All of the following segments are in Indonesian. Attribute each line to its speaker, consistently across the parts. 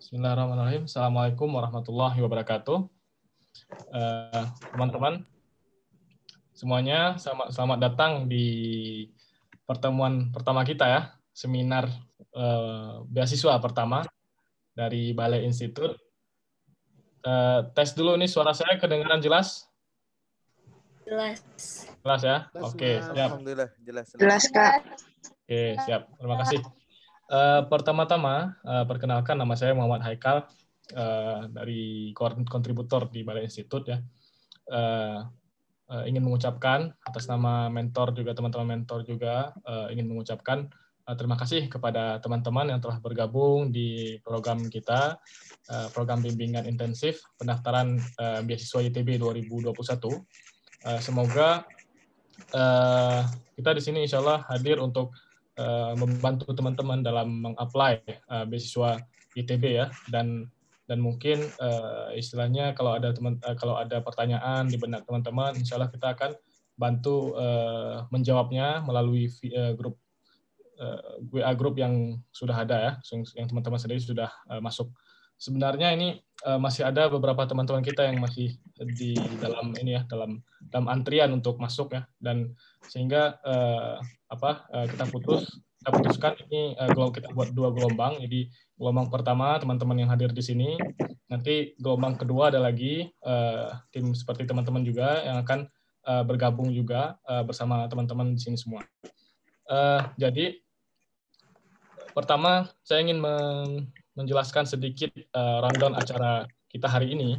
Speaker 1: Bismillahirrahmanirrahim. Assalamualaikum warahmatullahi wabarakatuh. Teman-teman semuanya, selamat datang di pertemuan pertama kita ya, seminar beasiswa pertama dari Balai Institut. Tes dulu nih, suara saya kedengaran jelas?
Speaker 2: Jelas.
Speaker 1: Jelas ya? Oke, siap.
Speaker 3: Alhamdulillah, jelas.
Speaker 2: Jelas, Kak.
Speaker 1: Oke, siap. Terima kasih. Pertama-tama, perkenalkan nama saya Muhammad Haikal, dari kontributor di Balai Institut ya. Ingin mengucapkan atas nama mentor juga, teman-teman mentor juga, ingin mengucapkan terima kasih kepada teman-teman yang telah bergabung di program kita, program bimbingan intensif pendaftaran beasiswa ITB 2021. Semoga kita di sini insya Allah hadir untuk membantu teman-teman dalam meng-apply beasiswa ITB ya, dan mungkin istilahnya kalau ada pertanyaan di benak teman-teman, insya Allah kita akan bantu menjawabnya melalui grup WA grup yang sudah ada ya, yang teman-teman sendiri sudah masuk. Sebenarnya ini masih ada beberapa teman-teman kita yang masih di dalam ini ya, dalam antrian untuk masuk ya, dan sehingga kita putuskan ini kita buat 2 gelombang. Jadi gelombang pertama teman-teman yang hadir di sini, nanti gelombang kedua ada lagi tim seperti teman-teman juga yang akan bergabung juga bersama teman-teman di sini semua. Jadi pertama saya ingin menjelaskan sedikit rundown acara kita hari ini.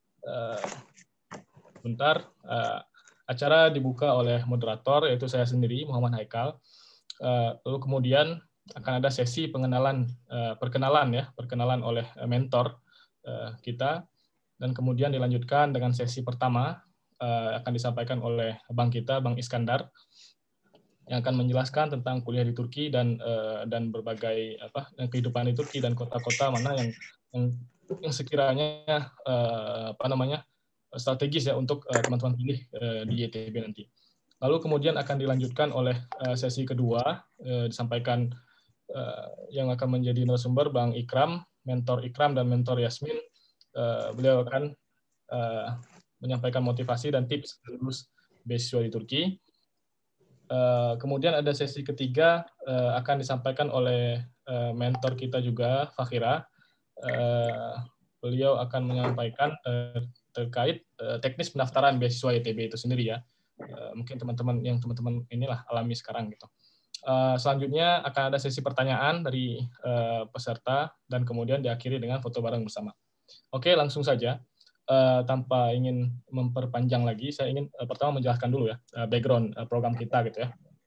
Speaker 1: Bentar, acara dibuka oleh moderator, yaitu saya sendiri, Muhammad Haikal. Lalu kemudian akan ada sesi perkenalan oleh mentor kita, dan kemudian dilanjutkan dengan sesi pertama akan disampaikan oleh Bang kita, Bang Iskandar, yang akan menjelaskan tentang kuliah di Turki dan berbagai kehidupan di Turki dan kota-kota mana yang sekiranya strategis ya untuk teman-teman pilih di YTB nanti. Lalu kemudian akan dilanjutkan oleh sesi kedua, disampaikan yang akan menjadi narasumber Bang Ikram, mentor Ikram dan mentor Yasmin. Beliau akan menyampaikan motivasi dan tips lulus beasiswa di Turki. Kemudian ada sesi ketiga akan disampaikan oleh mentor kita juga, Fakhira. Beliau akan menyampaikan terkait teknis pendaftaran beasiswa ITB itu sendiri ya. Mungkin teman-teman inilah alami sekarang gitu. Selanjutnya akan ada sesi pertanyaan dari peserta dan kemudian diakhiri dengan foto bareng bersama. Oke, langsung saja. Tanpa ingin memperpanjang lagi, saya ingin pertama menjelaskan dulu ya background program kita gitu ya.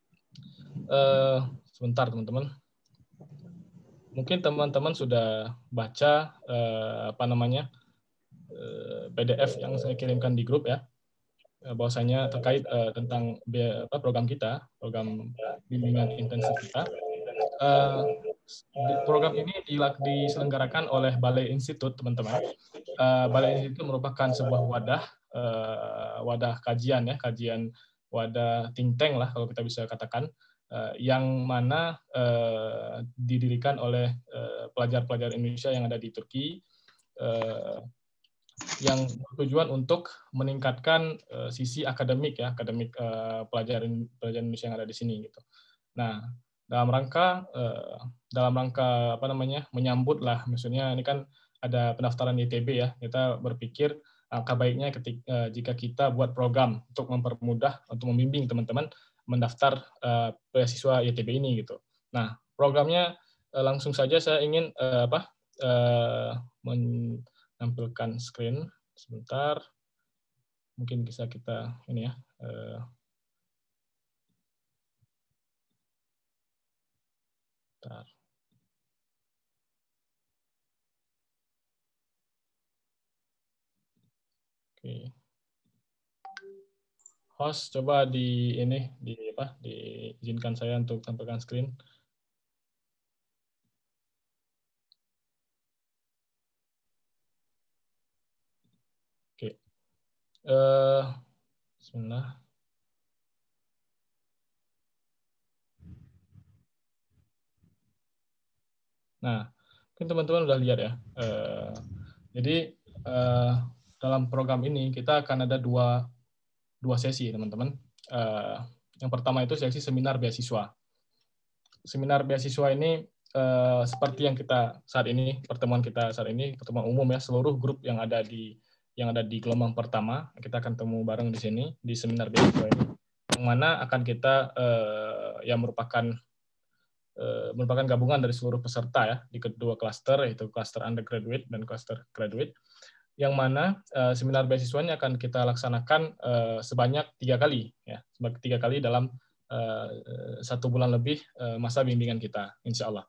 Speaker 1: Sebentar teman-teman. Mungkin teman-teman sudah baca PDF yang saya kirimkan di grup ya, bahwasanya terkait tentang program kita, program bimbingan intensif kita. Program ini diselenggarakan oleh Balai Institut, teman-teman. Balai Institut merupakan sebuah wadah kajian ya, wadah think tank lah kalau kita bisa katakan, yang mana didirikan oleh pelajar-pelajar Indonesia yang ada di Turki, yang bertujuan untuk meningkatkan sisi akademik ya, pelajar Indonesia yang ada di sini gitu. Nah, dalam rangka menyambut lah, maksudnya ini kan ada pendaftaran ITB ya, kita berpikir angka baiknya jika kita buat program untuk mempermudah, untuk membimbing teman-teman mendaftar beasiswa ITB ini gitu. Nah, programnya langsung saja saya ingin menampilkan screen sebentar, mungkin bisa kita ini ya. Bentar. Oke. Host, coba diizinkan saya untuk tampilkan screen. Oke. Bismillah. Nah, Mungkin teman-teman udah lihat ya. Jadi dalam program ini kita akan ada dua sesi, teman-teman. Yang pertama itu sesi seminar beasiswa. Seminar beasiswa ini seperti yang kita saat ini, pertemuan kita saat ini, pertemuan umum ya, seluruh grup yang ada di gelombang pertama, kita akan temu bareng di sini di seminar beasiswa ini, yang mana akan kita yang merupakan gabungan dari seluruh peserta ya di kedua klaster, yaitu klaster undergraduate dan klaster graduate, yang mana seminar beasiswa ini akan kita laksanakan sebanyak 3 kali ya, sebanyak 3 kali dalam 1 bulan lebih masa bimbingan kita, insya Allah.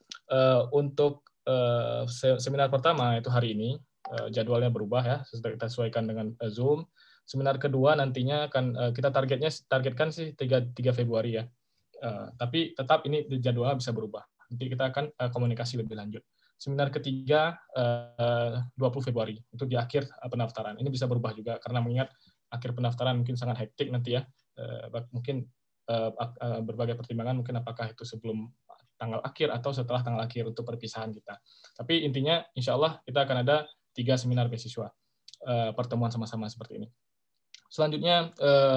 Speaker 1: Untuk seminar pertama itu hari ini, jadwalnya berubah ya, kita sesuaikan dengan Zoom. Seminar kedua nantinya akan kita targetkan sih 3 Februari ya. Tapi tetap ini jadwalnya bisa berubah. Nanti kita akan komunikasi lebih lanjut. Seminar ketiga 20 Februari, itu di akhir pendaftaran. Ini bisa berubah juga karena mengingat akhir pendaftaran mungkin sangat hektik nanti ya. Mungkin berbagai pertimbangan, mungkin apakah itu sebelum tanggal akhir atau setelah tanggal akhir untuk perpisahan kita. Tapi intinya insya Allah kita akan ada 3 seminar beasiswa, pertemuan sama-sama seperti ini. Selanjutnya,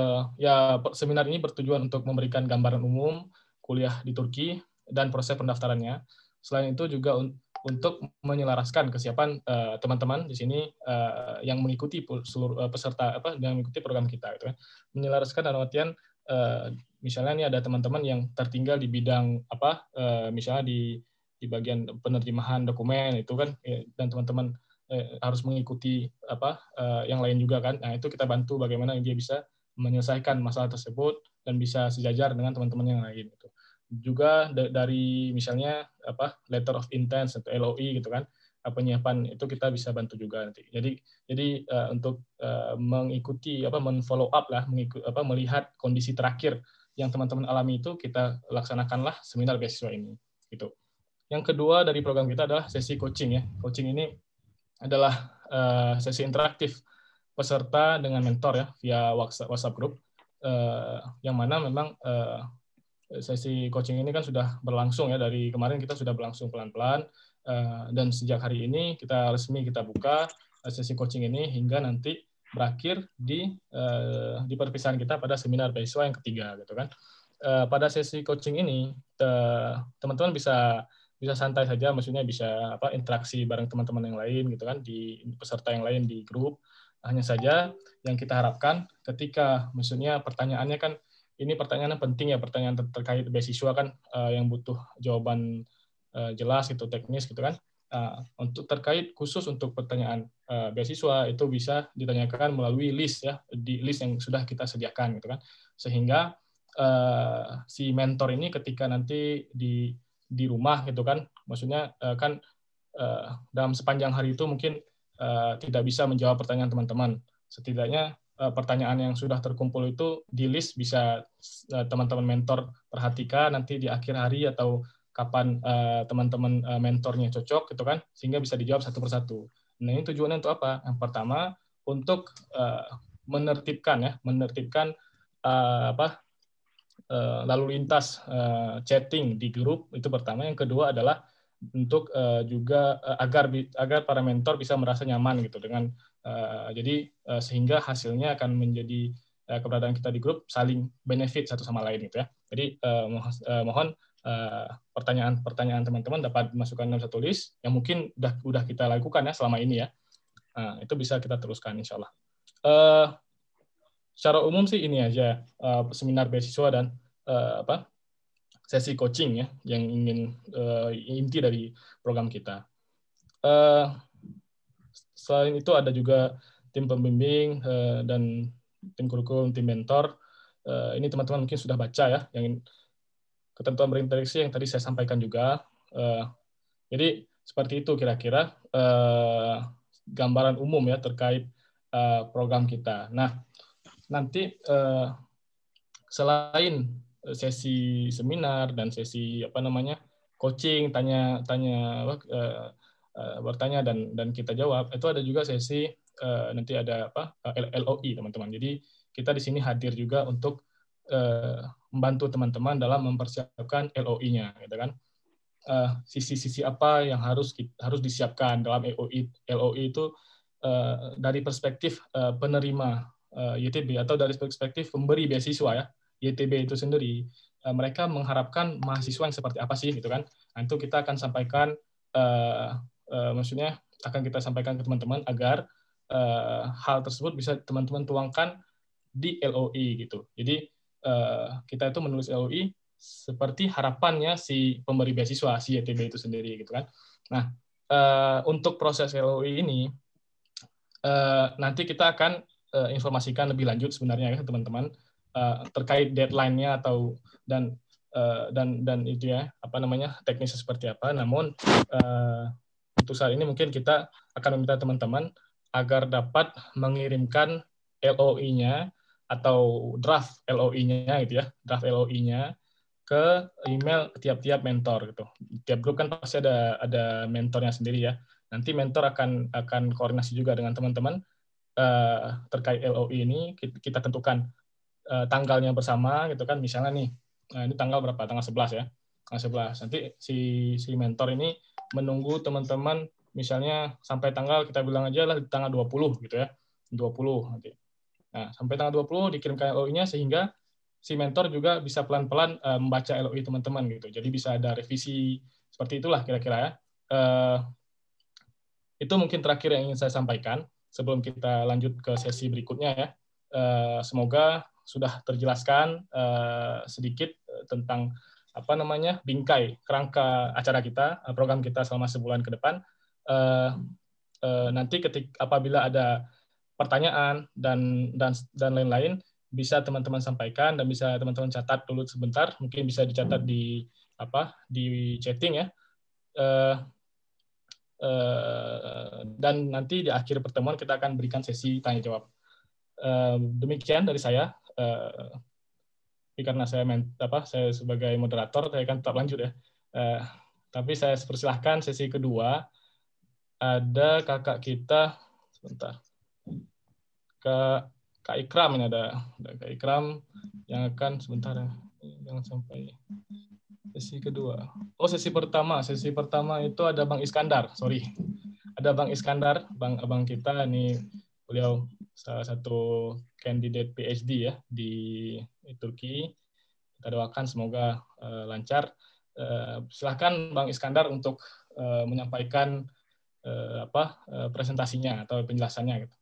Speaker 1: ya seminar ini bertujuan untuk memberikan gambaran umum kuliah di Turki dan proses pendaftarannya. Selain itu juga untuk menyelaraskan kesiapan teman-teman di sini yang mengikuti seluruh peserta yang mengikuti program kita, gitu kan. Menyelaraskan dalam artian misalnya ini ada teman-teman yang tertinggal di bidang misalnya di bagian penerjemahan dokumen itu kan, dan teman-teman harus mengikuti yang lain juga kan. Nah, itu kita bantu bagaimana dia bisa menyelesaikan masalah tersebut dan bisa sejajar dengan teman-teman yang lain gitu. Juga dari misalnya letter of intent atau LOI gitu kan, penyiapan itu kita bisa bantu juga nanti. Jadi untuk mengikuti men-follow up lah, melihat kondisi terakhir yang teman-teman alami itu, kita laksanakanlah seminar beasiswa ini gitu. Yang kedua dari program kita adalah sesi coaching ya. Coaching ini adalah sesi interaktif peserta dengan mentor ya via WhatsApp group, yang mana memang sesi coaching ini kan sudah berlangsung ya, dari kemarin kita sudah berlangsung pelan-pelan, dan sejak hari ini kita buka sesi coaching ini hingga nanti berakhir di perpisahan kita pada seminar beasiswa yang ketiga gitu kan. Pada sesi coaching ini teman-teman bisa santai saja, maksudnya bisa interaksi bareng teman-teman yang lain gitu kan, di peserta yang lain di grup. Hanya saja yang kita harapkan ketika maksudnya pertanyaannya kan, ini pertanyaan penting ya, pertanyaan terkait beasiswa kan, yang butuh jawaban jelas gitu, teknis gitu kan. Untuk terkait khusus untuk pertanyaan beasiswa itu bisa ditanyakan melalui list ya, di list yang sudah kita sediakan gitu kan, sehingga si mentor ini ketika nanti di rumah gitu kan, maksudnya kan dalam sepanjang hari itu mungkin tidak bisa menjawab pertanyaan teman-teman. Setidaknya pertanyaan yang sudah terkumpul itu di list bisa teman-teman mentor perhatikan nanti di akhir hari atau kapan teman-teman mentornya cocok gitu kan, sehingga bisa dijawab satu persatu. Nah, ini tujuannya untuk apa? Yang pertama untuk menertibkan lalu lintas chatting di grup, itu pertama. Yang kedua adalah untuk juga agar para mentor bisa merasa nyaman gitu dengan jadi sehingga hasilnya akan menjadi keberadaan kita di grup saling benefit satu sama lain gitu ya. Jadi mohon pertanyaan teman-teman dapat dimasukkan dalam satu list yang mungkin udah kita lakukan ya selama ini ya. Nah, itu bisa kita teruskan insya Allah. Secara umum sih ini aja seminar beasiswa dan sesi coaching ya yang ingin inti dari program kita. Selain itu ada juga tim pembimbing dan tim kurikulum, tim mentor. Ini teman-teman mungkin sudah baca ya, yang ketentuan berinteraksi yang tadi saya sampaikan juga. Jadi seperti itu kira-kira gambaran umum ya terkait program kita. Nah, nanti selain sesi seminar dan sesi coaching, bertanya dan kita jawab, itu ada juga sesi nanti ada LOI teman-teman. Jadi kita di sini hadir juga untuk membantu teman-teman dalam mempersiapkan LOI-nya gitu kan. sisi-sisi apa yang harus disiapkan dalam LOI itu dari perspektif penerima YTB atau dari perspektif pemberi beasiswa ya YTB itu sendiri. Mereka mengharapkan mahasiswa yang seperti apa sih gitu kan? Nah, itu kita akan sampaikan, maksudnya akan kita sampaikan ke teman-teman agar hal tersebut bisa teman-teman tuangkan di LOI gitu. Jadi kita itu menulis LOI seperti harapannya si pemberi beasiswa si YTB itu sendiri gitu kan. Nah, untuk proses LOI ini nanti kita akan informasikan lebih lanjut sebenarnya ya teman-teman terkait deadline-nya atau dan itu ya apa namanya teknisnya seperti apa. Namun untuk saat ini mungkin kita akan meminta teman-teman agar dapat mengirimkan LOI-nya atau draft LOI-nya gitu ya, draft LOI-nya ke email tiap-tiap mentor gitu. Tiap grup kan pasti ada mentornya sendiri ya. Nanti mentor akan koordinasi juga dengan teman-teman terkait LOI ini. Kita tentukan tanggalnya bersama gitu kan. Misalnya nih, ini tanggal berapa? Tanggal 11 ya. Tanggal 11. Nanti si mentor ini menunggu teman-teman misalnya sampai tanggal, kita bilang aja lah tanggal 20 gitu ya. 20 nanti. Nah, sampai tanggal 20 dikirimkan LOI-nya sehingga si mentor juga bisa pelan-pelan membaca LOI teman-teman gitu. Jadi bisa ada revisi seperti itulah kira-kira ya. Itu mungkin terakhir yang ingin saya sampaikan sebelum kita lanjut ke sesi berikutnya ya. Semoga sudah terjelaskan sedikit tentang apa namanya bingkai kerangka acara kita, program kita selama sebulan ke depan. Nanti apabila ada pertanyaan dan lain-lain bisa teman-teman sampaikan dan bisa teman-teman catat dulu sebentar, mungkin bisa dicatat di chatting ya. Dan nanti di akhir pertemuan kita akan berikan sesi tanya jawab. Demikian dari saya. Tapi karena saya sebagai moderator, saya akan tetap lanjut ya. Tapi saya persilahkan sesi kedua. Ada kakak kita, sebentar. Kak Ikram ini ada Kak Ikram yang akan sebentar ya. Jangan sampai sesi kedua. Oh, sesi pertama itu ada Bang Iskandar, sorry. Ada Bang Iskandar, abang kita ini beliau salah satu kandidat PhD ya di Turki. Kita doakan semoga lancar. Silahkan Bang Iskandar untuk menyampaikan presentasinya atau penjelasannya gitu.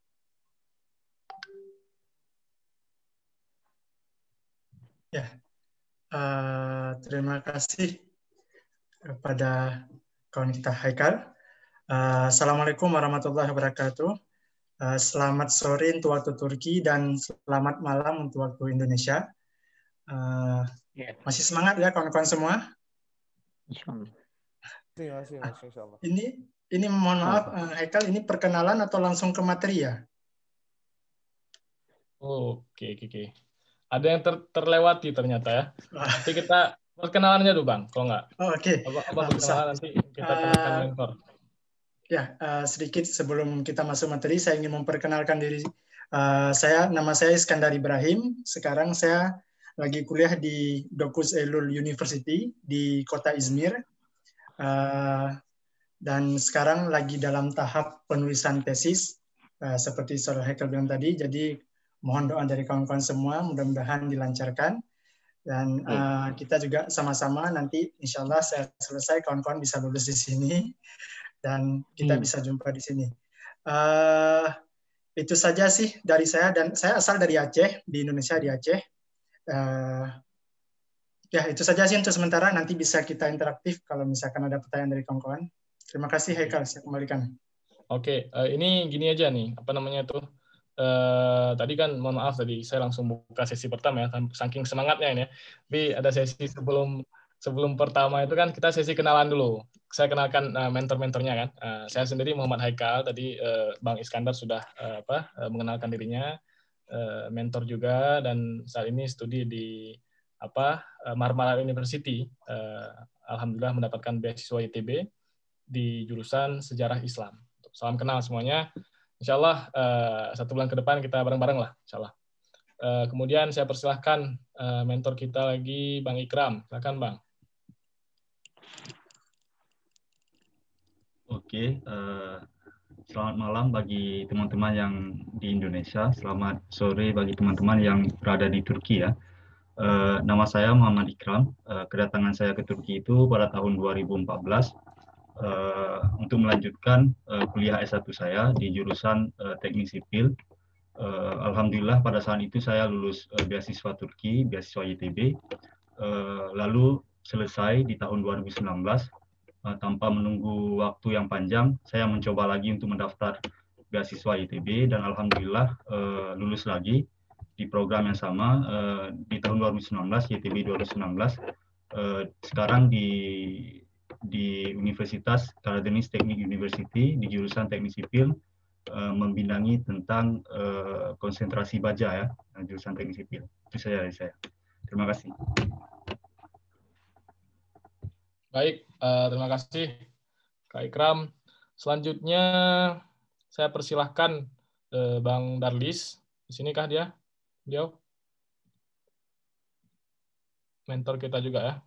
Speaker 3: Ya, terima kasih kepada kawan kita Haikal. Assalamualaikum warahmatullahi wabarakatuh. Selamat sore untuk waktu Turki dan selamat malam untuk waktu Indonesia. Masih semangat ya kawan-kawan semua?
Speaker 4: Insyaallah.
Speaker 3: Ini mohon maaf Haikal, ini perkenalan atau langsung ke materi ya?
Speaker 1: Oke. Ada yang terlewati ternyata ya. Nanti kita perkenalannya dulu Bang, kalau nggak.
Speaker 3: Oke.
Speaker 1: Abang perkenalan nanti kita kenalkan mentor.
Speaker 3: Ya, sedikit sebelum kita masuk materi, saya ingin memperkenalkan diri. Nama saya Iskandar Ibrahim. Sekarang saya lagi kuliah di Dokuz Eylül University di kota Izmir. Dan sekarang lagi dalam tahap penulisan tesis, seperti Saudara Haikal bilang tadi. Jadi mohon doa dari kawan-kawan semua, mudah-mudahan dilancarkan. Dan kita juga sama-sama nanti, insya Allah saya selesai, kawan-kawan bisa lulus di sini. Dan kita bisa jumpa di sini. Itu saja sih dari saya, dan saya asal dari Aceh, di Indonesia, di Aceh. Ya, itu saja sih untuk sementara, nanti bisa kita interaktif kalau misalkan ada pertanyaan dari kawan-kawan. Terima kasih Haikal, saya kembalikan.
Speaker 1: Oke, ini gini aja nih, apa namanya tuh, tadi kan mohon maaf tadi saya langsung buka sesi pertama ya, saking semangatnya ini ya. Tapi ada sesi sebelum pertama itu kan kita sesi kenalan dulu. Saya kenalkan mentor-mentornya kan. Saya sendiri Muhammad Haikal, tadi Bang Iskandar sudah mengenalkan dirinya, mentor juga, dan saat ini studi di Marmara University. Alhamdulillah mendapatkan beasiswa ITB di jurusan Sejarah Islam. Salam kenal semuanya. Insya Allah 1 bulan ke depan kita bareng-bareng lah. Insya Allah. Kemudian saya persilahkan mentor kita lagi Bang Ikram. Silakan Bang.
Speaker 5: Oke, selamat malam bagi teman-teman yang di Indonesia. Selamat sore bagi teman-teman yang berada di Turki ya. Nama saya Muhammad Ikram. Kedatangan saya ke Turki itu pada tahun 2014 untuk melanjutkan kuliah S1 saya di jurusan Teknik Sipil. Alhamdulillah pada saat itu saya lulus beasiswa Turki, beasiswa YTB. Lalu selesai di tahun 2019. Tanpa menunggu waktu yang panjang, saya mencoba lagi untuk mendaftar beasiswa YTB dan alhamdulillah lulus lagi di program yang sama di tahun 2019, YTB 2019. Sekarang di Universitas Karadeniz Teknik University di jurusan Teknik Sipil membidangi tentang konsentrasi baja ya, jurusan Teknik Sipil. Itu saja dari saya. Terima kasih.
Speaker 1: Baik, terima kasih Kak Ikram. Selanjutnya saya persilahkan Bang Darlis. Di sini kah dia? Beliau mentor kita juga ya.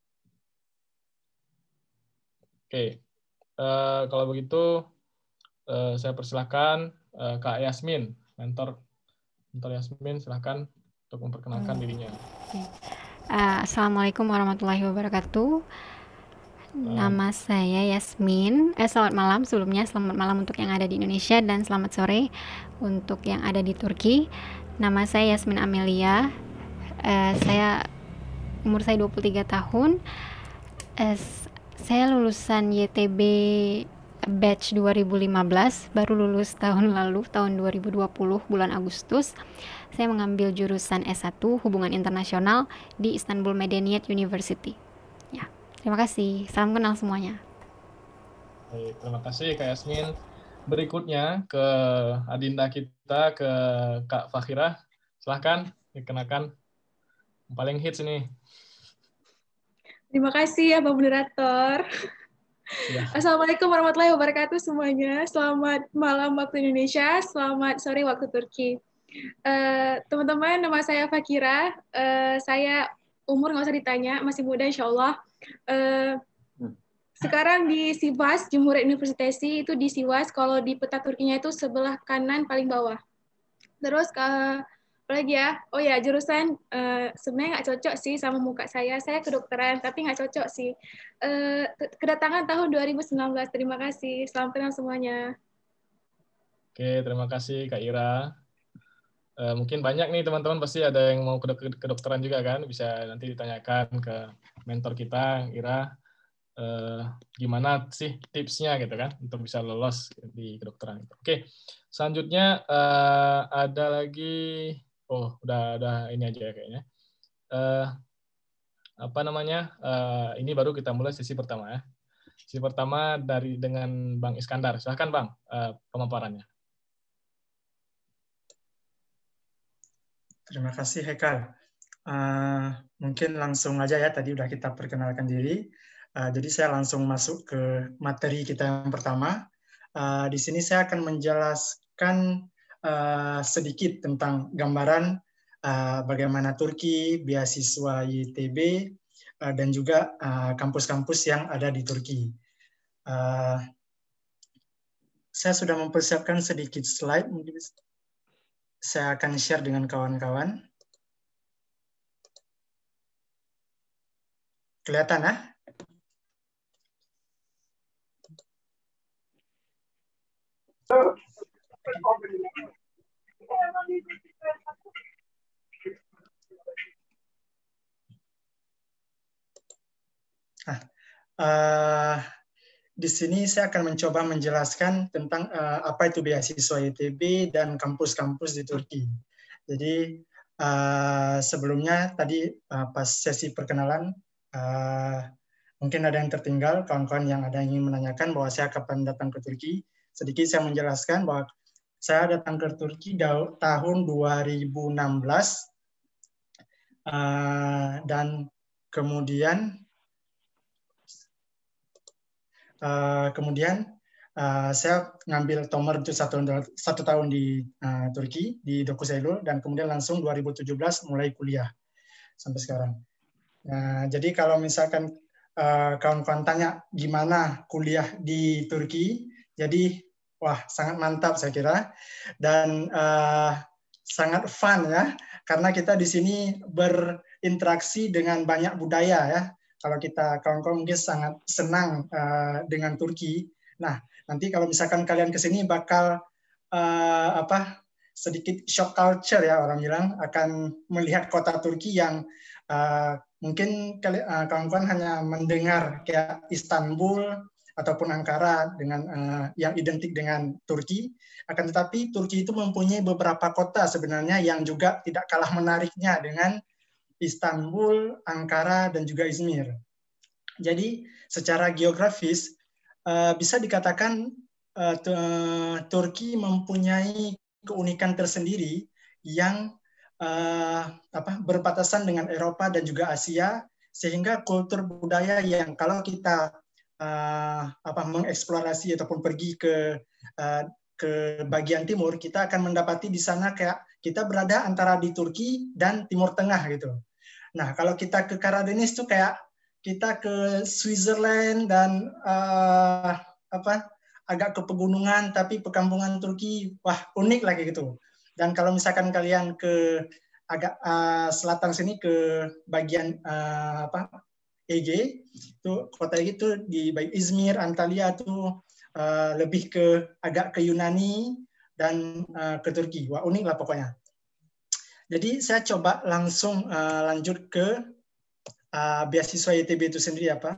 Speaker 1: Oke, kalau begitu saya persilahkan Kak Yasmin, mentor Yasmin, silahkan untuk memperkenalkan dirinya.
Speaker 6: Assalamualaikum warahmatullahi wabarakatuh. Nama saya Yasmin. Selamat malam sebelumnya, selamat malam untuk yang ada di Indonesia dan selamat sore untuk yang ada di Turki. Nama saya Yasmin Amelia. Umur saya 23 tahun. Saya lulusan YTB batch 2015, baru lulus tahun lalu, tahun 2020 bulan Agustus. Saya mengambil jurusan S1 Hubungan Internasional di Istanbul Medeniyet University. Ya, terima kasih. Salam kenal semuanya.
Speaker 1: Baik, terima kasih Kak Yasmin. Berikutnya ke adinda kita, ke Kak Fakhira. Silahkan dikenakan. Paling hits ini.
Speaker 2: Terima kasih ya Pak Moderator.
Speaker 1: Ya.
Speaker 2: Assalamualaikum warahmatullahi wabarakatuh semuanya. Selamat malam waktu Indonesia, selamat sore waktu Turki. Teman-teman, nama saya Fakhira. Saya umur nggak usah ditanya, masih muda insya Allah. Sekarang di Sivas, Cumhuriyet Universitesi, itu di Sivas, kalau di peta Turkinya itu sebelah kanan paling bawah. Terus apalagi ya, oh ya jurusan sebenarnya nggak cocok sih sama muka saya kedokteran, tapi nggak cocok sih. Kedatangan tahun 2019, terima kasih, salam kenal semuanya.
Speaker 1: Oke, terima kasih Kak Ira. Mungkin banyak nih teman-teman pasti ada yang mau kedokteran juga kan, bisa nanti ditanyakan ke mentor kita Ira, gimana sih tipsnya gitu kan untuk bisa lolos di kedokteran. Oke, selanjutnya ada lagi, udah ini aja ya kayaknya. Ini baru kita mulai sesi pertama ya. Sesi pertama dengan Bang Iskandar. Silahkan Bang pemaparannya.
Speaker 3: Terima kasih Hekal. Mungkin langsung aja ya, tadi udah kita perkenalkan diri. Jadi saya langsung masuk ke materi kita yang pertama. Di sini saya akan menjelaskan sedikit tentang gambaran bagaimana Turki, beasiswa YTB, dan juga kampus-kampus yang ada di Turki. Saya sudah mempersiapkan sedikit slide, mungkin saya akan share dengan kawan-kawan. Kelihatan ya? Di sini saya akan mencoba menjelaskan tentang apa itu beasiswa YTB dan kampus-kampus di Turki. Jadi sebelumnya tadi pas sesi perkenalan mungkin ada yang tertinggal, kawan-kawan yang ada yang ingin menanyakan bahwa saya kapan datang ke Turki. Sedikit saya menjelaskan bahwa saya datang ke Turki tahun 2016 dan kemudian saya ngambil Tomer itu satu tahun di Turki, di Dokuzelu, dan kemudian langsung 2017 mulai kuliah sampai sekarang. Nah, jadi kalau misalkan kawan-kawan tanya gimana kuliah di Turki. Jadi wah sangat mantap saya kira dan sangat fun ya karena kita di sini berinteraksi dengan banyak budaya ya. Kalau kita kawan-kawan mungkin sangat senang dengan Turki. Nah nanti kalau misalkan kalian ke sini bakal sedikit shock culture ya orang bilang, akan melihat kota Turki yang mungkin kawan-kawan hanya mendengar kayak Istanbul ataupun Ankara dengan yang identik dengan Turki, akan tetapi Turki itu mempunyai beberapa kota sebenarnya yang juga tidak kalah menariknya dengan Istanbul, Ankara, dan juga Izmir. Jadi secara geografis bisa dikatakan Turki mempunyai keunikan tersendiri yang berbatasan dengan Eropa dan juga Asia, sehingga kultur budaya yang kalau kita mengeksplorasi ataupun pergi ke bagian timur, kita akan mendapati di sana kayak kita berada antara di Turki dan Timur Tengah gitu. Nah kalau kita ke Karadeniz tuh kayak kita ke Switzerland dan agak ke pegunungan tapi pekampungan Turki, wah unik lagi gitu. Dan kalau misalkan kalian ke agak selatan sini ke bagian Ege, itu kota Ege itu di baik Izmir, Antalya itu lebih ke agak ke Yunani dan ke Turki, wah unik lah pokoknya. Jadi saya coba langsung lanjut ke beasiswa YTB itu sendiri apa?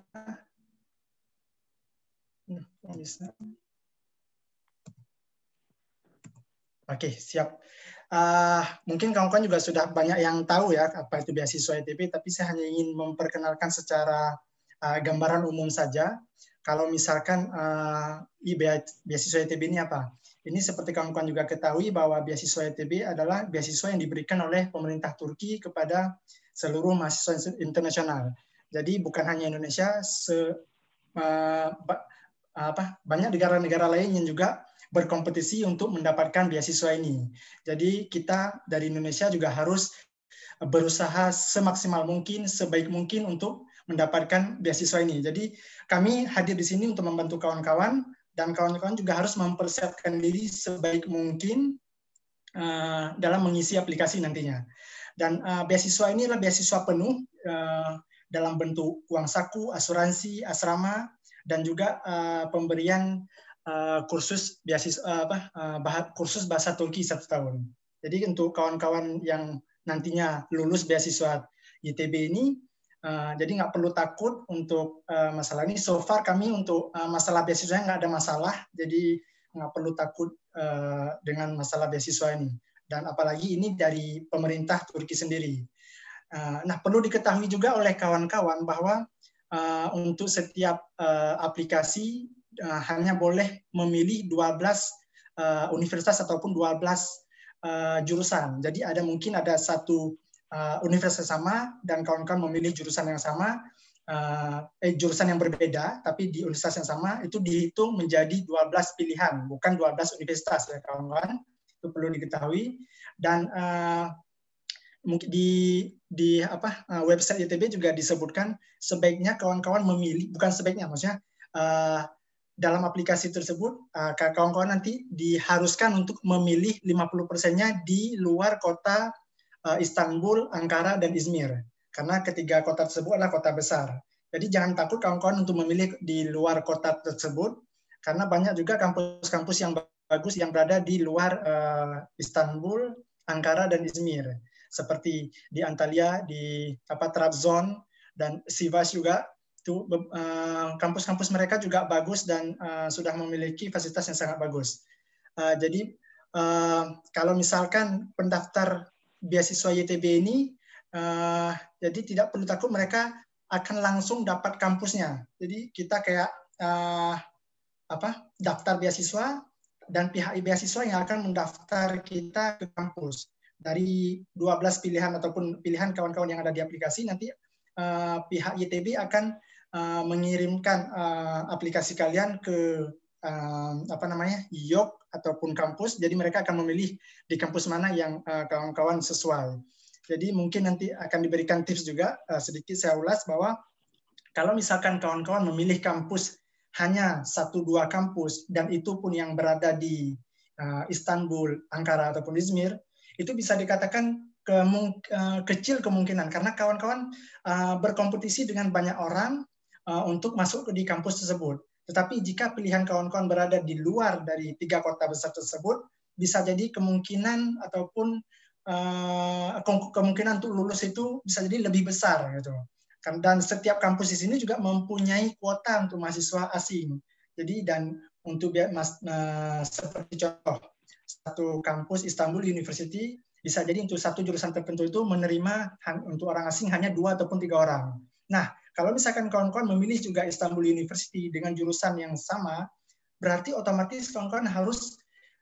Speaker 3: Oke, siap. Mungkin kawan-kawan juga sudah banyak yang tahu ya apa itu beasiswa YTB, tapi saya hanya ingin memperkenalkan secara gambaran umum saja. Kalau misalkan beasiswa YTB ini apa? Ini seperti kawan-kawan juga ketahui bahwa beasiswa YTB adalah beasiswa yang diberikan oleh pemerintah Turki kepada seluruh mahasiswa internasional. Jadi bukan hanya Indonesia, banyak negara-negara lain yang juga berkompetisi untuk mendapatkan beasiswa ini. Jadi kita dari Indonesia juga harus berusaha semaksimal mungkin, sebaik mungkin untuk mendapatkan beasiswa ini. Jadi kami hadir di sini untuk membantu kawan-kawan, dan kawan-kawan juga harus mempersiapkan diri sebaik mungkin dalam mengisi aplikasi nantinya. Dan beasiswa ini adalah beasiswa penuh dalam bentuk uang saku, asuransi, asrama, dan juga pemberian kursus beasiswa kursus bahasa Turki 1 tahun. Jadi untuk kawan-kawan yang nantinya lulus beasiswa YTB ini, jadi nggak perlu takut untuk masalah ini. So far kami untuk masalah beasiswa nggak ada masalah, jadi nggak perlu takut dengan masalah beasiswa ini. Dan apalagi ini dari pemerintah Turki sendiri. Nah perlu diketahui juga oleh kawan-kawan bahwa untuk setiap aplikasi hanya boleh memilih 12 universitas ataupun 12 jurusan. Jadi mungkin ada satu universitas sama dan kawan-kawan memilih jurusan yang sama, jurusan yang berbeda, tapi di universitas yang sama itu dihitung menjadi 12 pilihan, bukan 12 universitas ya kawan-kawan. Itu perlu diketahui. Dan mungkin di website YTB juga disebutkan sebaiknya kawan-kawan memilih, bukan sebaiknya, maksudnya dalam aplikasi tersebut kawan-kawan nanti diharuskan untuk memilih 50%-nya di luar kota Istanbul, Ankara, dan Izmir. Karena ketiga kota tersebut adalah kota besar. Jadi jangan takut kawan-kawan untuk memilih di luar kota tersebut, karena banyak juga kampus-kampus yang bagus yang berada di luar Istanbul, Ankara, dan Izmir. Seperti di Antalya, di Trabzon, dan Sivas juga. Kampus-kampus mereka juga bagus dan sudah memiliki fasilitas yang sangat bagus. Jadi kalau misalkan pendaftar beasiswa YTB ini, jadi tidak perlu takut, mereka akan langsung dapat kampusnya. Jadi kita kayak daftar beasiswa dan pihak beasiswa yang akan mendaftar kita ke kampus. Dari 12 pilihan ataupun pilihan kawan-kawan yang ada di aplikasi, nanti pihak YTB akan mengirimkan aplikasi kalian ke IOK ataupun kampus. Jadi mereka akan memilih di kampus mana yang kawan-kawan sesuai. Jadi mungkin nanti akan diberikan tips juga sedikit saya ulas bahwa kalau misalkan kawan-kawan memilih kampus hanya 1-2 kampus, dan itu pun yang berada di Istanbul, Ankara, ataupun Izmir, itu bisa dikatakan kecil kemungkinan, karena kawan-kawan berkompetisi dengan banyak orang untuk masuk di kampus tersebut. Tetapi jika pilihan kawan-kawan berada di luar dari 3 kota besar tersebut, bisa jadi kemungkinan ataupun kemungkinan untuk lulus itu bisa jadi lebih besar gitu. Dan setiap kampus di sini juga mempunyai kuota untuk mahasiswa asing. Jadi dan untuk seperti contoh, satu kampus Istanbul University bisa jadi untuk satu jurusan tertentu itu menerima untuk orang asing hanya 2 ataupun 3 orang. Nah, kalau misalkan kawan-kawan memilih juga Istanbul University dengan jurusan yang sama, berarti otomatis kawan-kawan harus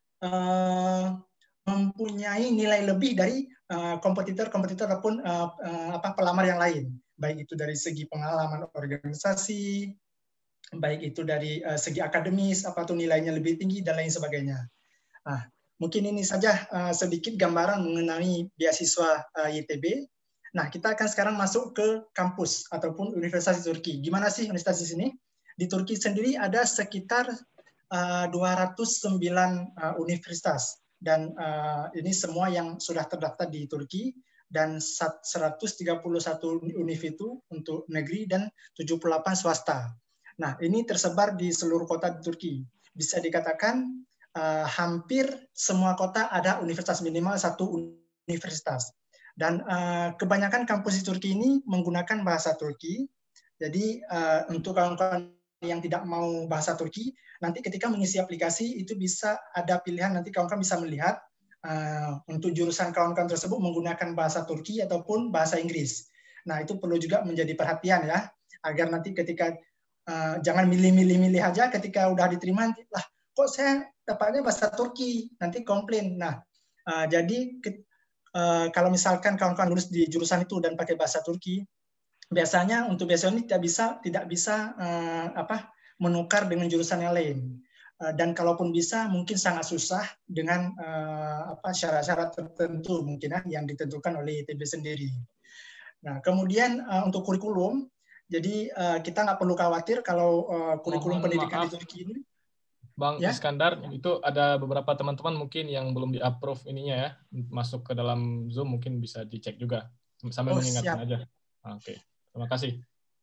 Speaker 3: mempunyai nilai lebih dari kompetitor-kompetitor ataupun pelamar yang lain, baik itu dari segi pengalaman organisasi, baik itu dari segi akademis, apa tuh nilainya lebih tinggi dan lain sebagainya. Nah, mungkin ini saja sedikit gambaran mengenai beasiswa YTB. Nah, kita akan sekarang masuk ke kampus ataupun Universitas di Turki. Gimana sih universitas di sini? Di Turki sendiri ada sekitar 209 universitas, dan ini semua yang sudah terdaftar di Turki, dan 131 univ itu untuk negeri dan 78 swasta. Nah, ini tersebar di seluruh kota di Turki. Bisa dikatakan hampir semua kota ada universitas, minimal 1 universitas. Dan kebanyakan kampus di Turki ini menggunakan bahasa Turki. Jadi untuk kawan-kawan yang tidak mau bahasa Turki, nanti ketika mengisi aplikasi itu bisa ada pilihan, nanti kawan-kawan bisa melihat untuk jurusan kawan-kawan tersebut menggunakan bahasa Turki ataupun bahasa Inggris. Nah, itu perlu juga menjadi perhatian ya, agar nanti ketika jangan milih-milih aja, ketika udah diterima, lah kok saya dapatnya bahasa Turki, nanti komplain. Nah, jadi kalau misalkan kawan-kawan lulus di jurusan itu dan pakai bahasa Turki, biasanya untuk beasiswa ini tidak bisa menukar dengan jurusan yang lain, dan kalaupun bisa mungkin sangat susah dengan syarat-syarat tertentu mungkin yang ditentukan oleh ITB sendiri. Nah, kemudian untuk kurikulum, jadi kita nggak perlu khawatir kalau kurikulum pendidikan di Turki ini.
Speaker 1: Bang Iskandar, itu ada beberapa teman-teman mungkin yang belum di-approve ininya ya, masuk ke dalam Zoom, mungkin bisa dicek juga sambil mengingatkan aja. Oke. Terima kasih.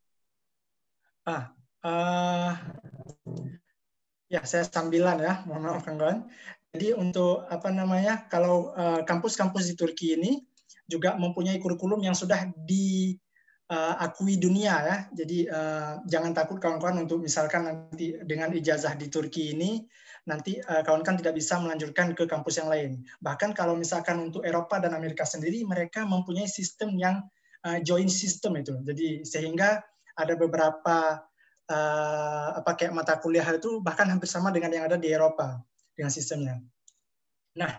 Speaker 3: Ya, saya sambilan ya, mohon maaf kawan-kawan. Jadi untuk kalau kampus-kampus di Turki ini juga mempunyai kurikulum yang sudah diakui dunia ya. Jadi jangan takut kawan-kawan untuk misalkan nanti dengan ijazah di Turki ini nanti kawan-kawan tidak bisa melanjutkan ke kampus yang lain. Bahkan kalau misalkan untuk Eropa dan Amerika sendiri, mereka mempunyai sistem yang joint system itu. Jadi sehingga ada beberapa kayak mata kuliah itu bahkan hampir sama dengan yang ada di Eropa dengan sistemnya. Nah,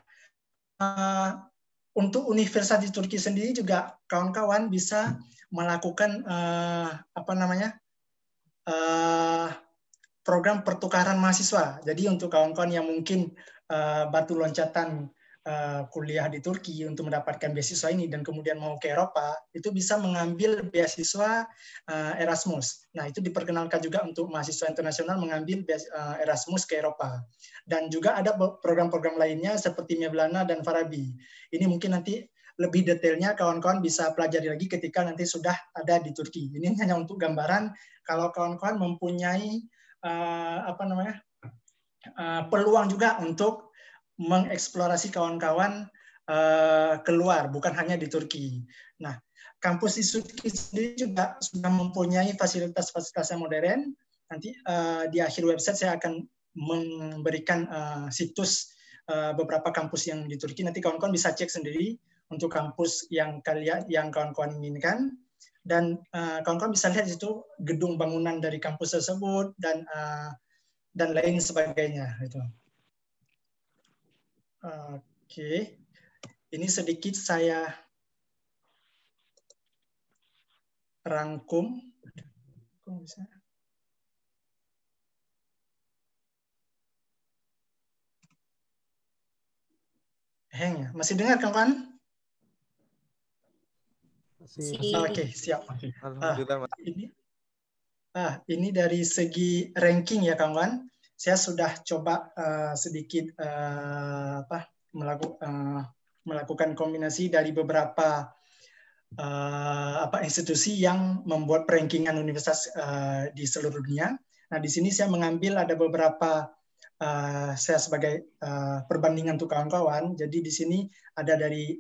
Speaker 3: untuk universitas di Turki sendiri juga kawan-kawan bisa melakukan program pertukaran mahasiswa. Jadi untuk kawan-kawan yang mungkin batu loncatan kuliah di Turki untuk mendapatkan beasiswa ini dan kemudian mau ke Eropa, itu bisa mengambil beasiswa Erasmus. Nah, itu diperkenalkan juga untuk mahasiswa internasional mengambil Erasmus ke Eropa. Dan juga ada program-program lainnya seperti Mevlana dan Farabi. Ini mungkin nanti lebih detailnya kawan-kawan bisa pelajari lagi ketika nanti sudah ada di Turki. Ini hanya untuk gambaran kalau kawan-kawan mempunyai peluang juga untuk mengeksplorasi kawan-kawan keluar, bukan hanya di Turki. Nah, kampus di Turki sendiri juga sudah mempunyai fasilitas-fasilitas yang modern. Nanti di akhir website saya akan memberikan situs beberapa kampus yang di Turki. Nanti kawan-kawan bisa cek sendiri untuk kampus yang kawan-kawan inginkan. Dan kawan-kawan bisa lihat di situ gedung bangunan dari kampus tersebut dan lain sebagainya. Gitu. Oke, ini sedikit saya rangkum. Kok bisa? Heng ya, masih dengar kawan-kawan?
Speaker 4: Masih.
Speaker 3: Oke, siap.
Speaker 4: Alhamdulillah.
Speaker 3: Ini dari segi ranking ya kawan. Saya sudah coba sedikit melakukan kombinasi dari beberapa institusi yang membuat rankingan universitas di seluruh dunia. Nah, di sini saya mengambil ada beberapa saya sebagai perbandingan untuk kawan-kawan. Jadi di sini ada dari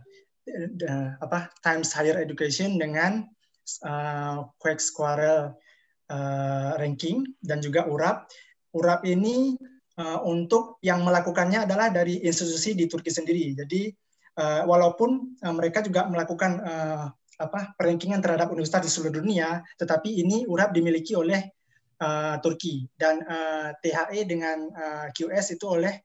Speaker 3: Times Higher Education dengan Quack-Squirrel ranking dan juga URAP. URAP ini untuk yang melakukannya adalah dari institusi di Turki sendiri. Jadi walaupun mereka juga melakukan perankingan terhadap universitas di seluruh dunia, tetapi ini URAP dimiliki oleh Turki dan THE dengan QS itu oleh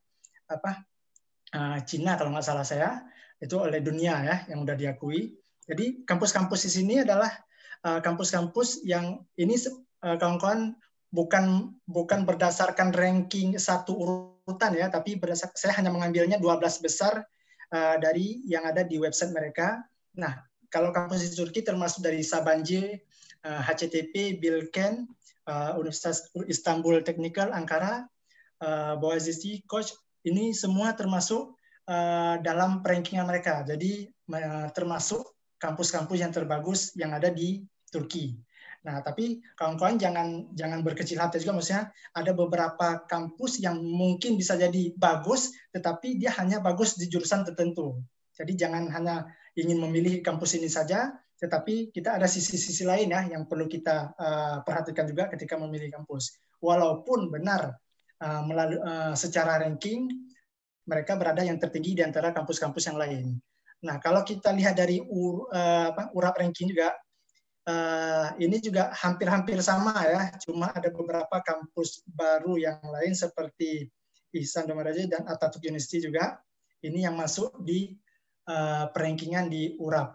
Speaker 3: Cina kalau nggak salah saya, itu oleh dunia ya yang udah diakui. Jadi kampus-kampus di sini adalah kampus-kampus yang ini kawan-kawan bukan berdasarkan ranking satu urutan ya, tapi saya hanya mengambilnya 12 besar dari yang ada di website mereka. Nah, kalau kampus di Turki termasuk dari Sabancı, HCTP, Bilkent, Universitas Istanbul Technical, Ankara, Boğaziçi, Koç, ini semua termasuk dalam rankingan mereka. Jadi termasuk kampus-kampus yang terbagus yang ada di Turki. Nah, tapi kawan-kawan jangan berkecil hati juga, maksudnya ada beberapa kampus yang mungkin bisa jadi bagus, tetapi dia hanya bagus di jurusan tertentu. Jadi jangan hanya ingin memilih kampus ini saja, tetapi kita ada sisi-sisi lain ya yang perlu kita perhatikan juga ketika memilih kampus. Walaupun benar secara ranking mereka berada yang tertinggi di antara kampus-kampus yang lain. Nah, kalau kita lihat dari URAP ranking juga, ini juga hampir-hampir sama ya, cuma ada beberapa kampus baru yang lain seperti Ihsan Domaraja dan Atatürk University juga, ini yang masuk di perankingan di URAP.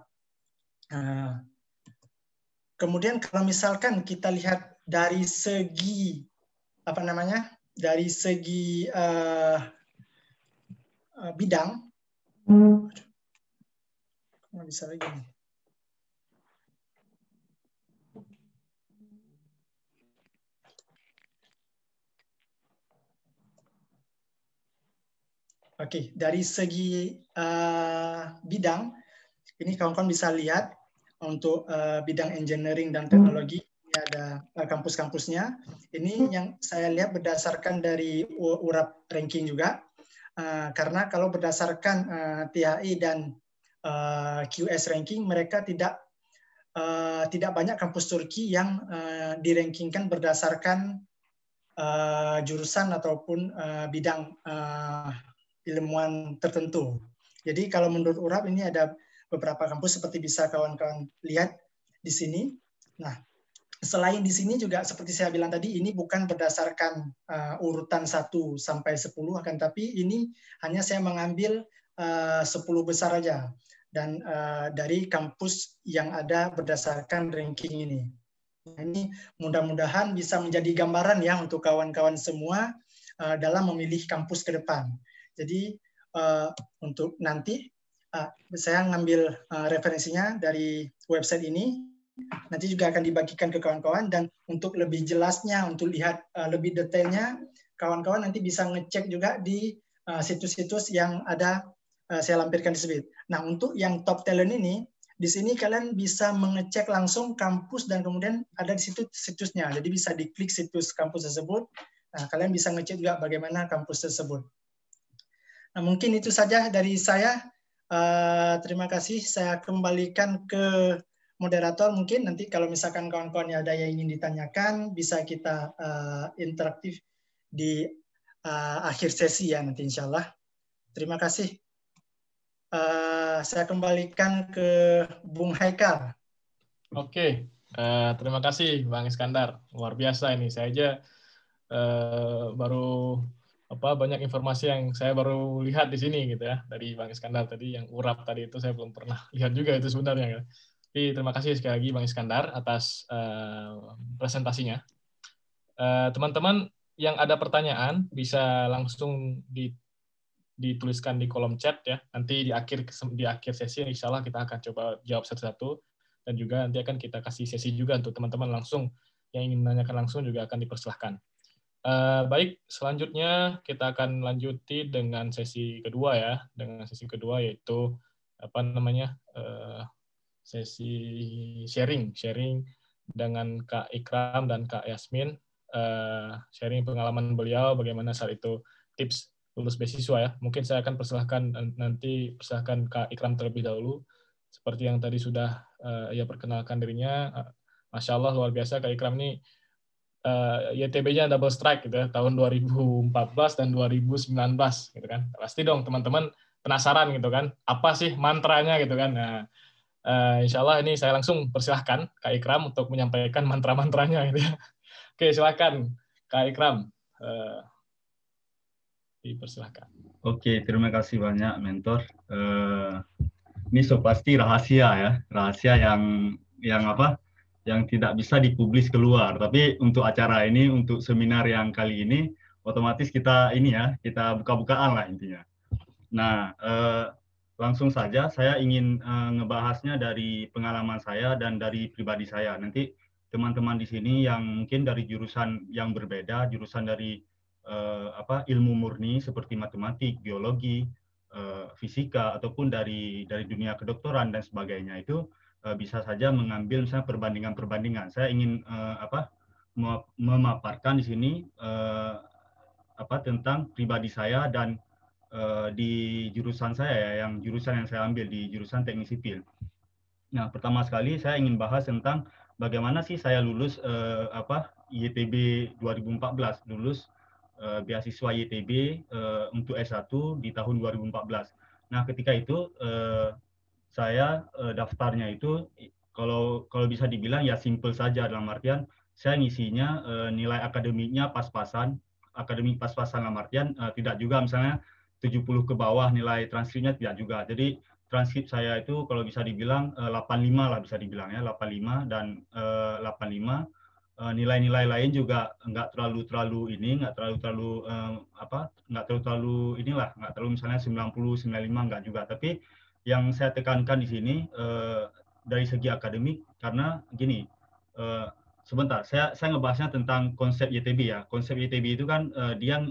Speaker 3: Kemudian kalau misalkan kita lihat dari segi dari segi bidang, nggak bisa lagi nih. Oke, dari segi bidang, ini kawan-kawan bisa lihat untuk bidang engineering dan teknologi, ini ada kampus-kampusnya. Ini yang saya lihat berdasarkan dari URAP ranking juga, karena kalau berdasarkan THI dan QS ranking, mereka tidak banyak kampus Turki yang dirankingkan berdasarkan jurusan ataupun bidang ilmuwan tertentu. Jadi kalau menurut URAP ini ada beberapa kampus seperti bisa kawan-kawan lihat di sini. Nah, selain di sini juga seperti saya bilang tadi, ini bukan berdasarkan urutan 1 sampai 10, akan tapi ini hanya saya mengambil 10 besar aja dan dari kampus yang ada berdasarkan ranking ini. Nah, ini mudah-mudahan bisa menjadi gambaran ya untuk kawan-kawan semua dalam memilih kampus ke depan. Jadi untuk nanti saya ngambil referensinya dari website ini, nanti juga akan dibagikan ke kawan-kawan, dan untuk lebih jelasnya, untuk lihat lebih detailnya, kawan-kawan nanti bisa ngecek juga di situs-situs yang ada saya lampirkan di sini. Nah, untuk yang top talent ini, di sini kalian bisa mengecek langsung kampus dan kemudian ada di situ situsnya. Jadi bisa diklik situs kampus tersebut. Nah, kalian bisa ngecek juga bagaimana kampus tersebut. Nah, mungkin itu saja dari saya. Terima kasih. Saya kembalikan ke moderator. Mungkin nanti kalau misalkan kawan-kawan ada yang ingin ditanyakan, bisa kita interaktif di akhir sesi ya nanti insya Allah. Terima kasih. Saya kembalikan ke Bung Haikal.
Speaker 1: Oke, terima kasih Bang Iskandar. Luar biasa ini. Saya aja baru banyak informasi yang saya baru lihat di sini gitu ya dari Bang Iskandar tadi, yang URAP tadi itu saya belum pernah lihat juga itu sebenarnya. Ya. Tapi terima kasih sekali lagi Bang Iskandar atas presentasinya. Teman-teman yang ada pertanyaan bisa langsung dituliskan di kolom chat ya. Nanti di akhir sesi insya Allah kita akan coba jawab satu-satu, dan juga nanti akan kita kasih sesi juga untuk teman-teman langsung yang ingin menanyakan langsung juga akan dipersilahkan. Baik, selanjutnya kita akan lanjuti dengan sesi kedua ya, dengan sesi kedua yaitu sesi sharing dengan Kak Ikram dan Kak Yasmin, sharing pengalaman beliau bagaimana saat itu tips lulus beasiswa ya. Mungkin saya akan persilahkan Kak Ikram terlebih dahulu. Seperti yang tadi sudah ia perkenalkan dirinya, Masya Allah luar biasa Kak Ikram ini YTB-nya double strike gitu ya, tahun 2014 dan 2019 gitu kan. Pasti dong teman-teman penasaran gitu kan, apa sih mantranya gitu kan. Nah, insya Allah ini saya langsung persilahkan Kak Ikram untuk menyampaikan mantra-mantranya gitu ya. Oke, silakan Kak Ikram. Dipersilahkan.
Speaker 5: Oke, terima kasih banyak mentor. Ini so pasti rahasia ya, rahasia yang tidak bisa dipublis keluar. Tapi untuk acara ini, untuk seminar yang kali ini, otomatis kita buka-bukaan lah intinya. Nah, langsung saja saya ingin ngebahasnya dari pengalaman saya dan dari pribadi saya. Nanti teman-teman di sini yang mungkin dari jurusan yang berbeda, jurusan dari ilmu murni seperti matematik, biologi, fisika, ataupun dari dunia kedokteran dan sebagainya itu bisa saja mengambil misalnya perbandingan-perbandingan. Saya ingin memaparkan di sini tentang pribadi saya dan di jurusan saya ya, jurusan yang saya ambil di jurusan teknik sipil. Nah, pertama sekali saya ingin bahas tentang bagaimana sih saya lulus YTB 2014, lulus beasiswa YTB untuk S1 di tahun 2014. Nah, ketika itu saya daftarnya itu kalau bisa dibilang ya simple saja, dalam artian saya ngisinya nilai akademiknya pas-pasan, dalam artian tidak juga misalnya 70 ke bawah nilai transkripnya, tidak juga. Jadi transkrip saya itu kalau bisa dibilang 85 lah, bisa dibilang ya, 85 dan 85. Nilai-nilai lain juga nggak terlalu misalnya 90, 95 nggak juga. Tapi yang saya tekankan di sini dari segi akademik, karena gini, sebentar, saya ngebahasnya tentang konsep YTB ya. Konsep YTB itu kan dia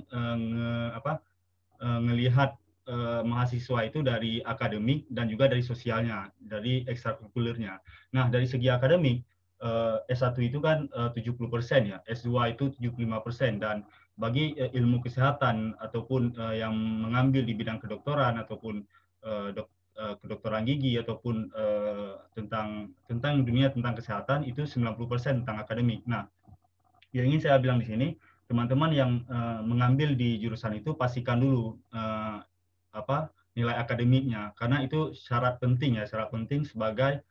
Speaker 5: ngelihat mahasiswa itu dari akademik dan juga dari sosialnya, dari ekstrakurikulernya. Nah, dari segi akademik, S1 itu kan 70% ya, S2 itu 75%, dan bagi ilmu kesehatan ataupun yang mengambil di bidang kedokteran ataupun kedokteran gigi ataupun tentang dunia tentang kesehatan itu 90% tentang akademik. Nah, yang ingin saya bilang di sini, teman-teman yang mengambil di jurusan itu pastikan dulu nilai akademiknya, karena itu syarat penting sebagai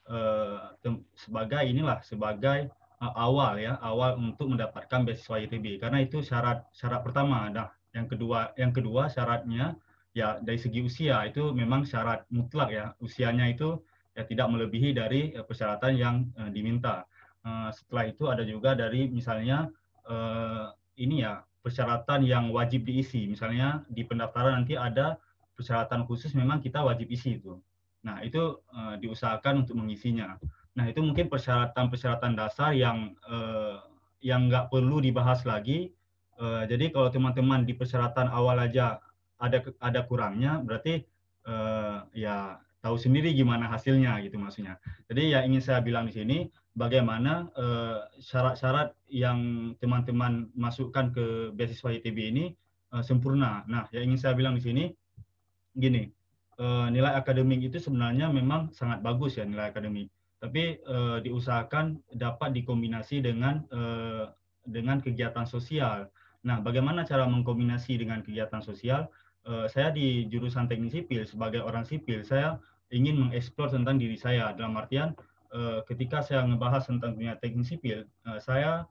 Speaker 5: awal untuk mendapatkan beasiswa YTB, karena itu syarat pertama. Nah, yang kedua syaratnya ya dari segi usia itu memang syarat mutlak ya, usianya itu ya tidak melebihi dari persyaratan yang diminta. Setelah itu ada juga dari misalnya persyaratan yang wajib diisi, misalnya di pendaftaran nanti ada persyaratan khusus memang kita wajib isi itu. Nah, itu diusahakan untuk mengisinya. Nah, itu mungkin persyaratan dasar yang nggak perlu dibahas lagi. Jadi kalau teman-teman di persyaratan awal aja ada kurangnya, berarti ya tahu sendiri gimana hasilnya gitu maksudnya. Jadi yang ingin saya bilang di sini, bagaimana syarat-syarat yang teman-teman masukkan ke beasiswa YTB ini sempurna. Nah, yang ingin saya bilang di sini, gini, nilai akademik itu sebenarnya memang sangat bagus ya, nilai akademik. Tapi diusahakan dapat dikombinasi dengan kegiatan sosial. Nah, bagaimana cara mengkombinasi dengan kegiatan sosial? Saya di jurusan teknik sipil, sebagai orang sipil, saya ingin mengeksplor tentang diri saya. Dalam artian, ketika saya ngebahas tentang dunia teknik sipil, saya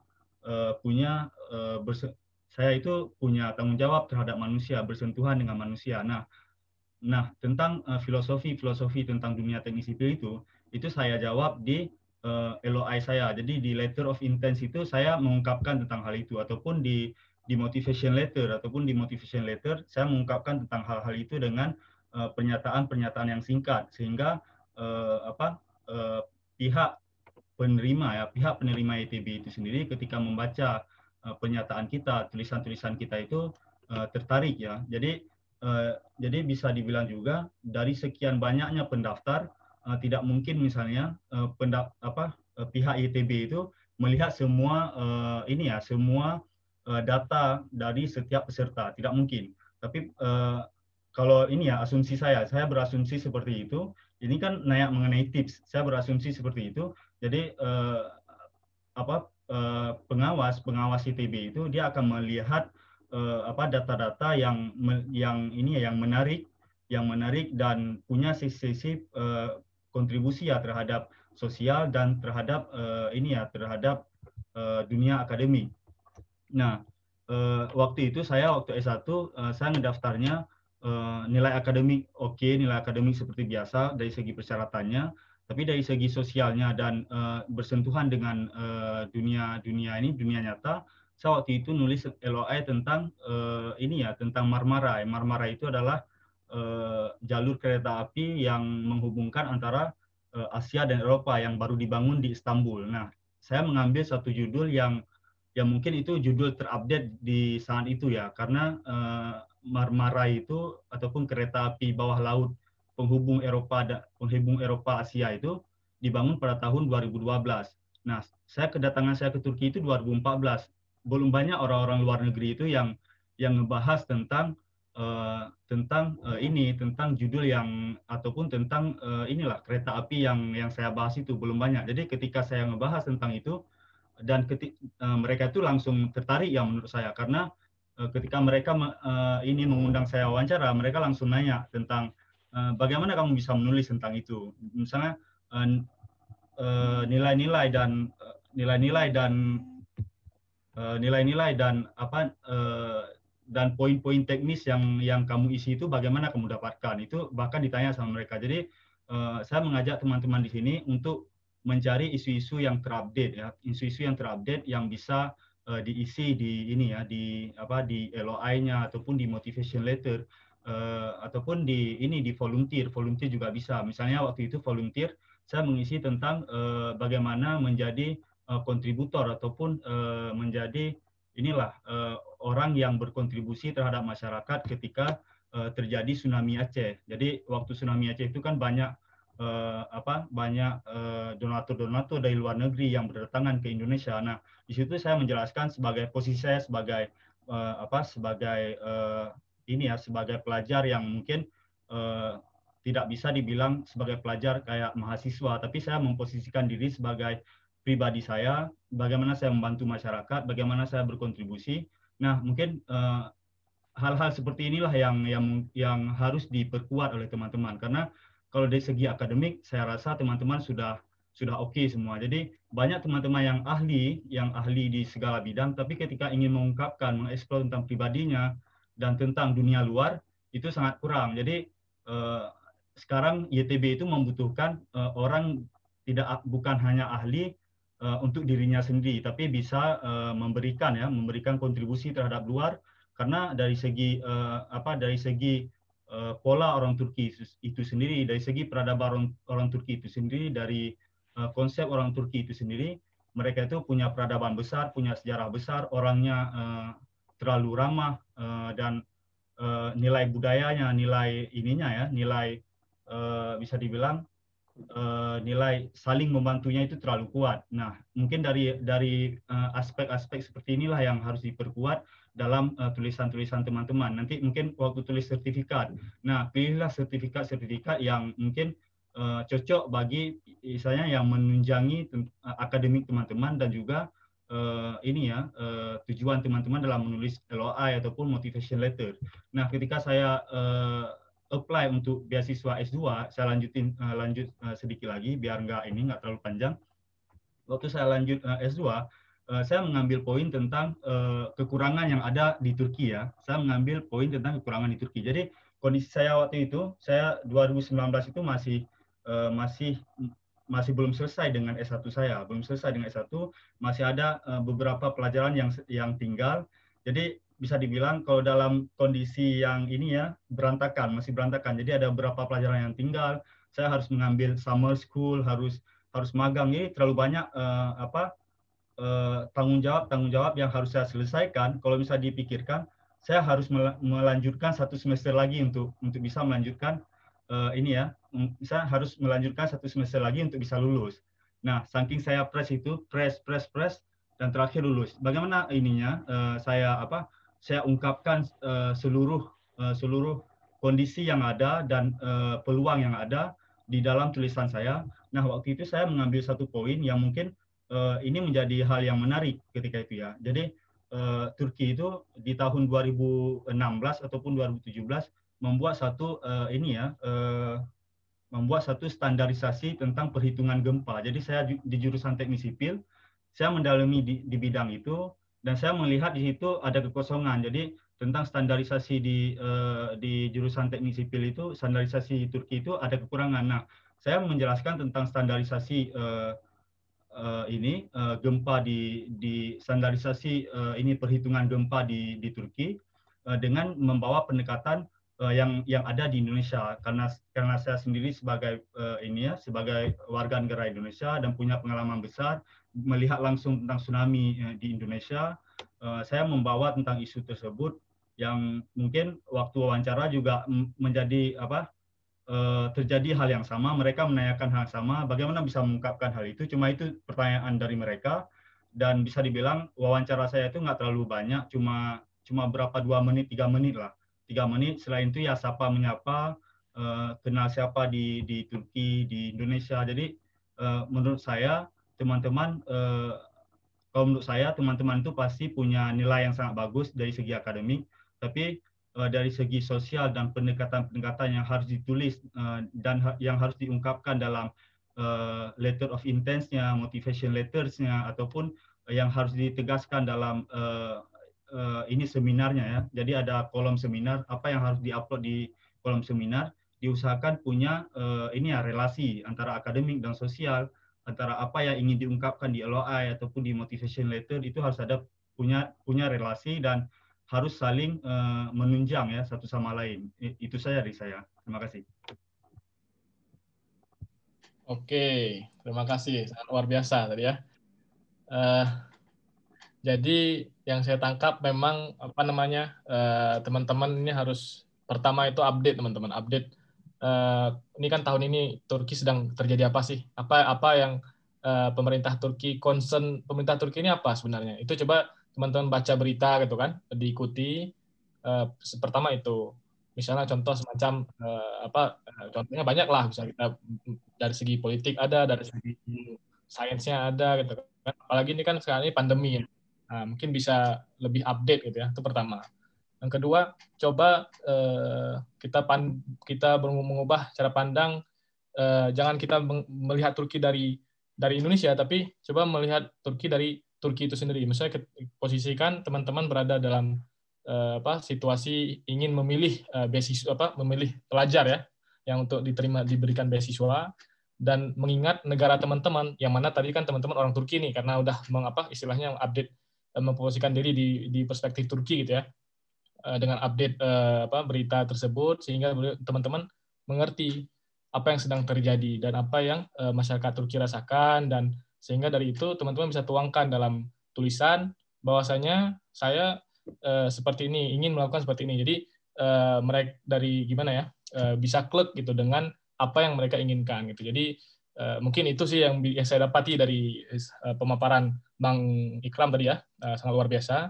Speaker 5: itu punya tanggung jawab terhadap manusia, bersentuhan dengan manusia. Nah, tentang filosofi tentang dunia teknik sipil itu saya jawab di LOI saya. Jadi di letter of intent itu saya mengungkapkan tentang hal itu, ataupun di motivation letter saya mengungkapkan tentang hal-hal itu dengan pernyataan yang singkat, sehingga pihak penerima ya, pihak penerima ITB itu sendiri ketika membaca pernyataan kita, tulisan-tulisan kita itu tertarik ya. Jadi bisa dibilang juga dari sekian banyaknya pendaftar tidak mungkin misalnya pihak ITB itu melihat semua semua data dari setiap peserta, tidak mungkin. Tapi kalau ini ya asumsi saya berasumsi seperti itu. Ini kan nanya mengenai tips, saya berasumsi seperti itu. Jadi pengawas ITB itu dia akan melihat data-data yang menarik dan punya sisi kontribusi ya terhadap sosial dan terhadap terhadap dunia akademik. Nah, waktu itu waktu S1 saya ngedaftarnya nilai akademik oke, nilai akademik seperti biasa dari segi persyaratannya, tapi dari segi sosialnya dan bersentuhan dengan dunia nyata, saya waktu itu nulis LOI tentang tentang Marmara. Marmara itu adalah jalur kereta api yang menghubungkan antara Asia dan Eropa yang baru dibangun di Istanbul. Nah, saya mengambil satu judul yang mungkin itu judul terupdate di saat itu ya, karena Marmara itu ataupun kereta api bawah laut penghubung Eropa Asia itu dibangun pada tahun 2012. Nah, kedatangan saya ke Turki itu 2014. Belum banyak orang-orang luar negeri itu yang ngebahas tentang judul yang ataupun tentang kereta api yang saya bahas itu belum banyak. Jadi ketika saya ngebahas tentang itu dan mereka itu langsung tertarik ya menurut saya, karena ketika mereka mengundang saya wawancara, mereka langsung nanya tentang bagaimana kamu bisa menulis tentang itu, misalnya nilai-nilai dan poin-poin teknis yang kamu isi itu bagaimana kamu dapatkan, itu bahkan ditanya sama mereka. Jadi saya mengajak teman-teman di sini untuk mencari isu-isu yang terupdate ya, isu-isu yang terupdate yang bisa diisi di di LOI-nya ataupun di motivation letter ataupun di volunteer juga bisa. Misalnya waktu itu volunteer saya mengisi tentang bagaimana menjadi kontributor ataupun menjadi orang yang berkontribusi terhadap masyarakat ketika terjadi tsunami Aceh. Jadi waktu tsunami Aceh itu kan banyak donatur dari luar negeri yang berdatangan ke Indonesia. Nah, di situ saya menjelaskan posisi saya sebagai sebagai pelajar yang mungkin tidak bisa dibilang sebagai pelajar kayak mahasiswa, tapi saya memposisikan diri sebagai pribadi saya, bagaimana saya membantu masyarakat, bagaimana saya berkontribusi. Nah, mungkin hal-hal seperti inilah yang harus diperkuat oleh teman-teman, karena kalau dari segi akademik, saya rasa teman-teman sudah oke semua. Jadi banyak teman-teman yang ahli di segala bidang, tapi ketika ingin mengungkapkan, mengeksplor tentang pribadinya dan tentang dunia luar, itu sangat kurang. Jadi sekarang YTB itu membutuhkan orang bukan hanya ahli untuk dirinya sendiri, tapi bisa memberikan kontribusi terhadap luar, karena dari segi pola orang Turki itu sendiri, dari segi peradaban orang Turki itu sendiri, dari konsep orang Turki itu sendiri, mereka itu punya peradaban besar, punya sejarah besar, orangnya terlalu ramah dan nilai budayanya, nilai bisa dibilang nilai saling membantunya itu terlalu kuat. Nah, mungkin dari aspek-aspek seperti inilah yang harus diperkuat dalam tulisan-tulisan teman-teman. Nanti mungkin waktu tulis sertifikat, nah pilihlah sertifikat yang mungkin cocok bagi misalnya yang menunjangi akademik teman-teman dan juga tujuan teman-teman dalam menulis LOI ataupun motivation letter. Nah, ketika saya apply untuk beasiswa S2, saya lanjut sedikit lagi biar nggak terlalu panjang. Waktu saya lanjut S2, saya mengambil poin tentang kekurangan yang ada di Turki ya. Saya mengambil poin tentang kekurangan di Turki. Jadi kondisi saya waktu itu, saya 2019 itu masih belum selesai dengan S1 saya. Masih ada beberapa pelajaran yang tinggal. Jadi bisa dibilang kalau dalam kondisi yang ini ya, masih berantakan. Jadi ada beberapa pelajaran yang tinggal. Saya harus mengambil summer school, harus magang ini terlalu banyak tanggung jawab yang harus saya selesaikan. Kalau misalnya dipikirkan, saya harus melanjutkan 1 semester lagi untuk bisa melanjutkan saya harus melanjutkan 1 semester lagi untuk bisa lulus. Nah, saking saya press dan terakhir lulus. Bagaimana ininya saya ungkapkan seluruh kondisi yang ada dan peluang yang ada di dalam tulisan saya. Nah, waktu itu saya mengambil satu poin yang mungkin ini menjadi hal yang menarik ketika itu ya. Jadi Turki itu di tahun 2016 ataupun 2017 membuat satu standarisasi tentang perhitungan gempa. Jadi saya di jurusan teknik sipil, saya mendalami di bidang itu dan saya melihat di situ ada kekosongan. Jadi tentang standarisasi di jurusan teknik sipil itu, standarisasi Turki itu ada kekurangan. Nah, saya menjelaskan tentang standarisasi gempa di standarisasi perhitungan gempa di Turki dengan membawa pendekatan yang ada di Indonesia, karena saya sendiri sebagai sebagai warga negara Indonesia dan punya pengalaman besar melihat langsung tentang tsunami di Indonesia. Saya membawa tentang isu tersebut yang mungkin waktu wawancara juga menjadi terjadi hal yang sama, mereka menanyakan hal yang sama, bagaimana bisa mengungkapkan hal itu, cuma itu pertanyaan dari mereka, dan bisa dibilang wawancara saya itu nggak terlalu banyak, cuma berapa 2 menit, 3 menit lah. 3 menit, selain itu ya sapa menyapa, kenal siapa di Turki, di Indonesia. Jadi menurut saya teman-teman itu pasti punya nilai yang sangat bagus dari segi akademik, tapi dari segi sosial dan pendekatan-pendekatan yang harus ditulis dan yang harus diungkapkan dalam letter of intent-nya, motivation letters-nya, ataupun yang harus ditegaskan dalam seminarnya ya. Jadi ada kolom seminar, apa yang harus diupload di kolom seminar, diusahakan punya relasi antara akademik dan sosial, antara apa yang ingin diungkapkan di LOI ataupun di motivation letter, itu harus ada punya relasi dan harus saling menunjang ya satu sama lain. Itu saja dari saya. Terima kasih.
Speaker 1: Oke, terima kasih. Sangat luar biasa tadi ya. Jadi yang saya tangkap memang teman-teman ini harus pertama itu update teman-teman, update. Ini kan tahun ini Turki sedang terjadi apa sih? Apa yang pemerintah Turki concern pemerintah Turki ini apa sebenarnya? Itu coba teman-teman baca berita gitu kan, diikuti. Pertama itu, misalnya contoh semacam contohnya banyak lah, bisa kita dari segi politik ada, dari segi sainsnya ada gitu kan. Apalagi ini kan sekarang ini pandemi ya. Nah, mungkin bisa lebih update gitu ya. Itu pertama. Yang kedua, coba kita mengubah cara pandang. Jangan kita melihat Turki dari Indonesia, tapi coba melihat Turki dari Turki itu sendiri. Misalnya posisikan teman-teman berada dalam situasi ingin memilih memilih pelajar ya, yang untuk diberikan beasiswa, dan mengingat negara teman-teman yang mana tadi kan teman-teman orang Turki nih, karena udah istilahnya update, memposisikan diri di perspektif Turki gitu ya, dengan update berita tersebut, sehingga teman-teman mengerti apa yang sedang terjadi dan apa yang masyarakat Turki rasakan, dan sehingga dari itu teman-teman bisa tuangkan dalam tulisan bahwasanya saya seperti ini, ingin melakukan seperti ini. Jadi mereka dari gimana ya, bisa klik gitu dengan apa yang mereka inginkan gitu. Jadi mungkin itu sih yang saya dapati dari pemaparan Bang Ikram tadi ya, sangat luar biasa.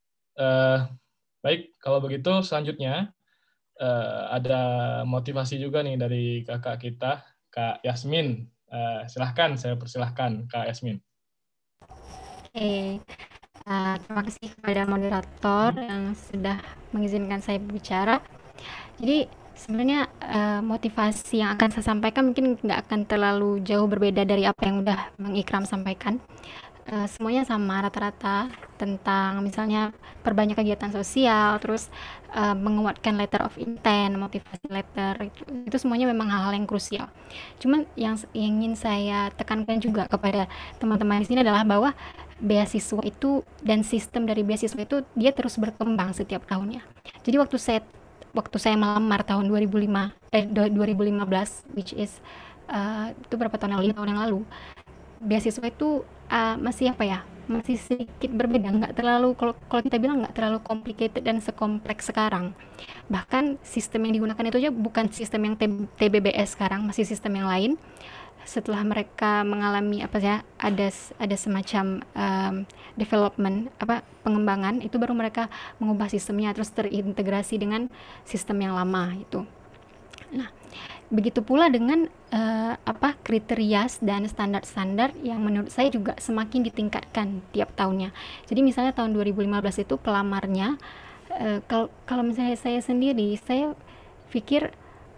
Speaker 1: Baik, kalau begitu selanjutnya ada motivasi juga nih dari kakak kita, Kak Yasmin. Silahkan, saya persilahkan Kak Yasmin.
Speaker 6: Oke, terima kasih kepada moderator yang sudah mengizinkan saya berbicara. Jadi sebenarnya motivasi yang akan saya sampaikan mungkin nggak akan terlalu jauh berbeda dari apa yang udah Bang Ikram sampaikan. Semuanya sama rata-rata, tentang misalnya perbanyak kegiatan sosial, terus menguatkan letter of intent, motivasi letter, itu semuanya memang hal-hal yang krusial. Cuman yang ingin saya tekankan juga kepada teman-teman di sini adalah bahwa beasiswa itu dan sistem dari beasiswa itu dia terus berkembang setiap tahunnya. Jadi waktu saya melamar tahun 2015, which is itu berapa tahun yang lalu, 5 tahun yang lalu, beasiswa itu masih apa ya, masih sedikit berbeda, nggak terlalu, kalau kita bilang nggak terlalu complicated dan sekompleks sekarang. Bahkan sistem yang digunakan itu aja bukan sistem yang TBBS sekarang, masih sistem yang lain. Setelah mereka mengalami apa ya, ada semacam development, pengembangan, itu baru mereka mengubah sistemnya terus terintegrasi dengan sistem yang lama itu. Nah, begitu pula dengan kriteria dan standar-standar yang menurut saya juga semakin ditingkatkan tiap tahunnya. Jadi misalnya tahun 2015 itu pelamarnya, kalau misalnya saya sendiri, saya pikir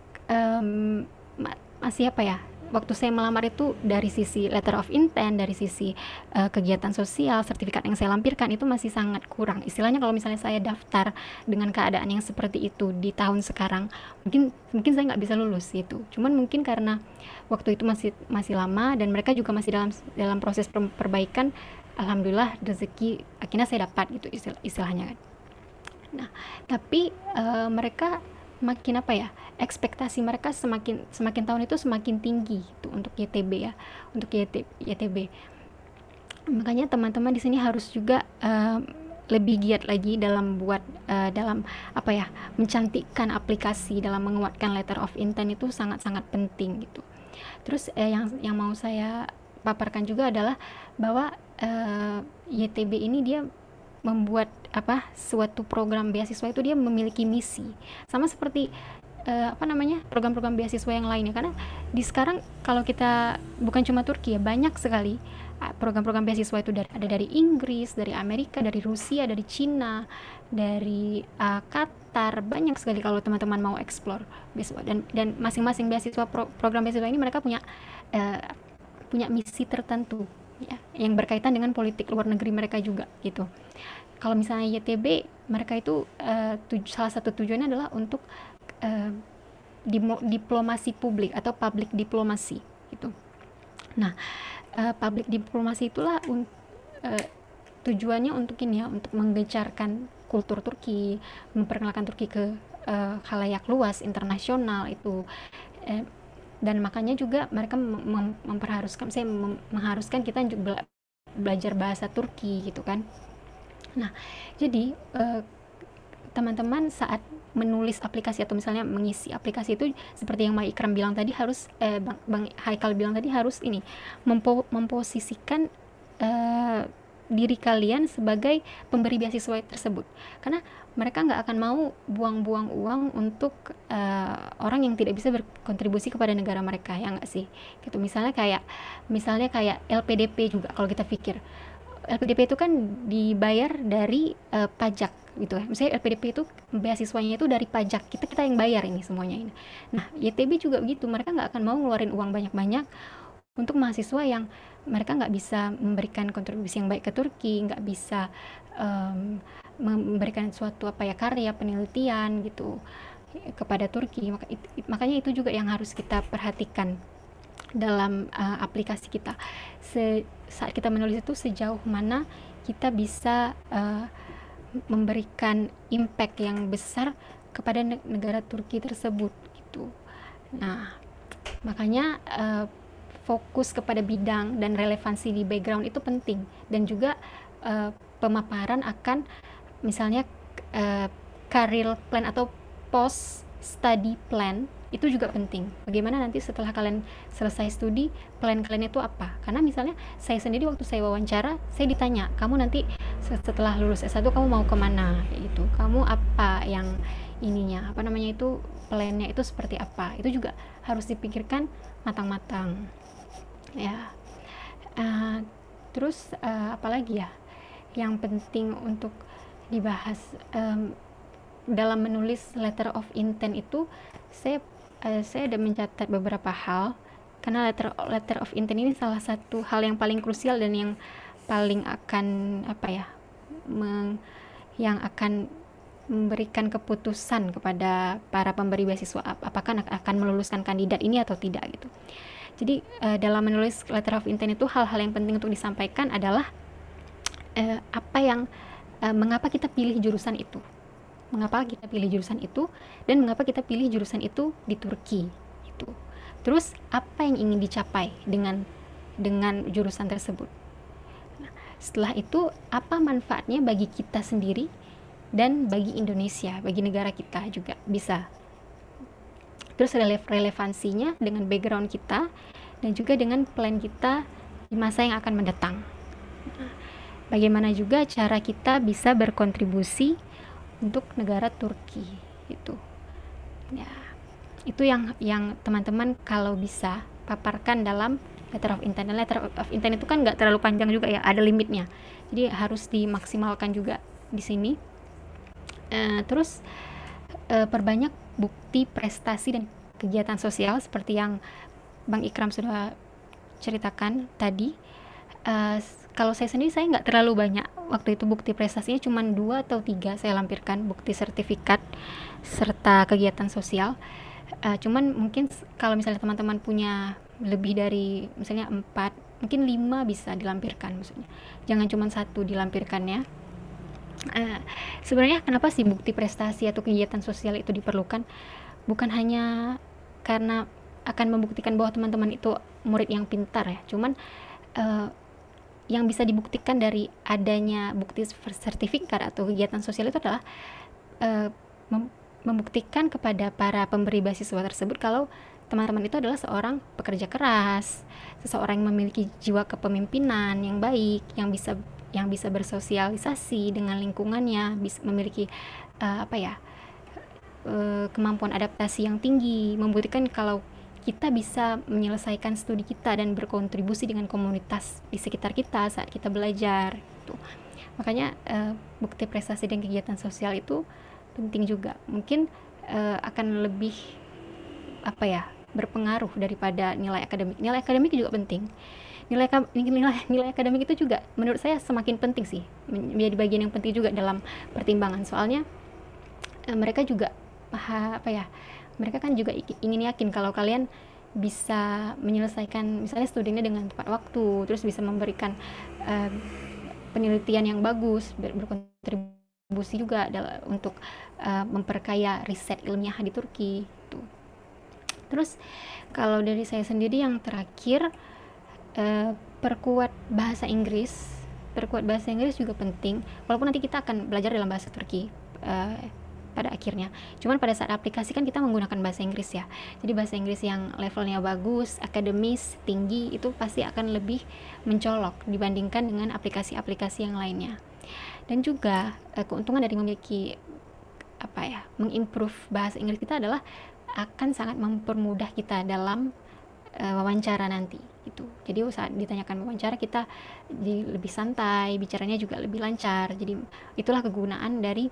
Speaker 6: masih apa ya, waktu saya melamar itu dari sisi letter of intent, dari sisi kegiatan sosial, sertifikat yang saya lampirkan itu masih sangat kurang. Istilahnya kalau misalnya saya daftar dengan keadaan yang seperti itu di tahun sekarang, mungkin saya nggak bisa lulus gitu. Cuman mungkin karena waktu itu masih lama dan mereka juga masih dalam proses perbaikan, alhamdulillah rezeki akhirnya saya dapat gitu istilahnya kan. Nah, tapi mereka makin apa ya, ekspektasi mereka semakin tahun itu semakin tinggi gitu untuk YTB ya, untuk YTB. Makanya teman-teman di sini harus juga lebih giat lagi dalam mencantikkan aplikasi, dalam menguatkan letter of intent itu sangat-sangat penting gitu. Terus yang mau saya paparkan juga adalah bahwa YTB ini dia membuat suatu program beasiswa itu dia memiliki misi, sama seperti program-program beasiswa yang lainnya. Karena di sekarang kalau kita bukan cuma Turki ya, banyak sekali program-program beasiswa itu ada dari Inggris, dari Amerika, dari Rusia, dari Cina, dari Qatar, banyak sekali kalau teman-teman mau explore beasiswa. Dan masing-masing beasiswa program beasiswa ini mereka punya misi tertentu ya, yang berkaitan dengan politik luar negeri mereka juga gitu. Kalau misalnya YTB, mereka itu salah satu tujuannya adalah untuk diplomasi publik atau public diplomasi gitu. Nah, public diplomasi itulah tujuannya untuk ini ya, untuk menggencarkan kultur Turki, memperkenalkan Turki ke khalayak luas internasional itu. Dan makanya juga mereka mengharuskan kita juga belajar bahasa Turki gitu kan. Nah, jadi teman-teman saat menulis aplikasi atau misalnya mengisi aplikasi itu seperti yang Mbak Ikram bilang tadi, harus Bang Haikal bilang tadi, harus ini memposisikan diri kalian sebagai pemberi beasiswa tersebut, karena mereka nggak akan mau buang-buang uang untuk orang yang tidak bisa berkontribusi kepada negara mereka, ya nggak sih gitu. Misalnya kayak LPDP juga, kalau kita pikir LPDP itu kan dibayar dari pajak gitu ya. Misalnya LPDP itu beasiswanya itu dari pajak, kita yang bayar ini semuanya ini. Nah, YTB juga begitu, mereka nggak akan mau ngeluarin uang banyak-banyak untuk mahasiswa yang mereka nggak bisa memberikan kontribusi yang baik ke Turki, nggak bisa memberikan suatu karya penelitian gitu kepada Turki. Makanya itu juga yang harus kita perhatikan dalam aplikasi kita. Saat kita menulis itu, sejauh mana kita bisa memberikan impact yang besar kepada negara Turki tersebut gitu. Nah, makanya fokus kepada bidang dan relevansi di background itu penting, dan juga pemaparan akan misalnya career plan atau post study plan itu juga penting. Bagaimana nanti setelah kalian selesai studi, plan kalian itu apa? Karena misalnya saya sendiri waktu saya wawancara, saya ditanya, kamu nanti setelah lulus S1 kamu mau kemana? Gitu. Kamu apa yang plannya itu seperti apa? Itu juga harus dipikirkan matang-matang. Ya. Terus apalagi ya yang penting untuk dibahas dalam menulis letter of intent itu, saya ada mencatat beberapa hal, karena letter of intent ini salah satu hal yang paling krusial dan yang paling akan yang akan memberikan keputusan kepada para pemberi beasiswa apakah akan meluluskan kandidat ini atau tidak gitu. Jadi dalam menulis letter of intent itu, hal-hal yang penting untuk disampaikan adalah mengapa kita pilih jurusan itu. Mengapa kita pilih jurusan itu, dan mengapa kita pilih jurusan itu di Turki gitu. Terus apa yang ingin dicapai dengan jurusan tersebut? Nah, setelah itu apa manfaatnya bagi kita sendiri dan bagi Indonesia, bagi negara kita juga bisa. Terus relevansinya dengan background kita dan juga dengan plan kita di masa yang akan mendatang. Bagaimana juga cara kita bisa berkontribusi untuk negara Turki itu. Ya, itu yang teman-teman kalau bisa paparkan dalam letter of intent. Dan letter of intent itu kan nggak terlalu panjang juga ya, ada limitnya. Jadi harus dimaksimalkan juga di sini. Terus perbanyak bukti prestasi dan kegiatan sosial seperti yang Bang Ikram sudah ceritakan tadi. Kalau saya sendiri, saya nggak terlalu banyak waktu itu bukti prestasinya, cuma 2 atau 3 saya lampirkan, bukti sertifikat serta kegiatan sosial. Cuman mungkin kalau misalnya teman-teman punya lebih dari misalnya 4, mungkin 5 bisa dilampirkan, maksudnya jangan cuma 1 dilampirkan ya. Sebenarnya kenapa sih bukti prestasi atau kegiatan sosial itu diperlukan? Bukan hanya karena akan membuktikan bahwa teman-teman itu murid yang pintar ya, cuman yang bisa dibuktikan dari adanya bukti sertifikat atau kegiatan sosial itu adalah membuktikan kepada para pemberi beasiswa tersebut kalau teman-teman itu adalah seorang pekerja keras, seseorang yang memiliki jiwa kepemimpinan yang baik, yang bisa bersosialisasi dengan lingkungannya, bisa memiliki kemampuan adaptasi yang tinggi, membuktikan kalau kita bisa menyelesaikan studi kita dan berkontribusi dengan komunitas di sekitar kita saat kita belajar gitu. Makanya bukti prestasi dan kegiatan sosial itu penting juga. Mungkin akan lebih berpengaruh daripada nilai akademik. Nilai akademik juga penting. Nilai akademik itu juga menurut saya semakin penting sih, menjadi bagian yang penting juga dalam pertimbangan. Soalnya mereka juga mereka kan juga ingin yakin kalau kalian bisa menyelesaikan misalnya studinya dengan tepat waktu, terus bisa memberikan penelitian yang bagus, berkontribusi juga untuk memperkaya riset ilmiah di Turki gitu. Terus kalau dari saya sendiri yang terakhir, perkuat bahasa Inggris juga penting, walaupun nanti kita akan belajar dalam bahasa Turki pada akhirnya. Cuman pada saat aplikasi kan kita menggunakan bahasa Inggris ya. Jadi bahasa Inggris yang levelnya bagus, akademis, tinggi, itu pasti akan lebih mencolok dibandingkan dengan aplikasi-aplikasi yang lainnya. Dan juga keuntungan dari memiliki mengimprove bahasa Inggris kita adalah akan sangat mempermudah kita dalam wawancara nanti gitu. Jadi saat ditanyakan wawancara kita jadi lebih santai, bicaranya juga lebih lancar. Jadi itulah kegunaan dari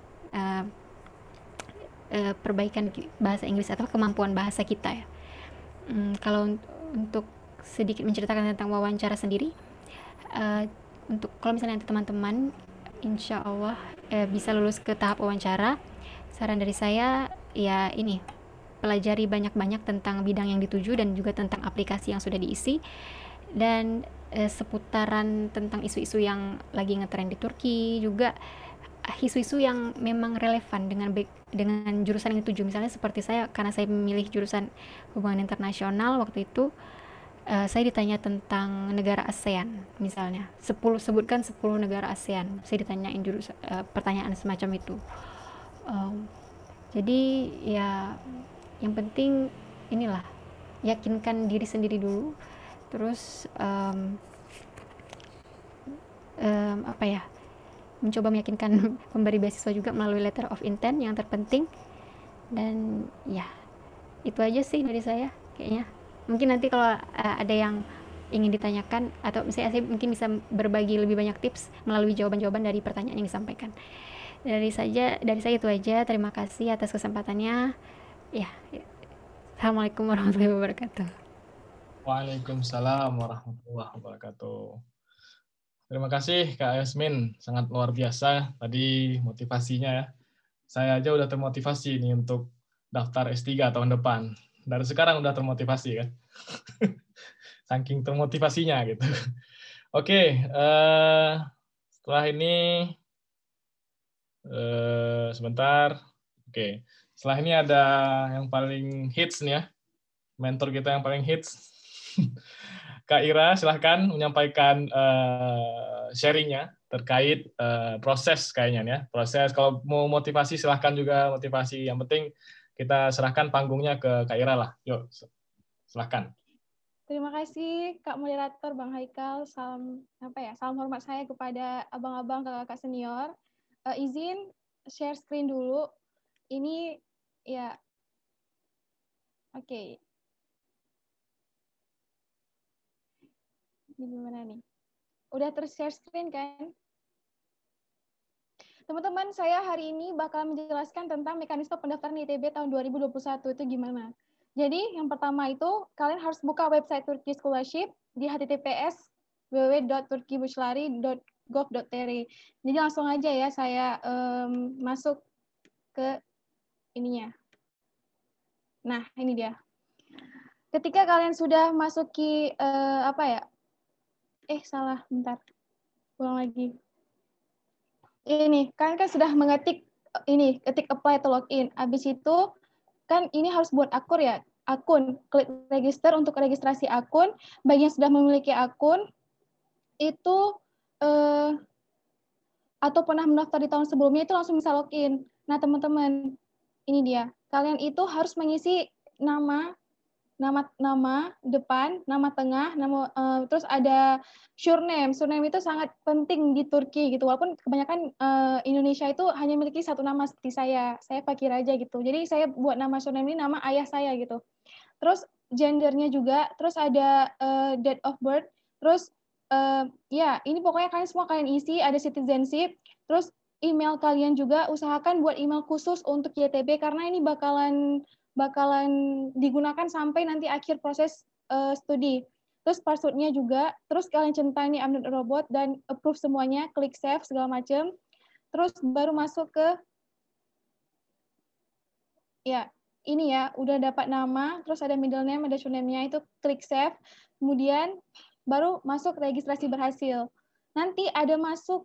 Speaker 6: perbaikan bahasa Inggris atau kemampuan bahasa kita ya. Kalau untuk sedikit menceritakan tentang wawancara sendiri, untuk kalau misalnya nanti teman-teman insya Allah bisa lulus ke tahap wawancara, saran dari saya ya ini, pelajari banyak-banyak tentang bidang yang dituju dan juga tentang aplikasi yang sudah diisi, dan seputaran tentang isu-isu yang lagi ngetren di Turki, juga isu-isu yang memang relevan dengan jurusan yang dituju. Misalnya seperti saya, karena saya memilih jurusan hubungan internasional, waktu itu saya ditanya tentang negara ASEAN, misalnya sebutkan 10 negara ASEAN, saya ditanyain pertanyaan semacam itu. Jadi ya yang penting inilah, yakinkan diri sendiri dulu, terus mencoba meyakinkan pemberi beasiswa juga melalui letter of intent yang terpenting. Dan ya itu aja sih dari saya kayaknya. Mungkin nanti kalau ada yang ingin ditanyakan, atau misalnya saya mungkin bisa berbagi lebih banyak tips melalui jawaban-jawaban dari pertanyaan yang disampaikan. Dari saya itu aja. Terima kasih atas kesempatannya ya. Assalamualaikum warahmatullahi wabarakatuh.
Speaker 1: Waalaikumsalam warahmatullahi wabarakatuh. Terima kasih Kak Yasmin, sangat luar biasa tadi motivasinya ya. Saya aja udah termotivasi nih untuk daftar S3 tahun depan. Dari sekarang udah termotivasi kan. Saking termotivasinya gitu. Oke, setelah ini sebentar. Oke, setelah ini ada yang paling hits nih ya. mentor kita yang paling hits. Kak Ira, silahkan menyampaikan sharingnya terkait proses kayaknya ya. Proses, kalau mau motivasi silahkan juga motivasi. Yang penting kita serahkan panggungnya ke Kak Ira lah. Yuk, silahkan.
Speaker 2: Terima kasih Kak Moderator Bang Haikal. Salam hormat saya kepada abang-abang kakak senior. Izin share screen dulu. Ini ya, oke. Ini gimana nih? Udah ter-share screen kan? Teman-teman, saya hari ini bakal menjelaskan tentang mekanisme pendaftaran ITB tahun 2021 itu gimana. Jadi, yang pertama itu, kalian harus buka website Turkish Scholarship di https://www.turkibushlari.gov.tr. Jadi, langsung aja ya, saya masuk ke ininya. Nah, ini dia. Ketika kalian sudah masuki, salah, bentar. Ulang lagi. Ini, kalian kan sudah mengetik, ketik apply to login. Habis itu, kan ini harus buat akun, klik register untuk registrasi akun. Bagi yang sudah memiliki akun itu atau pernah mendaftar di tahun sebelumnya itu langsung bisa login. Nah teman-teman, ini dia. Kalian itu harus mengisi nama depan, nama tengah, terus ada surname. Surname itu sangat penting di Turki gitu. Walaupun kebanyakan Indonesia itu hanya memiliki satu nama seperti saya Fakir aja gitu. Jadi saya buat nama surname ini nama ayah saya gitu. Terus gendernya juga, terus ada date of birth, terus ini pokoknya kalian isi, ada citizenship, terus email kalian juga usahakan buat email khusus untuk YTB karena ini bakalan digunakan sampai nanti akhir proses studi. Terus password-nya juga, terus kalian centang ini I'm not a robot dan approve semuanya, klik save segala macam. Terus baru masuk ke ini ya, udah dapat nama, terus ada middle name, ada surname-nya, itu klik save. Kemudian baru masuk registrasi berhasil. Nanti ada masuk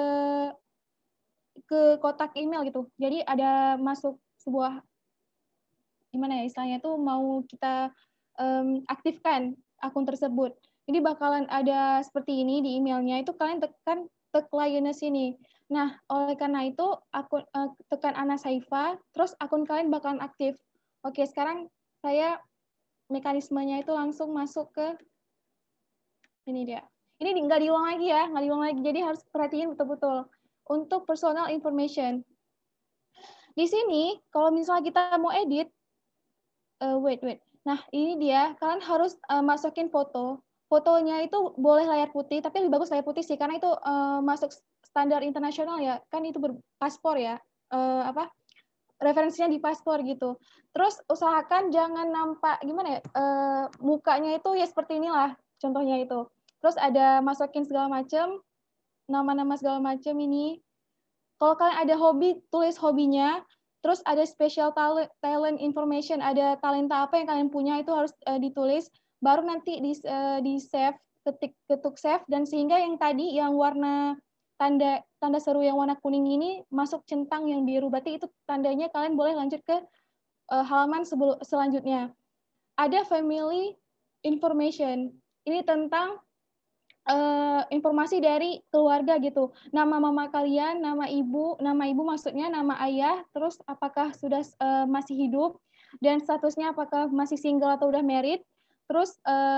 Speaker 2: ke kotak email gitu. Jadi ada masuk sebuah gimana ya istilahnya tuh mau kita aktifkan akun tersebut. Jadi bakalan ada seperti ini di emailnya, itu kalian tekan client sini. Nah, oleh karena itu akun tekan Ana Saifa, terus akun kalian bakalan aktif. Oke, sekarang saya mekanismenya itu langsung masuk ke ini dia. Ini nggak diulang lagi ya, nggak diulang lagi. Jadi harus perhatiin betul-betul. Untuk personal information. Di sini, kalau misalnya kita mau edit, wait. Nah, ini dia. Kalian harus masukin foto. Fotonya itu boleh layar putih, tapi lebih bagus layar putih sih, karena itu masuk standar internasional ya. Kan itu berpaspor ya. Referensinya di paspor gitu. Terus usahakan jangan nampak gimana ya, mukanya itu ya seperti inilah contohnya itu. Terus ada masukin segala macam, nama-nama segala macam ini. Kalau kalian ada hobi, tulis hobinya. Terus ada special talent information, ada talenta apa yang kalian punya itu harus ditulis. Baru nanti di save, ketuk save, dan sehingga yang tadi yang warna tanda seru yang warna kuning ini masuk centang yang biru. Berarti itu tandanya kalian boleh lanjut ke halaman selanjutnya. Ada family information. Ini tentang informasi dari keluarga gitu. Nama mama kalian, nama ibu maksudnya nama ayah, terus apakah sudah masih hidup, dan statusnya apakah masih single atau udah married, terus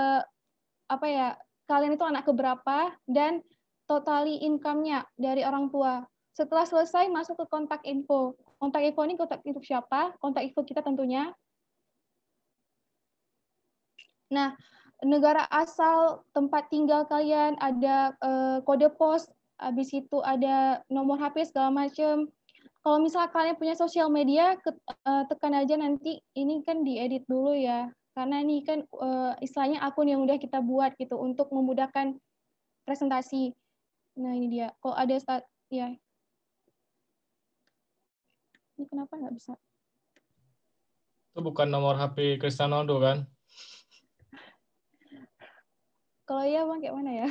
Speaker 2: kalian itu anak keberapa, dan totally income-nya dari orang tua. Setelah selesai, masuk ke kontak info. Kontak info ini kontak info siapa? Kontak info kita tentunya. Nah, negara asal, tempat tinggal kalian, ada kode pos, habis itu ada nomor HP segala macam. Kalau misalnya kalian punya sosial media, tekan aja nanti, ini kan diedit dulu ya, karena ini kan istilahnya akun yang udah kita buat gitu untuk memudahkan presentasi. Nah ini dia. Kalau ada ya. Ini kenapa nggak bisa?
Speaker 1: Itu bukan nomor HP Cristiano Ronaldo kan?
Speaker 2: Kalau iya Bang, kayak mana ya?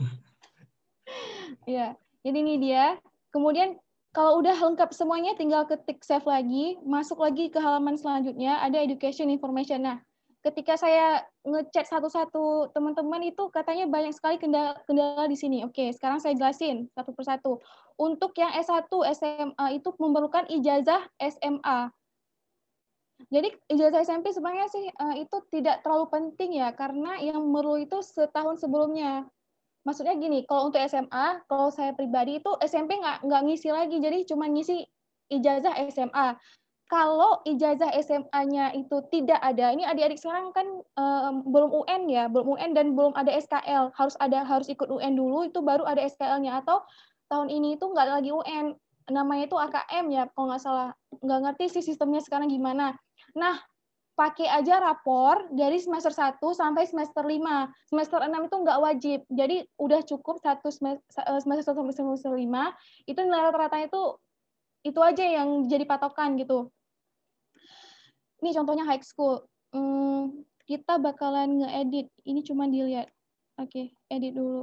Speaker 2: Ya, jadi ini dia. Kemudian kalau udah lengkap semuanya, tinggal ketik save lagi, masuk lagi ke halaman selanjutnya, ada education information. Nah, ketika saya ngechat satu-satu teman-teman itu katanya banyak sekali kendala di sini. Oke, sekarang saya jelasin satu persatu. Untuk yang S1 SMA itu memerlukan ijazah SMA. Jadi ijazah SMP sebenarnya sih itu tidak terlalu penting ya, karena yang perlu itu setahun sebelumnya. Maksudnya gini, kalau untuk SMA, kalau saya pribadi itu SMP nggak ngisi lagi, jadi cuma ngisi ijazah SMA. Kalau ijazah SMA-nya itu tidak ada, ini adik-adik sekarang kan belum UN ya, belum UN dan belum ada SKL, harus ikut UN dulu, itu baru ada SKL-nya. Atau tahun ini itu nggak lagi UN, namanya itu AKM ya, kalau nggak salah. Nggak ngerti sih sistemnya sekarang gimana. Nah, pakai aja rapor dari semester 1 sampai semester 5. Semester 6 itu nggak wajib. Jadi udah cukup semester 1 sampai semester 5, itu nilai rata-ratanya itu aja yang jadi patokan gitu. Ini contohnya high school. Kita bakalan nge-edit. Ini cuma dilihat. Oke, edit dulu.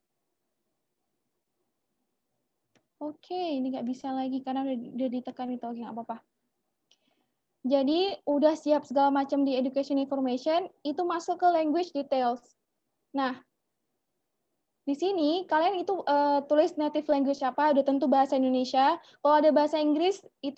Speaker 2: Oke, ini nggak bisa lagi karena udah ditekan itu. Oke, nggak apa-apa. Jadi udah siap segala macam di education information, itu masuk ke language details. Nah, di sini kalian itu tulis native language apa, udah tentu bahasa Indonesia. Kalau ada bahasa Inggris itu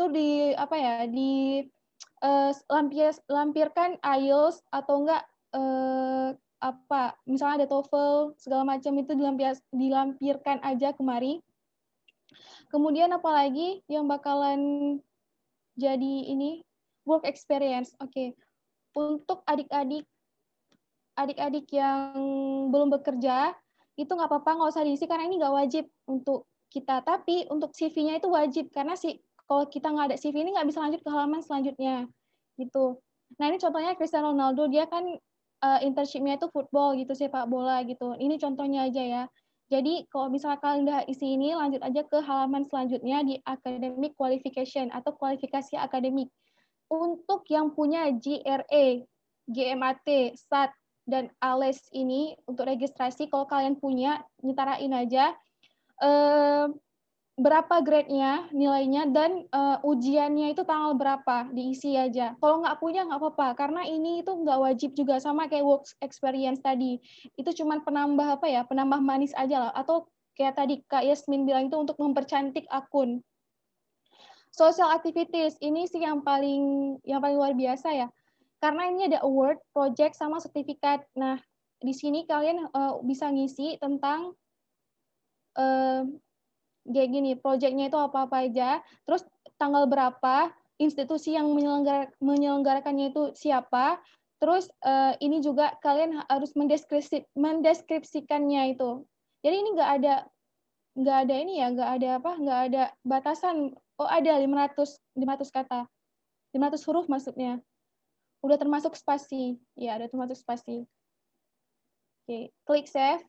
Speaker 2: lampirkan IELTS atau enggak misalnya ada TOEFL segala macam itu dilampirkan aja kemari. Kemudian apalagi yang bakalan jadi ini work experience. Oke. Untuk adik-adik yang belum bekerja itu nggak apa-apa, nggak usah diisi karena ini nggak wajib untuk kita. Tapi untuk CV-nya itu wajib karena kalau kita nggak ada CV ini nggak bisa lanjut ke halaman selanjutnya gitu. Nah ini contohnya Cristiano Ronaldo, dia kan internship-nya itu football gitu, sepak bola gitu. Ini contohnya aja ya. Jadi kalau misalnya kalian udah isi ini, lanjut aja ke halaman selanjutnya di academic qualification atau kualifikasi akademik. Untuk yang punya GRE, GMAT, SAT, dan ALES ini untuk registrasi, kalau kalian punya, nyetarain aja berapa grade-nya, nilainya, dan ujiannya itu tanggal berapa, diisi aja. Kalau nggak punya, nggak apa-apa, karena ini itu nggak wajib juga, sama kayak work experience tadi. Itu cuma penambah penambah manis aja lah, atau kayak tadi Kak Yasmin bilang itu untuk mempercantik akun. Social activities, ini sih yang paling luar biasa ya, karena ini ada award, project, sama sertifikat. Nah, di sini kalian bisa ngisi tentang kayak gini, proyeknya itu apa-apa aja, terus tanggal berapa, institusi yang menyelenggarakannya itu siapa, terus ini juga kalian harus mendeskripsikannya itu. Jadi ini nggak ada batasan. Oh ada 500 kata, 500 huruf maksudnya. Udah termasuk spasi, ya ada termasuk spasi. Oke, klik save.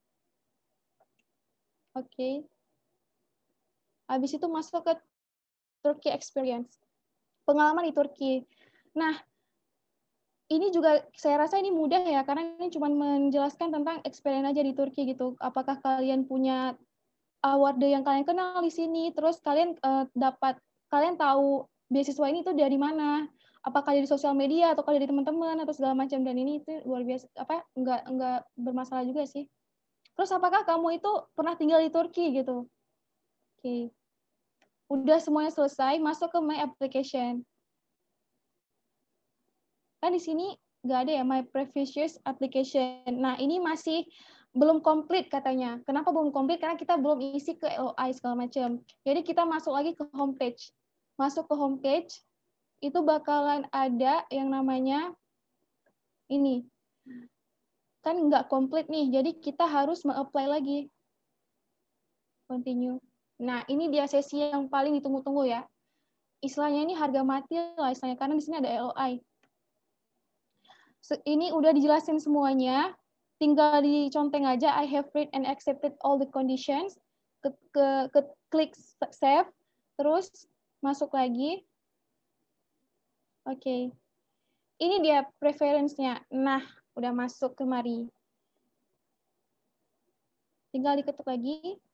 Speaker 2: Oke. Habis itu masuk ke Turkey Experience. Pengalaman di Turki. Nah, ini juga saya rasa ini mudah ya, karena ini cuma menjelaskan tentang experience aja di Turki gitu. Apakah kalian punya award yang kalian kenal di sini, terus kalian kalian tahu beasiswa ini tuh dari mana? Apakah dari sosial media atau dari teman-teman atau segala macam, dan ini itu luar biasa, enggak bermasalah juga sih. Terus apakah kamu itu pernah tinggal di Turki gitu? Oke. Udah semuanya selesai, masuk ke My Application. Kan di sini nggak ada ya, My Previous Application. Nah, ini masih belum komplit katanya. Kenapa belum komplit? Karena kita belum isi ke LOI segala macam. Jadi kita masuk lagi ke homepage. Masuk ke homepage, itu bakalan ada yang namanya ini. Kan nggak komplit nih, jadi kita harus me-apply lagi. Continue. Nah, ini dia sesi yang paling ditunggu-tunggu ya. Istilahnya ini harga mati lah istilahnya, karena di sini ada LOI. Ini udah dijelasin semuanya, tinggal diconteng aja, I have read and accepted all the conditions, klik save, terus masuk lagi. Oke. Ini dia preference-nya. Nah, udah masuk kemari. Tinggal diketuk lagi.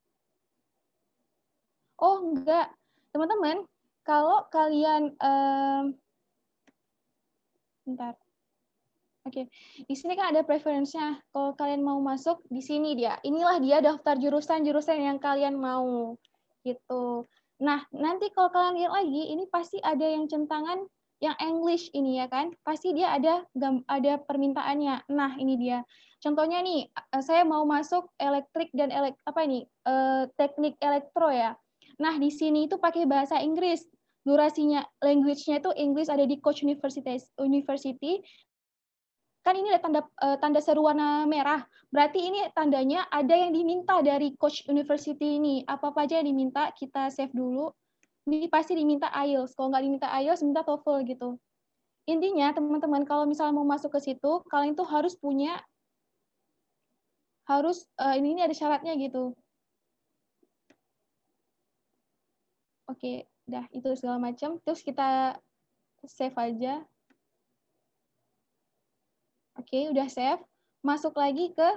Speaker 2: Oh, enggak. Teman-teman, kalau kalian bentar. Oke, di sini kan ada preference-nya. Kalau kalian mau masuk, di sini dia. Inilah dia daftar jurusan-jurusan yang kalian mau. Gitu. Nah, nanti kalau kalian lihat lagi, ini pasti ada yang centangan yang English ini ya kan. Pasti dia ada permintaannya. Nah, ini dia. Contohnya nih, saya mau masuk elektrik dan teknik elektro ya. Nah, di sini itu pakai bahasa Inggris. Durasinya, language-nya itu English, ada di Coach University. Kan ini ada tanda seru warna merah. Berarti ini tandanya ada yang diminta dari Coach University ini. Apa-apa aja yang diminta, kita save dulu. Ini pasti diminta IELTS. Kalau nggak diminta IELTS, minta TOEFL gitu. Intinya, teman-teman, kalau misalnya mau masuk ke situ, kalian tuh harus punya, ini ada syaratnya gitu. Oke, dah itu segala macam. Terus kita save aja. Oke, udah save. Masuk lagi ke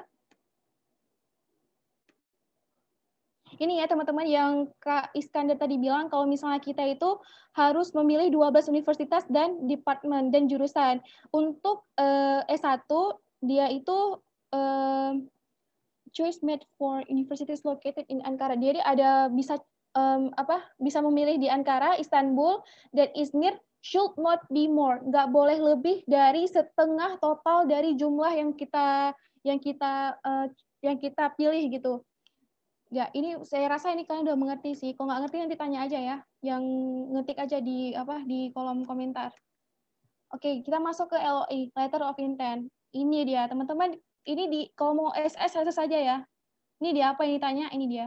Speaker 2: ini ya teman-teman yang Kak Iskandar tadi bilang kalau misalnya kita itu harus memilih 12 universitas dan departemen dan jurusan. Untuk S1 dia itu choice made for universities located in Ankara. Jadi ada bisa memilih di Ankara, Istanbul, dan Izmir. Should not be more. Nggak boleh lebih dari setengah total dari jumlah yang kita pilih gitu. Ya, ini saya rasa ini kalian udah mengerti sih. Kalau nggak ngerti nanti tanya aja ya. Yang ngetik aja di kolom komentar. Oke, kita masuk ke LOI, Letter of Intent. Ini dia, teman-teman. Ini kalau mau SS saja ya. Ini dia apa yang ditanya? Ini dia.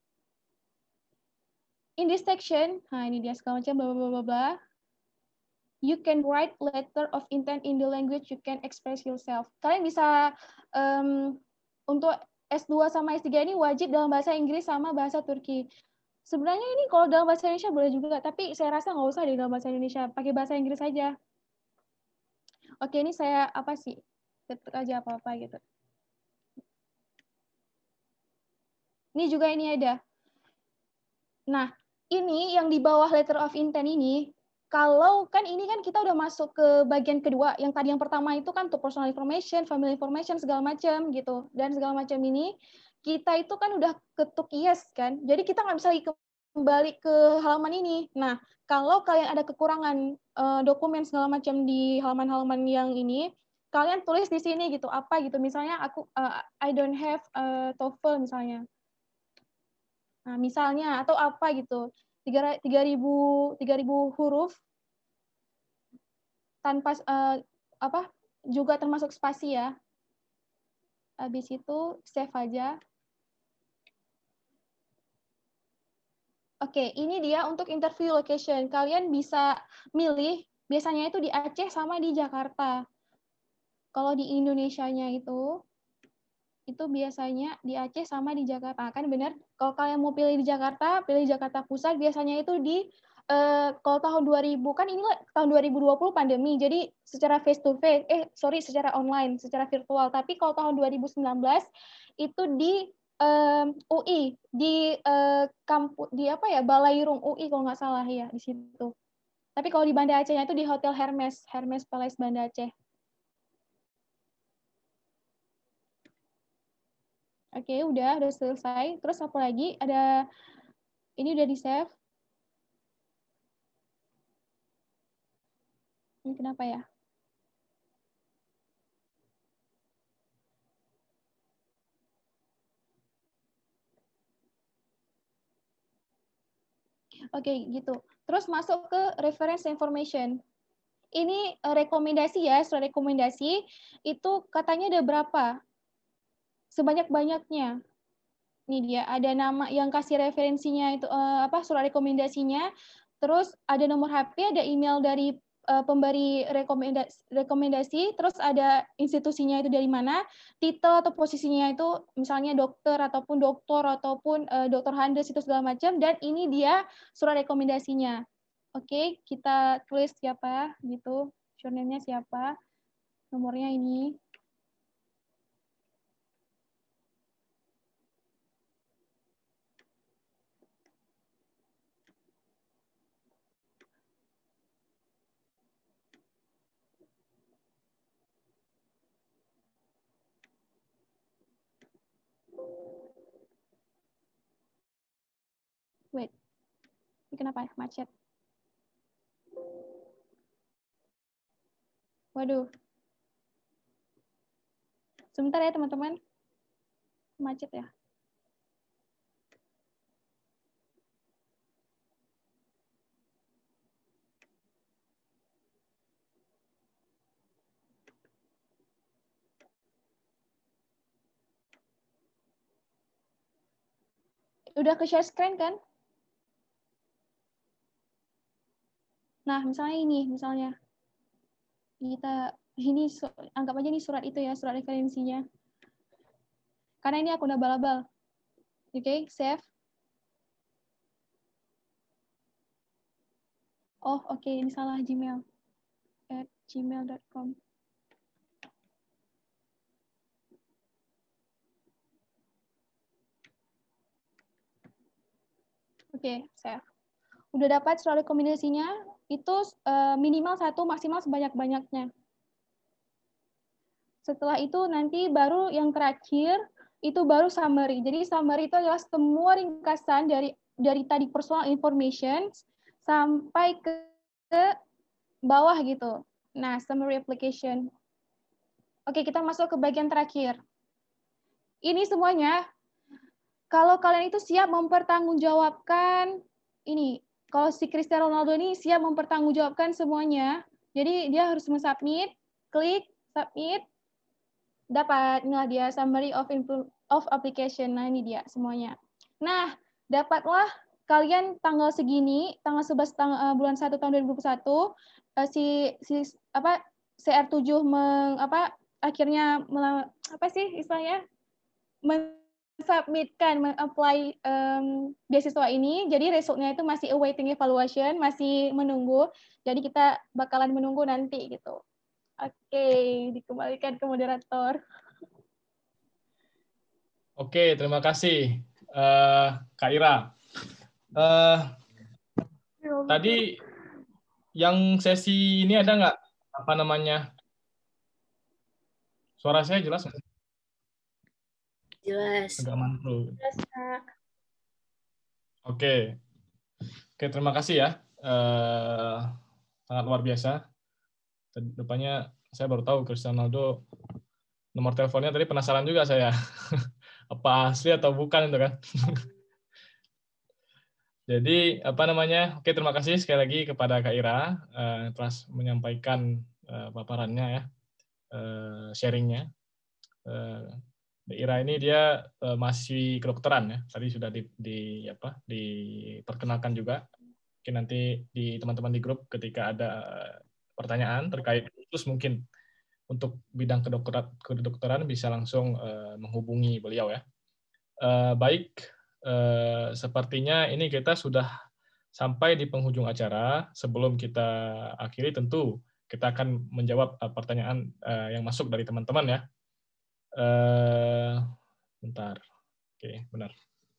Speaker 2: In this section, nah ini dia segala macam bla bla bla bla. You can write letter of intent in the language you can express yourself. Kalian bisa untuk S2 sama S3 ini wajib dalam bahasa Inggris sama bahasa Turki. Sebenarnya ini kalau dalam bahasa Indonesia boleh juga, tapi saya rasa nggak usah di dalam bahasa Indonesia, pakai bahasa Inggris saja. Oke, ini saya ketik aja apa-apa gitu. Ini juga ini ada. Nah, ini yang di bawah letter of intent ini, kalau kan ini kan kita udah masuk ke bagian kedua, yang tadi yang pertama itu kan tuh personal information, family information, segala macam gitu. Dan segala macam ini, kita itu kan udah ketuk yes kan, jadi kita nggak bisa lagi kembali ke halaman ini. Nah, kalau kalian ada kekurangan dokumen segala macam di halaman-halaman yang ini, kalian tulis di sini gitu, apa gitu. Misalnya I don't have TOEFL misalnya. Nah, misalnya atau apa gitu. 3.000 huruf tanpa juga termasuk spasi ya. Habis itu save aja. Oke, ini dia untuk interview location. Kalian bisa milih, biasanya itu di Aceh sama di Jakarta. Kalau di Indonesianya itu biasanya di Aceh sama di Jakarta. Kan benar, kalau kalian mau pilih di Jakarta, pilih Jakarta Pusat, biasanya itu kalau tahun 2000, kan ini tahun 2020 pandemi, jadi secara face to face, secara online, secara virtual. Tapi kalau tahun 2019, itu di UI, di kampus, Balairung UI kalau nggak salah ya, di situ. Tapi kalau di Banda Acehnya itu di Hotel Hermes Palace Banda Aceh. Oke, udah selesai. Terus apa lagi? Ini udah di-save. Ini kenapa ya? Oke, gitu. Terus masuk ke reference information. Ini rekomendasi ya, surat rekomendasi. Itu katanya ada berapa? Sebanyak-banyaknya. Ini dia, ada nama yang kasih referensinya itu surat rekomendasinya. Terus ada nomor HP, ada email dari pemberi rekomendasi, terus ada institusinya itu dari mana, titel atau posisinya itu misalnya dokter ataupun doktor ataupun dokter Handes itu segala macam, dan ini dia surat rekomendasinya. Oke, kita tulis siapa gitu, surname-nya siapa, nomornya ini. Ini kenapa ya? Macet. Waduh. Sebentar ya teman-teman. Macet ya. Udah ke share screen kan? Nah, misalnya ini, ini anggap aja ini surat itu ya, surat referensinya. Karena ini akun abal-abal. Oke, save. Oh, oke, ini salah Gmail. @gmail.com. Oke, save. Udah dapat surat rekomendasinya, itu minimal 1, maksimal sebanyak-banyaknya. Setelah itu nanti baru yang terakhir, itu baru summary. Jadi summary itu adalah semua ringkasan dari tadi personal information sampai ke bawah gitu. Nah, summary application. Oke, kita masuk ke bagian terakhir. Ini semuanya, kalau kalian itu siap mempertanggungjawabkan ini, kalau si Cristiano Ronaldo ini siap mempertanggungjawabkan semuanya, jadi dia harus mensubmit, klik submit, dapat. Inilah dia summary of application. Nah, ini dia semuanya. Nah, dapatlah kalian tanggal segini, tanggal 11 bulan 1 tahun 2021 CR7 akhirnya submitkan, apply beasiswa ini. Jadi resultnya itu masih awaiting evaluation, masih menunggu. Jadi kita bakalan menunggu nanti gitu. Oke, dikembalikan ke moderator.
Speaker 1: Oke, terima kasih Kak Ira. Tadi yang sesi ini ada nggak suara saya jelas nggak?
Speaker 7: Jelas.
Speaker 1: Agak mantul.
Speaker 2: Jelas, Kak.
Speaker 1: Oke, terima kasih ya. Sangat luar biasa. Depannya saya baru tahu Cristiano Ronaldo, nomor teleponnya tadi penasaran juga saya. Apa asli atau bukan itu kan? Jadi oke, terima kasih sekali lagi kepada Kak Ira telah menyampaikan paparannya ya, sharingnya. Ira ini dia masih kedokteran ya. Tadi sudah diperkenalkan juga. Mungkin nanti di teman-teman di grup ketika ada pertanyaan terkait khusus mungkin untuk bidang kedokteran bisa langsung menghubungi beliau ya. Baik, sepertinya ini kita sudah sampai di penghujung acara. Sebelum kita akhiri tentu kita akan menjawab pertanyaan yang masuk dari teman-teman ya. Bentar. Oke, benar.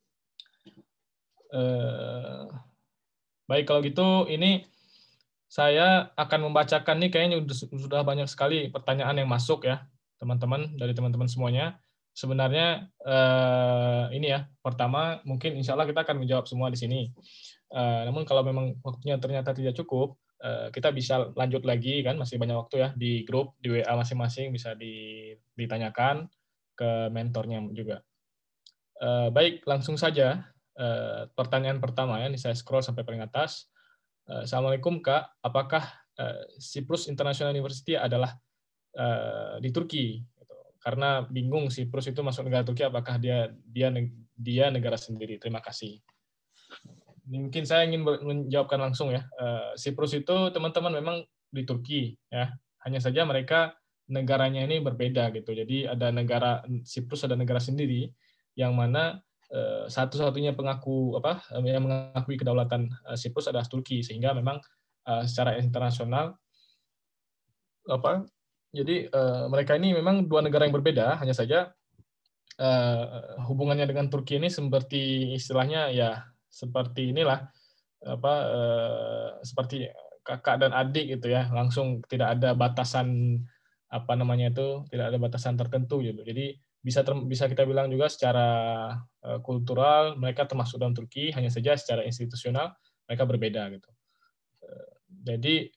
Speaker 1: Baik, kalau gitu ini saya akan membacakan nih, kayaknya sudah banyak sekali pertanyaan yang masuk ya, teman-teman, dari teman-teman semuanya. Sebenarnya ini ya, pertama mungkin insya Allah kita akan menjawab semua di sini. Namun kalau memang waktunya ternyata tidak cukup, kita bisa lanjut lagi kan, masih banyak waktu ya di grup, di WA masing-masing bisa ditanyakan ke mentornya juga. Baik, langsung saja pertanyaan pertama ya, ini saya scroll sampai paling atas. Assalamualaikum Kak, apakah Cyprus International University adalah di Turki? Karena bingung Cyprus itu masuk negara Turki, apakah dia negara sendiri? Terima kasih. Mungkin saya ingin menjawabkan langsung ya. Cyprus itu teman-teman memang di Turki ya. Hanya saja mereka negaranya ini berbeda gitu. Jadi ada negara Cyprus, ada negara sendiri yang mana satu-satunya yang mengakui kedaulatan Cyprus adalah Turki, sehingga memang secara internasional jadi mereka ini memang dua negara yang berbeda, hanya saja hubungannya dengan Turki ini seperti istilahnya ya seperti inilah seperti kakak dan adik gitu ya, langsung tidak ada batasan tidak ada batasan tertentu gitu. Jadi bisa kita bilang juga secara kultural mereka termasuk dalam Turki, hanya saja secara institusional mereka berbeda gitu. Jadi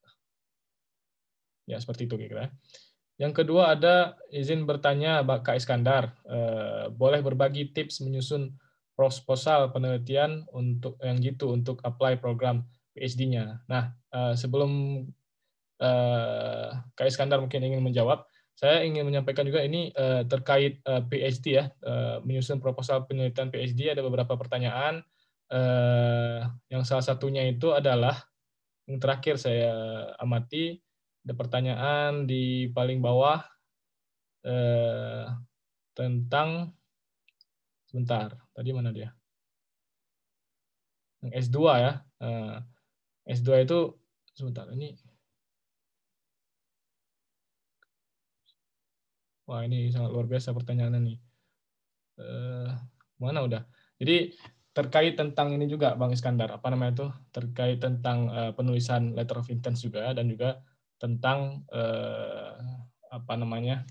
Speaker 1: ya seperti itu kira-kira. Yang kedua ada izin bertanya Kak Iskandar, boleh berbagi tips menyusun proposal penelitian untuk yang gitu untuk apply program PhD-nya. Nah, sebelum Kak Iskandar mungkin ingin menjawab, saya ingin menyampaikan juga ini terkait PhD ya, menyusun proposal penelitian PhD ada beberapa pertanyaan. Yang salah satunya itu adalah yang terakhir saya amati, ada pertanyaan di paling bawah tentang, sebentar, tadi mana dia? Yang S2 ya. S2 itu, sebentar, ini. Wah, ini sangat luar biasa pertanyaannya nih. Mana udah? Jadi terkait tentang ini juga Bang Iskandar, apa namanya itu? Terkait tentang penulisan letter of intent juga, dan juga tentang apa namanya?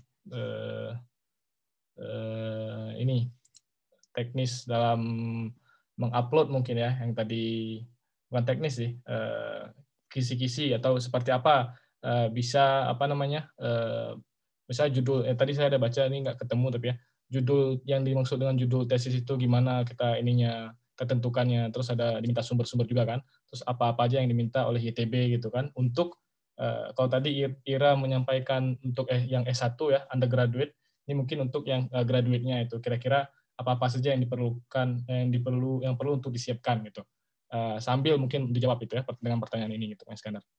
Speaker 1: Ini teknis dalam mengupload mungkin ya, yang tadi bukan teknis sih, kisi-kisi atau seperti apa bisa apa namanya, misalnya judul, tadi saya ada baca ini nggak ketemu tapi ya, judul yang dimaksud dengan judul tesis itu gimana kita ininya ketentukannya, terus ada diminta sumber-sumber juga kan, terus apa-apa aja yang diminta oleh YTB gitu kan, untuk kalau tadi Ira menyampaikan untuk yang S1 ya, undergraduate, ini mungkin untuk yang graduate-nya itu kira-kira apa-apa saja yang diperlukan, yang perlu untuk disiapkan gitu. Sambil mungkin dijawab itu ya dengan pertanyaan ini gitu, Mas Iskandar.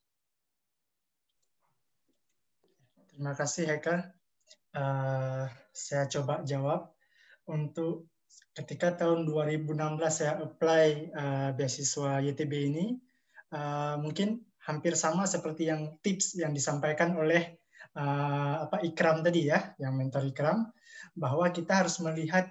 Speaker 3: Terima kasih Haikal. Saya coba jawab. Untuk ketika tahun 2016 saya apply beasiswa YTB ini, mungkin hampir sama seperti yang tips yang disampaikan oleh Ikram tadi ya, yang mentor Ikram, bahwa kita harus melihat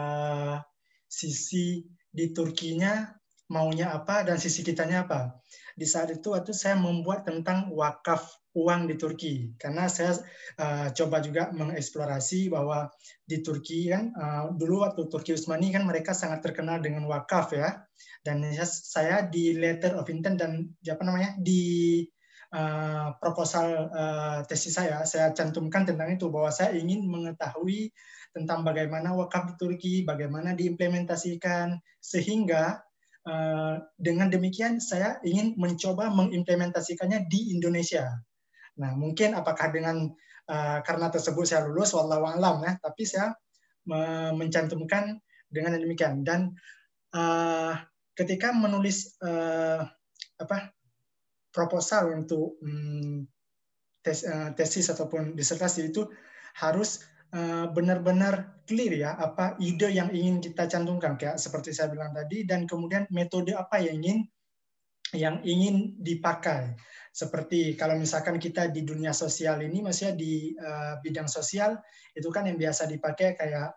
Speaker 3: sisi di Turkinya maunya apa dan sisi kitanya apa. Di saat itu waktu saya membuat tentang wakaf uang di Turki, karena saya coba juga mengeksplorasi bahwa di Turki kan dulu waktu Turki Utsmani kan mereka sangat terkenal dengan wakaf ya, dan saya di letter of intent dan apa namanya di proposal tesis saya cantumkan tentang itu, bahwa saya ingin mengetahui tentang bagaimana wakaf di Turki, bagaimana diimplementasikan, sehingga dengan demikian saya ingin mencoba mengimplementasikannya di Indonesia. Nah, mungkin apakah dengan karena tersebut saya lulus, wallahu a'lam ya, tapi saya mencantumkan dengan demikian. Dan ketika menulis proposal untuk tesis ataupun disertasi itu harus benar-benar clear ya, apa ide yang ingin kita cantumkan, kayak seperti saya bilang tadi, dan kemudian metode apa yang ingin dipakai. Seperti kalau misalkan kita di dunia sosial ini, maksudnya di bidang sosial, itu kan yang biasa dipakai kayak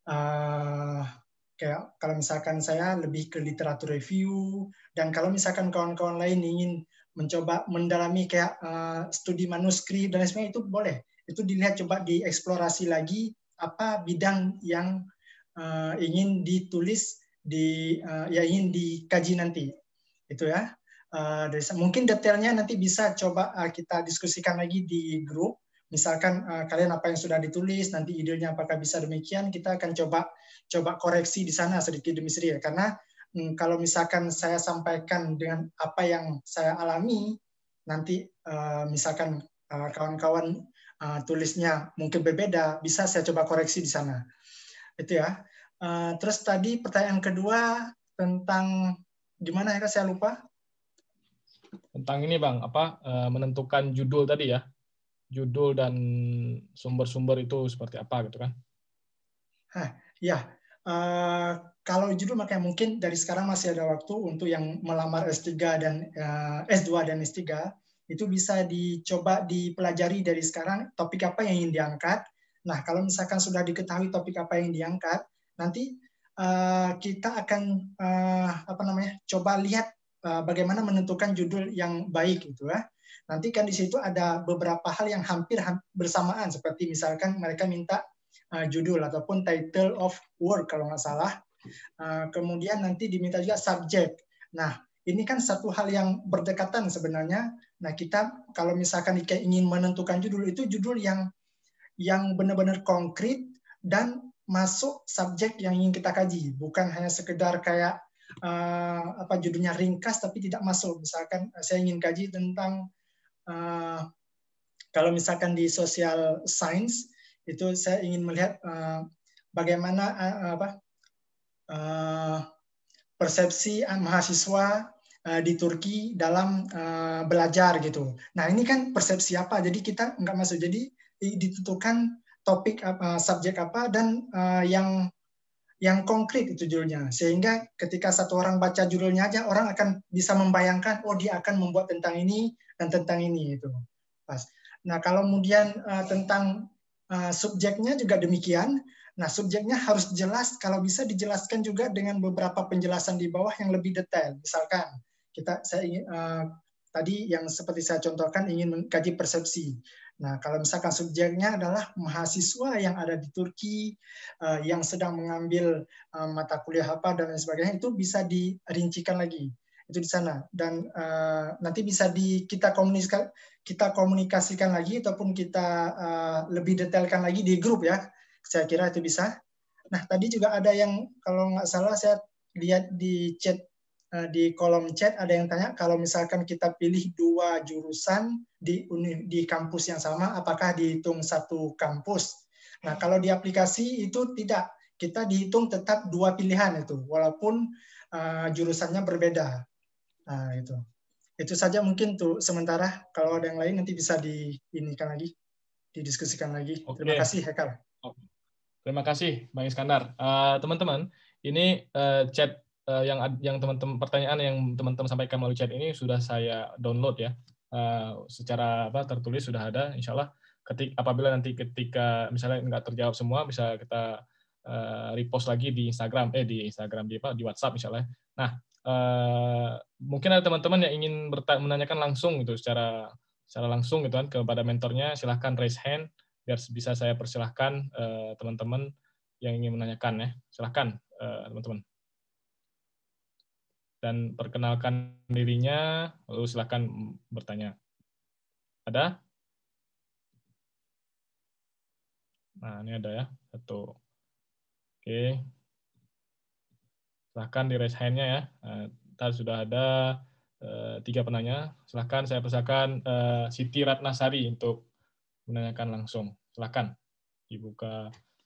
Speaker 3: kalau misalkan saya lebih ke literatur review, dan kalau misalkan kawan-kawan lain ingin mencoba mendalami kayak studi manuskrip dan sebagainya, itu boleh. Itu dilihat, coba dieksplorasi lagi apa bidang yang ingin ditulis, ingin dikaji nanti. Itu ya. Mungkin detailnya nanti bisa coba kita diskusikan lagi di grup. Misalkan kalian apa yang sudah ditulis, nanti idenya apakah bisa demikian, kita akan coba koreksi di sana sedikit demi sedikit. Karena kalau misalkan saya sampaikan dengan apa yang saya alami, nanti misalkan kawan-kawan tulisnya mungkin berbeda, bisa saya coba koreksi di sana. Itu ya. Terus tadi pertanyaan kedua tentang gimana ya, saya lupa.
Speaker 1: Tentang ini Bang, menentukan judul tadi ya, judul dan sumber-sumber itu seperti apa gitu kan?
Speaker 3: Ya, kalau judul makanya mungkin dari sekarang masih ada waktu untuk yang melamar S3 dan S2 dan S3, itu bisa dicoba dipelajari dari sekarang topik apa yang ingin diangkat. Nah, kalau misalkan sudah diketahui topik apa yang diangkat, nanti kita akan coba lihat bagaimana menentukan judul yang baik gitu ya. Nanti kan di situ ada beberapa hal yang hampir bersamaan, seperti misalkan mereka minta judul ataupun title of work kalau nggak salah. Kemudian nanti diminta juga subject. Nah, ini kan satu hal yang berdekatan sebenarnya. Nah, kita kalau misalkan ingin menentukan judul, itu judul yang benar-benar konkret dan masuk subjek yang ingin kita kaji, bukan hanya sekedar kayak judulnya ringkas tapi tidak masuk. Misalkan saya ingin kaji tentang kalau misalkan di social science itu saya ingin melihat bagaimana persepsi mahasiswa di Turki dalam belajar gitu. Nah, ini kan persepsi apa? Jadi kita nggak masuk. Jadi ditentukan topik subjek apa dan yang konkret itu judulnya. Sehingga ketika satu orang baca judulnya aja, orang akan bisa membayangkan, oh dia akan membuat tentang ini dan tentang ini itu. Pas. Nah, kalau kemudian tentang subjeknya juga demikian. Nah, subjeknya harus jelas, kalau bisa dijelaskan juga dengan beberapa penjelasan di bawah yang lebih detail. Misalkan saya ingin tadi yang seperti saya contohkan ingin mengkaji persepsi. Nah, kalau misalkan subjeknya adalah mahasiswa yang ada di Turki yang sedang mengambil mata kuliah apa dan lain sebagainya, itu bisa dirincikan lagi. Itu di sana. Dan nanti bisa kita komunikasikan lagi ataupun kita lebih detailkan lagi di grup ya. Saya kira itu bisa. Nah, tadi juga ada yang kalau nggak salah saya lihat di chat, di kolom chat ada yang tanya kalau misalkan kita pilih 2 jurusan di kampus yang sama, apakah dihitung satu kampus? Nah, kalau di aplikasi itu tidak, kita dihitung tetap 2 pilihan itu, walaupun jurusannya berbeda. Nah, itu saja mungkin tuh sementara. Kalau ada yang lain nanti bisa didiskusikan lagi.
Speaker 1: Oke.
Speaker 3: Terima kasih, Hekal.
Speaker 1: Terima kasih, Bang Iskandar. Teman-teman, ini chat yang teman-teman pertanyaan yang teman-teman sampaikan melalui chat ini sudah saya download ya, secara tertulis sudah ada. Insya Allah apabila nanti ketika misalnya nggak terjawab semua bisa kita repost lagi di Instagram di WhatsApp misalnya. Nah, mungkin ada teman-teman yang ingin menanyakan langsung gitu secara langsung gitu kan kepada mentornya, silahkan raise hand biar bisa saya persilahkan teman-teman yang ingin menanyakan ya. Silahkan teman-teman. Dan perkenalkan dirinya, lalu silahkan bertanya. Ada? Nah, ini ada ya, satu. Oke. Silahkan di raise hand-nya ya. Ntar sudah ada 3 penanya. Silahkan saya persilakan Siti Ratnasari untuk menanyakan langsung. Silahkan dibuka.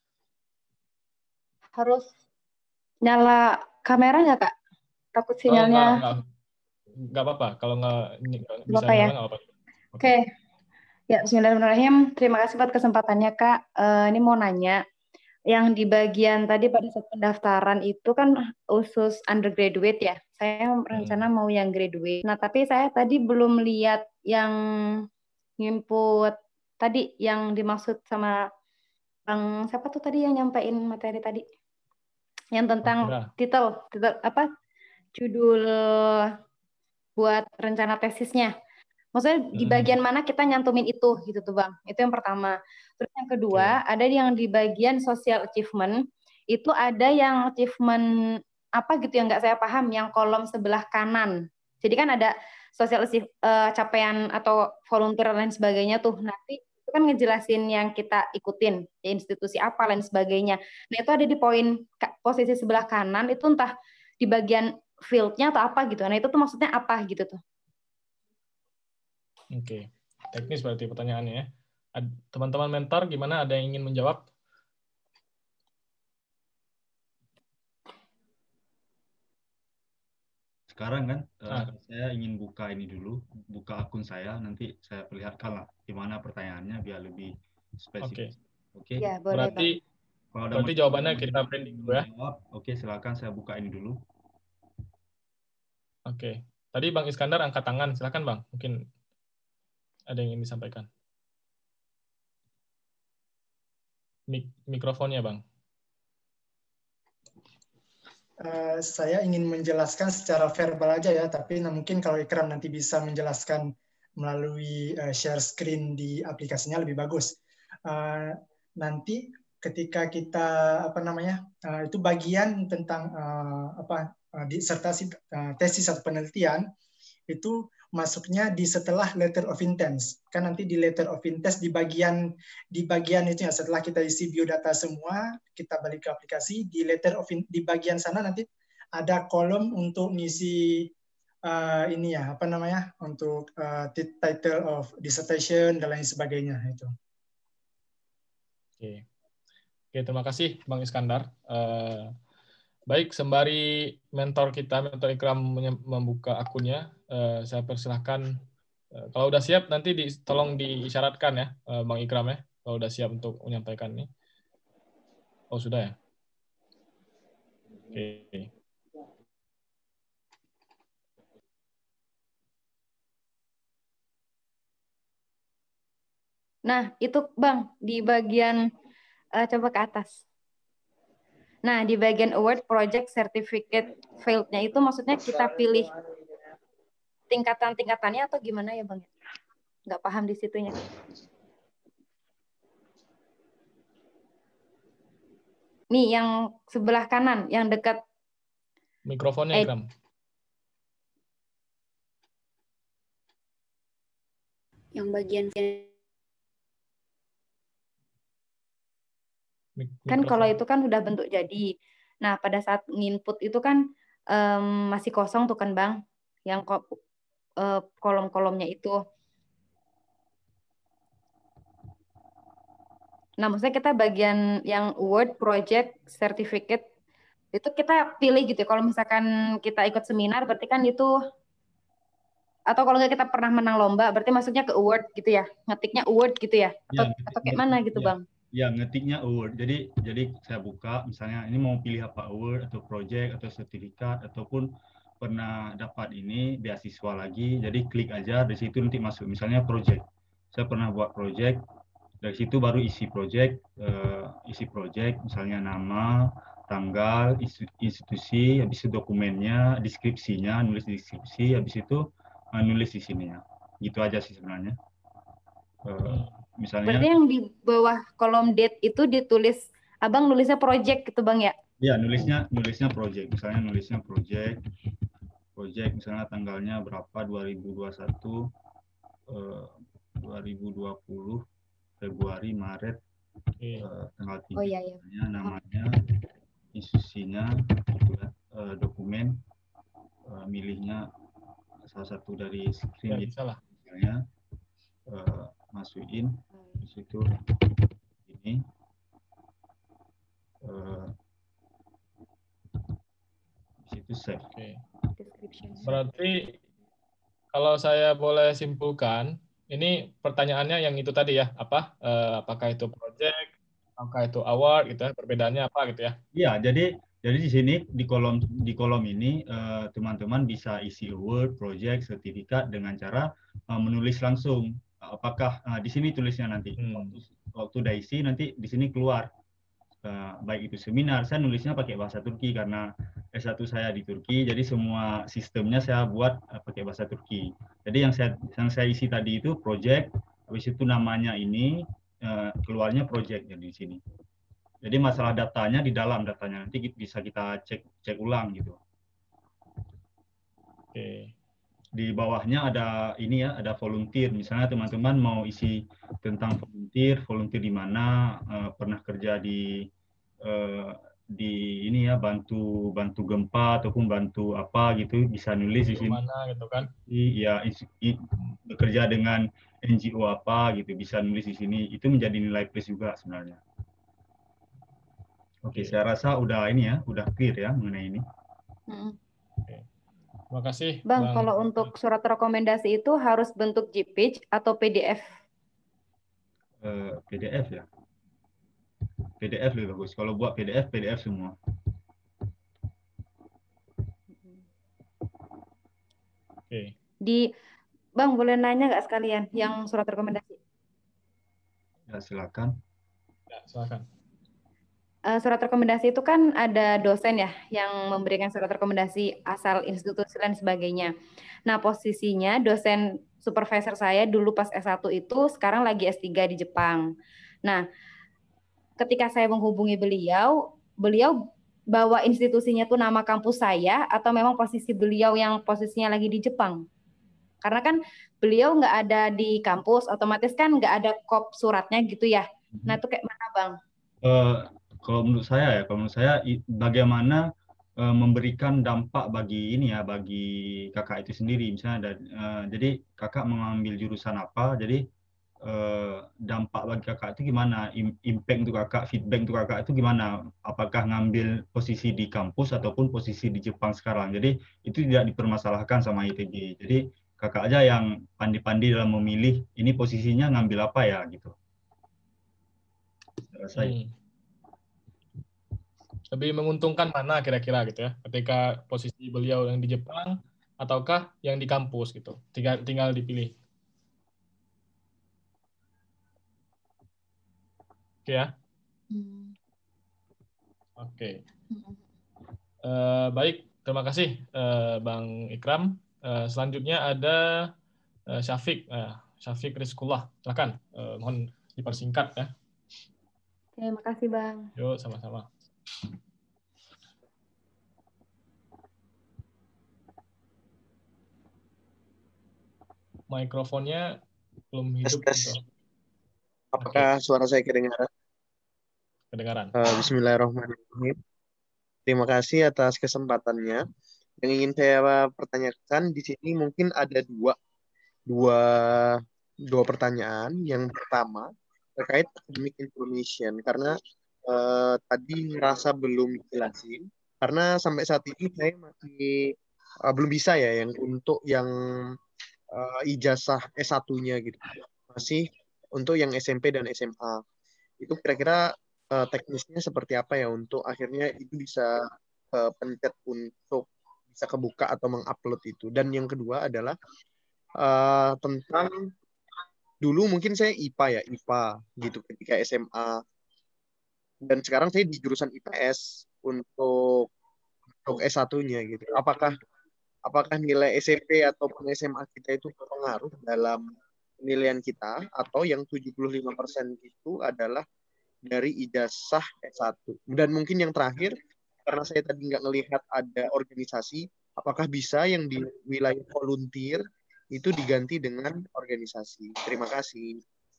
Speaker 7: Harus nyala kamera nggak, Kak? Takut sinyalnya.
Speaker 1: Nggak apa-apa. Kalau nggak bisa
Speaker 7: ya?
Speaker 1: nyala, nggak apa-apa.
Speaker 7: Oke. Ya, bismillahirrahmanirrahim. Terima kasih buat kesempatannya, Kak. Ini mau nanya, yang di bagian tadi pada saat pendaftaran itu kan khusus undergraduate ya. Saya rencana mau yang graduate. Nah, tapi saya tadi belum lihat yang input tadi yang dimaksud sama Bang siapa tuh tadi yang nyampein materi tadi? Yang tentang titel apa? Judul buat rencana tesisnya. Maksudnya di bagian mana kita nyantumin itu gitu tuh Bang. Itu yang pertama. Terus yang kedua, ada yang di bagian social achievement, itu ada yang achievement apa gitu yang nggak saya paham, yang kolom sebelah kanan. Jadi kan ada social capaian atau volunteer lain sebagainya tuh. Nanti itu kan ngejelasin yang kita ikutin, ya, institusi apa lain sebagainya. Nah, itu ada di poin posisi sebelah kanan, itu entah di bagian field-nya atau apa gitu. Nah, itu tuh maksudnya apa gitu tuh.
Speaker 1: Oke, teknis berarti pertanyaannya ya. Teman-teman mentor, gimana? Ada yang ingin menjawab?
Speaker 5: Sekarang kan, saya ingin buka ini dulu, buka akun saya, nanti saya perlihatkan lah gimana pertanyaannya biar lebih spesifik. Oke.
Speaker 7: Ya, boleh,
Speaker 1: berarti jawabannya kita pending dulu ya.
Speaker 5: Oke, silakan saya buka ini dulu.
Speaker 1: Oke. Tadi Bang Iskandar angkat tangan, silakan Bang. Mungkin ada yang ingin disampaikan. Mikrofonnya, Bang.
Speaker 3: Saya ingin menjelaskan secara verbal aja ya, tapi mungkin kalau Ikram nanti bisa menjelaskan melalui share screen di aplikasinya lebih bagus. Nanti ketika kita itu bagian tentang disertasi, tesis atau penelitian itu masuknya di setelah letter of intent. Kan nanti di letter of intent di bagian itu ya, setelah kita isi biodata semua, kita balik ke aplikasi, di letter of di bagian sana nanti ada kolom untuk ngisi ini ya, apa namanya, untuk title of dissertation dan lain sebagainya itu.
Speaker 1: Oke. Oke, terima kasih Bang Iskandar. Baik, sembari mentor Ikram membuka akunnya, saya persilahkan, kalau udah siap nanti tolong diisyaratkan ya, Bang Ikram ya, kalau udah siap untuk menyampaikan ini. Oh, sudah ya? Oke.
Speaker 7: Nah, itu Bang, di bagian, coba ke atas. Nah, di bagian award project certificate field-nya itu maksudnya kita pilih tingkatan-tingkatannya atau gimana ya Bang? Nggak paham di situnya. Nih, yang sebelah kanan, yang dekat
Speaker 1: mikrofonnya, Ikram.
Speaker 6: Yang bagian
Speaker 7: kan kalau itu kan udah bentuk jadi. Nah, pada saat nginput itu kan masih kosong tuh kan Bang, yang kolom-kolomnya itu. Nah, maksudnya kita bagian yang award, project, certificate, itu kita pilih gitu. Kalau misalkan kita ikut seminar, berarti kan itu, atau kalau nggak kita pernah menang lomba, berarti maksudnya ke award gitu ya? Ngetiknya award gitu ya? Atau kayak mana gitu
Speaker 5: ya,
Speaker 7: Bang?
Speaker 5: Ya, ngetiknya award. Jadi saya buka, misalnya ini mau pilih apa, award, atau project, atau sertifikat, ataupun pernah dapat ini, beasiswa lagi, jadi klik aja, dari situ nanti masuk. Misalnya project. Saya pernah buat project, dari situ baru isi project, misalnya nama, tanggal, institusi, habis itu dokumennya, deskripsinya, nulis deskripsi, habis itu nulis di sini ya. Gitu aja sih sebenarnya. Misalnya.
Speaker 7: Berarti yang di bawah kolom date itu ditulis, Abang nulisnya project gitu Bang ya?
Speaker 5: Iya, nulisnya project. Misalnya nulisnya project, misalnya tanggalnya berapa, 2021, 2020, Februari, Maret, tanggal 3,
Speaker 7: oh, iya.
Speaker 5: Namanya, institusinya, dokumen, milihnya salah satu dari screen
Speaker 1: ya, bisa lah.
Speaker 5: Misalnya, masukin di situ ini, di situ save.
Speaker 1: Oke. Berarti kalau saya boleh simpulkan, ini pertanyaannya yang itu tadi ya, apakah itu project, apakah itu award gitu ya, perbedaannya apa gitu ya?
Speaker 5: Iya, jadi di sini di kolom ini teman-teman bisa isi award, project, sertifikat dengan cara menulis langsung. Apakah di sini tulisnya nanti waktu udah isi nanti di sini keluar baik itu seminar. Saya nulisnya pakai bahasa Turki karena S1 saya di Turki, jadi semua sistemnya saya buat pakai bahasa Turki. Jadi yang saya isi tadi itu project, habis itu namanya ini keluarnya project jadi di sini. Jadi masalah datanya di dalam datanya nanti bisa kita cek ulang gitu.
Speaker 1: Oke.
Speaker 5: Di bawahnya ada ini ya, ada volunteer. Misalnya teman-teman mau isi tentang volunteer di mana, pernah kerja di ini ya, bantu gempa ataupun bantu apa gitu, bisa nulis di sini.
Speaker 1: Mana gitu kan?
Speaker 5: Iya, bekerja dengan NGO apa gitu, bisa nulis di sini. Itu menjadi nilai plus juga sebenarnya. Oke, saya rasa udah ini ya, udah clear ya mengenai ini.
Speaker 1: Terima kasih,
Speaker 7: Bang. Kalau untuk surat rekomendasi itu harus bentuk JPEG atau PDF?
Speaker 5: PDF ya. PDF lebih bagus. Kalau buat PDF semua.
Speaker 1: Oke.
Speaker 7: Bang, boleh nanya nggak sekalian yang surat rekomendasi?
Speaker 5: Ya, silakan.
Speaker 1: Ya, silakan.
Speaker 7: Surat rekomendasi itu kan ada dosen ya yang memberikan surat rekomendasi asal institusi dan sebagainya. Nah, posisinya dosen supervisor saya dulu pas S1 itu sekarang lagi S3 di Jepang. Nah, ketika saya menghubungi beliau bahwa institusinya tuh nama kampus saya atau memang posisi beliau yang posisinya lagi di Jepang? Karena kan beliau nggak ada di kampus, otomatis kan nggak ada kop suratnya gitu ya. Nah itu kayak mana Bang?
Speaker 5: Kalau menurut saya bagaimana memberikan dampak bagi ini ya, bagi kakak itu sendiri misalnya. Jadi kakak mengambil jurusan apa, jadi dampak bagi kakak itu gimana, impact untuk kakak, feedback untuk kakak itu gimana, apakah ngambil posisi di kampus ataupun posisi di Jepang sekarang. Jadi itu tidak dipermasalahkan sama ITB. Jadi kakak aja yang pandai-pandai dalam memilih ini posisinya ngambil apa ya gitu. Saya.
Speaker 1: Lebih menguntungkan mana kira-kira gitu ya, ketika posisi beliau yang di Jepang ataukah yang di kampus gitu, tinggal dipilih. Oke ya. Oke. Baik, terima kasih Bang Ikram. Selanjutnya ada Syafiq Rizkullah. Silakan, mohon dipersingkat ya.
Speaker 7: Terima kasih Bang.
Speaker 1: Yuk, sama-sama. Mikrofonnya belum hidup. Gitu.
Speaker 8: Apakah suara saya kedengaran?
Speaker 1: Kedengaran.
Speaker 8: Bismillahirrahmanirrahim. Terima kasih atas kesempatannya. Yang ingin saya pertanyakan di sini mungkin ada dua pertanyaan. Yang pertama terkait academic information, karena tadi ngerasa belum dijelasin. Karena sampai saat ini saya masih belum bisa ya yang untuk yang ijazah S1-nya gitu. Masih untuk yang SMP dan SMA. Itu kira-kira teknisnya seperti apa ya untuk akhirnya itu bisa pencet untuk bisa kebuka atau mengupload itu. Dan yang kedua adalah tentang dulu mungkin saya IPA gitu ketika SMA. Dan sekarang saya di jurusan IPS untuk S1-nya gitu. Apakah nilai SMP ataupun SMA kita itu berpengaruh dalam penilaian kita, atau yang 75% itu adalah dari ijazah S1. Dan mungkin yang terakhir, karena saya tadi nggak ngelihat ada organisasi, apakah bisa yang di wilayah volunteer itu diganti dengan organisasi? Terima kasih.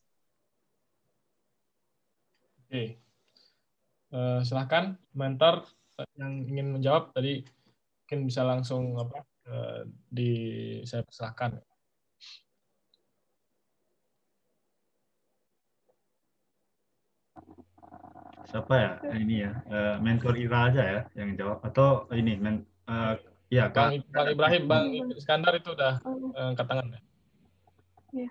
Speaker 1: Oke. Silahkan mentor yang ingin menjawab tadi mungkin bisa langsung saya persilahkan.
Speaker 5: Siapa ya ini ya, mentor Ira aja ya yang jawab, atau ini ya
Speaker 1: Bang Ibrahim, Bang Iskandar itu udah angkat tangan ya.
Speaker 2: Ya.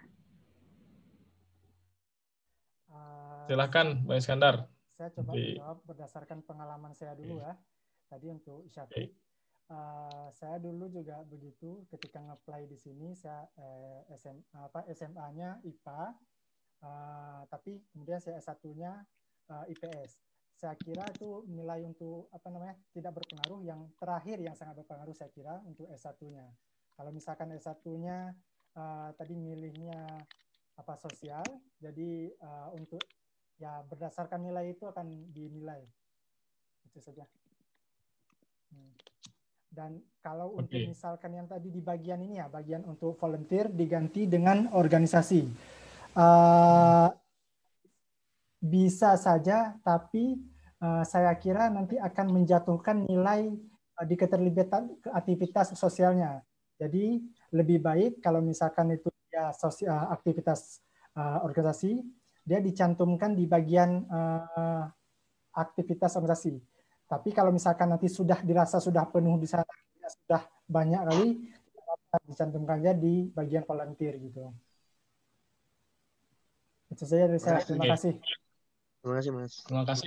Speaker 1: Silahkan Bang Iskandar.
Speaker 9: Saya coba menjawab berdasarkan pengalaman saya dulu ya. Tadi untuk Syafiq, saya dulu juga begitu ketika nge-apply di sini. Saya SMA-nya IPA, tapi kemudian saya S1-nya IPS. Saya kira itu nilai untuk tidak berpengaruh. Yang terakhir yang sangat berpengaruh saya kira untuk S1-nya. Kalau misalkan S1-nya tadi milihnya sosial, jadi untuk ya berdasarkan nilai itu akan dinilai. Itu saja. Dan kalau untuk misalkan yang tadi di bagian ini ya, bagian untuk volunteer diganti dengan organisasi. Bisa saja, tapi saya kira nanti akan menjatuhkan nilai di keterlibatan aktivitas sosialnya. Jadi lebih baik kalau misalkan itu ya aktivitas organisasi, dia dicantumkan di bagian aktivitas organisasi. Tapi kalau misalkan nanti sudah dirasa sudah penuh di sana, sudah banyak kali, dicantumkan aja di bagian volunteer gitu. Itu saja dari saya. Terima kasih.
Speaker 8: Terima kasih, Mas.
Speaker 1: Terima kasih,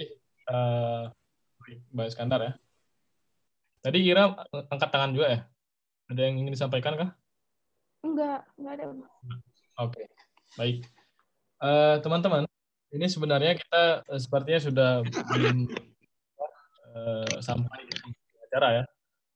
Speaker 1: Mbak Iskandar ya. Tadi Ira angkat tangan juga ya? Ada yang ingin disampaikan kah?
Speaker 2: Enggak ada.
Speaker 1: Oke, baik. Teman-teman, ini sebenarnya kita sepertinya sudah belum sampai di acara ya.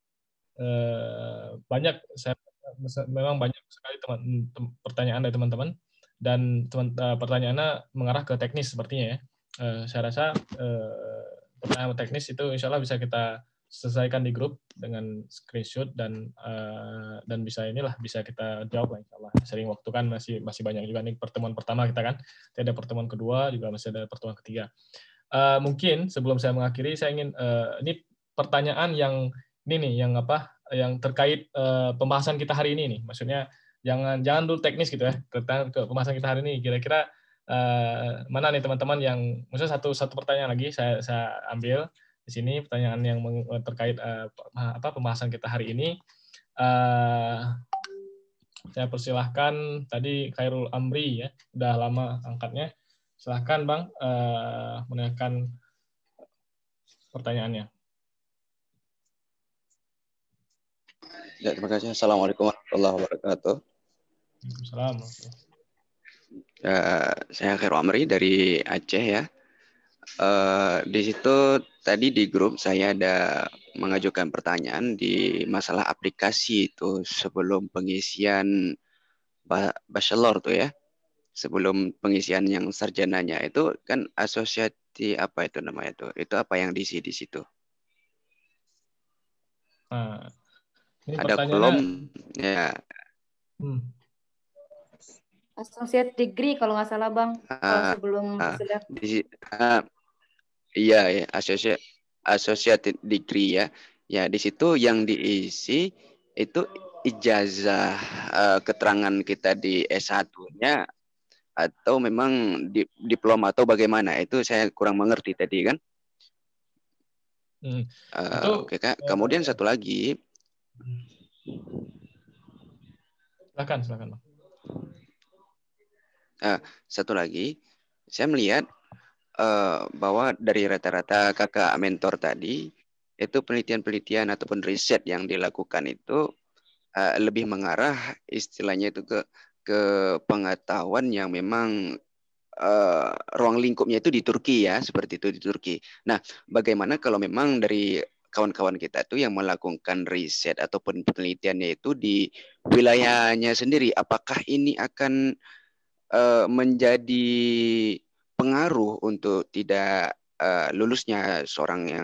Speaker 1: Memang banyak sekali pertanyaan dari teman-teman, dan pertanyaannya mengarah ke teknis sepertinya ya. Saya rasa pertanyaan teknis itu insya Allah bisa kita selesaikan di grup dengan screenshot dan bisa kita jawab lah insya Allah. Sering waktu kan masih banyak juga nih pertemuan pertama kita kan, ada pertemuan kedua juga masih ada pertemuan ketiga. Mungkin sebelum saya mengakhiri saya ingin ini pertanyaan yang ini nih yang terkait pembahasan kita hari ini nih. Maksudnya jangan dulu teknis gitu ya. Tentang ke pembahasan kita hari ini kira-kira mana nih teman-teman yang misalnya satu pertanyaan lagi saya ambil di sini pertanyaan yang terkait pembahasan kita hari ini. Saya persilahkan tadi Khairul Amri ya, udah lama angkatnya. Silahkan Bang menanyakan pertanyaannya.
Speaker 10: Ya, terima kasih. Assalamualaikum warahmatullahi wabarakatuh.
Speaker 1: Assalamualaikum.
Speaker 10: Saya Khairul Amri dari Aceh ya. Di situ tadi di grup saya ada mengajukan pertanyaan di masalah aplikasi itu sebelum pengisian bachelor tuh ya. Sebelum pengisian yang sarjananya itu kan asosiasi apa itu namanya tuh? Itu apa yang diisi di situ?
Speaker 1: Nah, ini
Speaker 10: ada kolom ya.
Speaker 7: Associate degree kalau nggak salah Bang. Kalau sebelum sudah.
Speaker 10: Iya ya, associate degree ya. Ya di situ yang diisi itu ijazah keterangan kita di S1-nya atau memang diploma atau bagaimana, itu saya kurang mengerti tadi kan. Oke Kak. Kemudian satu lagi.
Speaker 1: Silakan.
Speaker 10: Satu lagi, saya melihat bahwa dari rata-rata kakak mentor tadi itu penelitian-penelitian ataupun riset yang dilakukan itu lebih mengarah istilahnya itu ke pengetahuan yang memang ruang lingkupnya itu di Turki ya, seperti itu di Turki. Nah, bagaimana kalau memang dari kawan-kawan kita tuh yang melakukan riset ataupun penelitiannya itu di wilayahnya sendiri, apakah ini akan menjadi pengaruh untuk tidak lulusnya seorang yang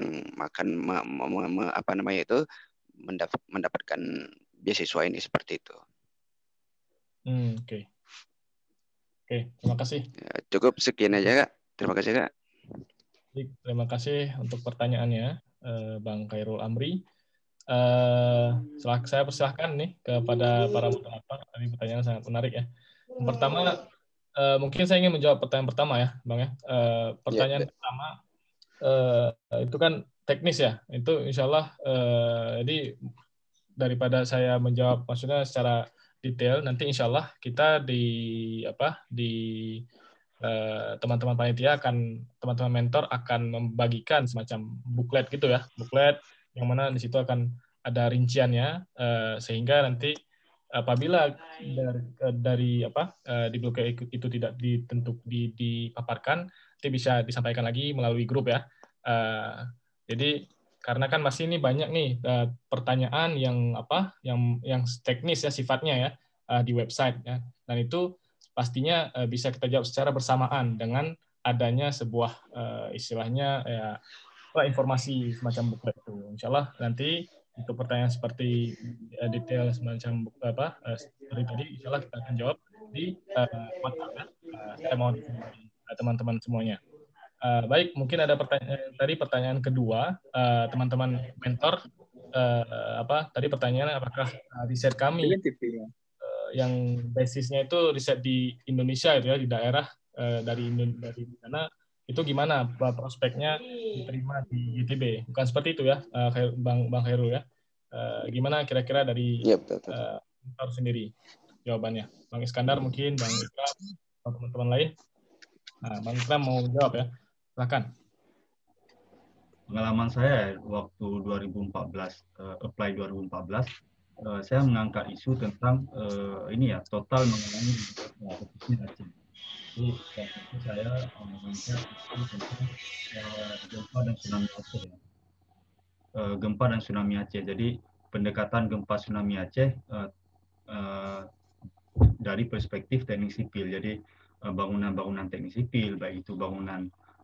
Speaker 10: mendapatkan beasiswa ini seperti itu?
Speaker 1: Oke, terima kasih.
Speaker 10: Cukup sekian aja Kak. Terima kasih Kak.
Speaker 1: Terima kasih untuk pertanyaannya Bang Khairul Amri. Saya persilahkan nih kepada para moderator. Tadi pertanyaan sangat menarik ya. Yang pertama, mungkin saya ingin menjawab pertanyaan pertama ya, Bang ya. Pertanyaan pertama itu kan teknis ya. Itu insya Allah jadi daripada saya menjawab maksudnya secara detail, nanti insya Allah kita di teman-teman panitia teman-teman mentor akan membagikan semacam buklet gitu ya, buklet yang mana di situ akan ada rinciannya sehingga nanti apabila dari di buklet itu tidak dipaparkan, nanti bisa disampaikan lagi melalui grup ya. Jadi karena kan masih ini banyak nih pertanyaan yang teknis ya sifatnya ya di website ya, dan itu pastinya bisa kita jawab secara bersamaan dengan adanya sebuah istilahnya ya informasi semacam buklet itu. Insya Allah nanti untuk pertanyaan seperti detail semacam seperti tadi, insya Allah kita akan jawab di WhatsApp ya. Saya mohon teman-teman semuanya. Baik, mungkin ada pertanyaan kedua, teman-teman mentor, tadi pertanyaannya apakah riset kami yang basisnya itu riset di Indonesia itu ya, di daerah dari sana, itu gimana prospeknya diterima di ITB? Bukan seperti itu ya, Bang Khairul ya. Gimana kira-kira dari mentor sendiri jawabannya? Bang Iskandar mungkin, Bang Ikram, atau teman-teman lain. Nah, Bang Ikram mau jawab ya? Silakan.
Speaker 5: Pengalaman saya waktu 2014 apply 2014, saya mengangkat isu tentang ini ya, total mengenai khususnya Aceh. Jadi saya mengangkat isu tentang gempa dan tsunami Aceh. Gempa dan tsunami Aceh. Jadi pendekatan gempa tsunami Aceh dari perspektif teknik sipil. Jadi bangunan-bangunan teknik sipil, baik itu bangunan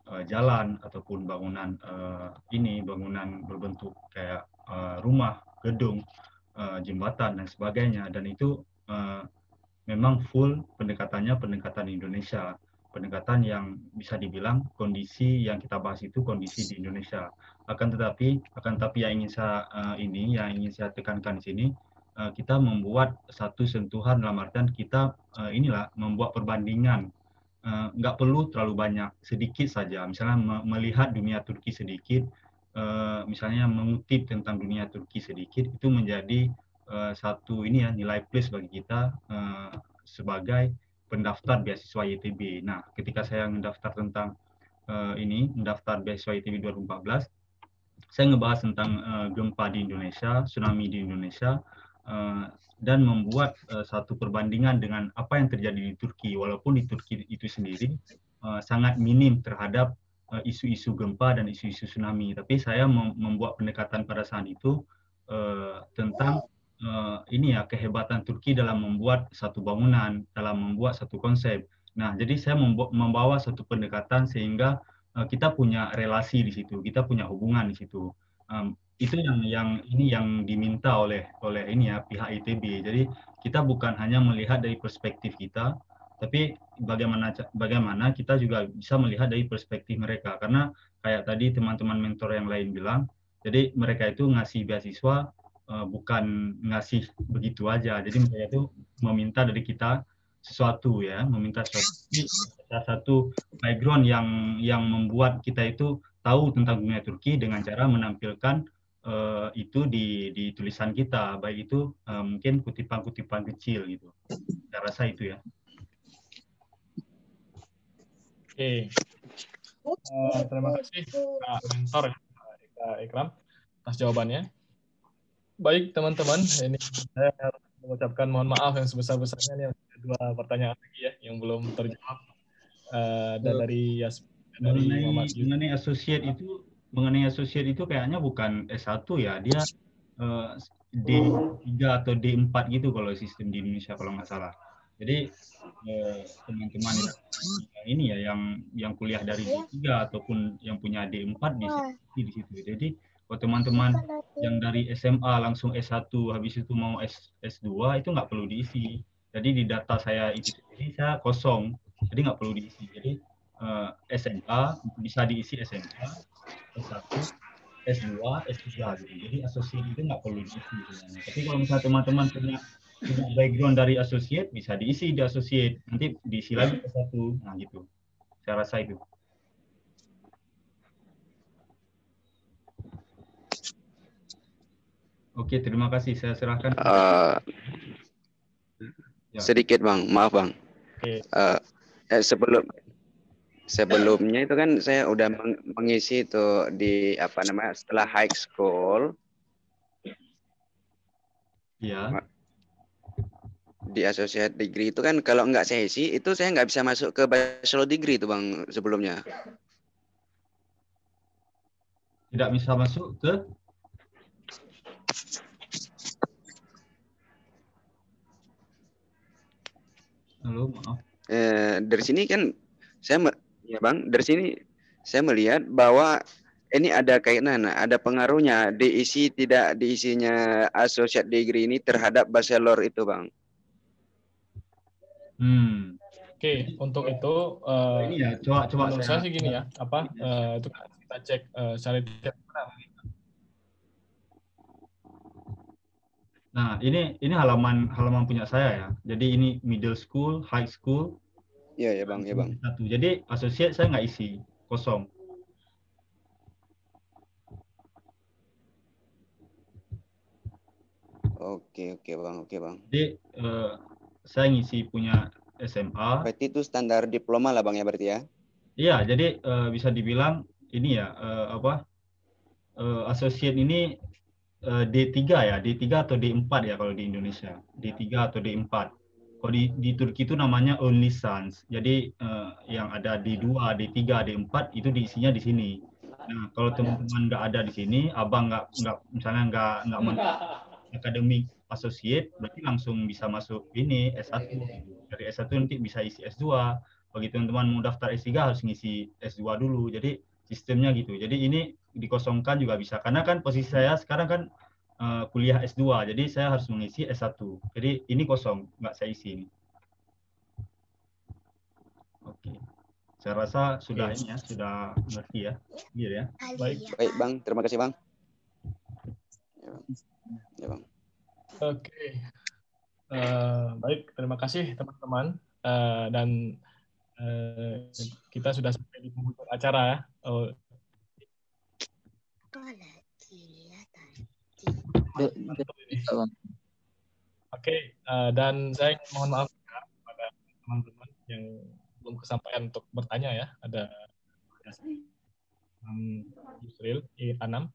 Speaker 5: jalan ataupun bangunan bangunan berbentuk kayak rumah, gedung, jembatan dan sebagainya. Dan itu memang full pendekatannya pendekatan Indonesia, pendekatan yang bisa dibilang kondisi yang kita bahas itu kondisi di Indonesia. Akan tetapi yang ingin saya tekankan di sini, kita membuat satu sentuhan dalam artian kita membuat perbandingan. Nggak perlu terlalu banyak, sedikit saja. Misalnya melihat dunia Turki sedikit, misalnya mengutip tentang dunia Turki sedikit, itu menjadi satu nilai plus bagi kita sebagai pendaftar beasiswa YTB. Nah, ketika saya mendaftar tentang mendaftar beasiswa YTB 2014, saya ngebahas tentang gempa di Indonesia, tsunami di Indonesia, dan membuat satu perbandingan dengan apa yang terjadi di Turki. Walaupun di Turki itu sendiri sangat minim terhadap isu-isu gempa dan isu-isu tsunami, tapi saya membuat pendekatan pada saat itu tentang kehebatan Turki dalam membuat satu bangunan, dalam membuat satu konsep. Nah, jadi saya membawa satu pendekatan sehingga kita punya relasi di situ, kita punya hubungan di situ. Itu yang diminta oleh pihak ITB. Jadi kita bukan hanya melihat dari perspektif kita, tapi bagaimana kita juga bisa melihat dari perspektif mereka. Karena kayak tadi teman-teman mentor yang lain bilang, jadi mereka itu ngasih beasiswa bukan ngasih begitu aja. Jadi mereka itu meminta dari kita sesuatu, ya, meminta satu background yang membuat kita itu tahu tentang dunia Turki dengan cara menampilkan itu di tulisan kita, baik itu mungkin kutipan-kutipan kecil gitu. Saya rasa itu ya.
Speaker 1: Oke. Terima kasih Kak Mentor Kak Ikram atas jawabannya. Baik teman-teman, ini saya harus mengucapkan mohon maaf yang sebesar-besarnya nih, ada 2 pertanyaan lagi ya yang belum terjawab dari
Speaker 5: mengenai associate itu kayaknya bukan S1 ya, dia D3 atau D4 gitu kalau sistem di Indonesia kalau nggak salah. Jadi teman-teman yang kuliah dari D3 ataupun yang punya D4 di situ. Jadi kalau teman-teman yang dari SMA langsung S1 habis itu mau S2 itu nggak perlu diisi. Jadi di data saya itu sendiri saya kosong, jadi nggak perlu diisi. Jadi SMA bisa diisi SMA, S1, S2, S3 gitu. Jadi associate itu nggak perlu diisi sebenarnya. Tapi kalau misalnya teman-teman punya background dari associate bisa diisi di associate, nanti diisi lagi S1, nah gitu. Saya rasa itu. Oke, terima kasih. Saya serahkan.
Speaker 10: Sedikit Bang, maaf Bang.
Speaker 1: Oke.
Speaker 10: Sebelumnya itu kan saya udah mengisi itu di setelah high school.
Speaker 5: Ya.
Speaker 10: Di associate degree itu kan kalau nggak saya isi itu saya nggak bisa masuk ke bachelor degree itu Bang sebelumnya.
Speaker 5: Tidak bisa masuk ke Halo, maaf.
Speaker 10: Dari sini kan dari sini saya melihat bahwa ini ada kaitan, ada pengaruhnya diisi tidak diisinya associate degree ini terhadap bachelor itu, Bang.
Speaker 1: Oke, untuk itu
Speaker 5: ini ya, coba
Speaker 1: menurut saya sih gini ya, itu kita cek cari.
Speaker 5: Nah, ini halaman punya saya ya. Jadi ini middle school, high school.
Speaker 10: Iya, ya Bang, ya Bang.
Speaker 5: Satu. Jadi associate saya nggak isi, kosong.
Speaker 10: Oke Bang.
Speaker 5: Jadi saya ngisi punya SMA.
Speaker 10: Berarti itu standar diploma lah Bang ya berarti ya?
Speaker 5: Iya, jadi bisa dibilang ini ya associate ini D3 ya, D3 atau D4 ya kalau di Indonesia. D3 atau D4. Kalau di Turki itu namanya ön lisans. Jadi yang ada D2, D3, D4 itu diisinya di sini. Nah, kalau teman-teman nggak ada di sini, abang nggak akademik associate, berarti langsung bisa masuk ini S1. Dari S1 nanti bisa isi S2. bagi teman-teman mau daftar S3 harus ngisi S2 dulu. Jadi sistemnya gitu. Jadi ini dikosongkan juga bisa. Karena kan posisi saya sekarang kan kuliah S2, jadi saya harus mengisi S1. Jadi ini kosong, nggak saya isi ini. Oke. Saya rasa sudah ini ya, sudah ngerti ya. Clear ya.
Speaker 1: Baik.
Speaker 10: Baik, Bang. Terima kasih, Bang. Ya, Bang.
Speaker 1: Oke. Baik, terima kasih teman-teman. Dan kita sudah sampai di penghujung acara ya. Oke, dan saya mohon maaf ya kepada teman-teman yang belum kesampaian untuk bertanya ya. Ada Yusril, Anam.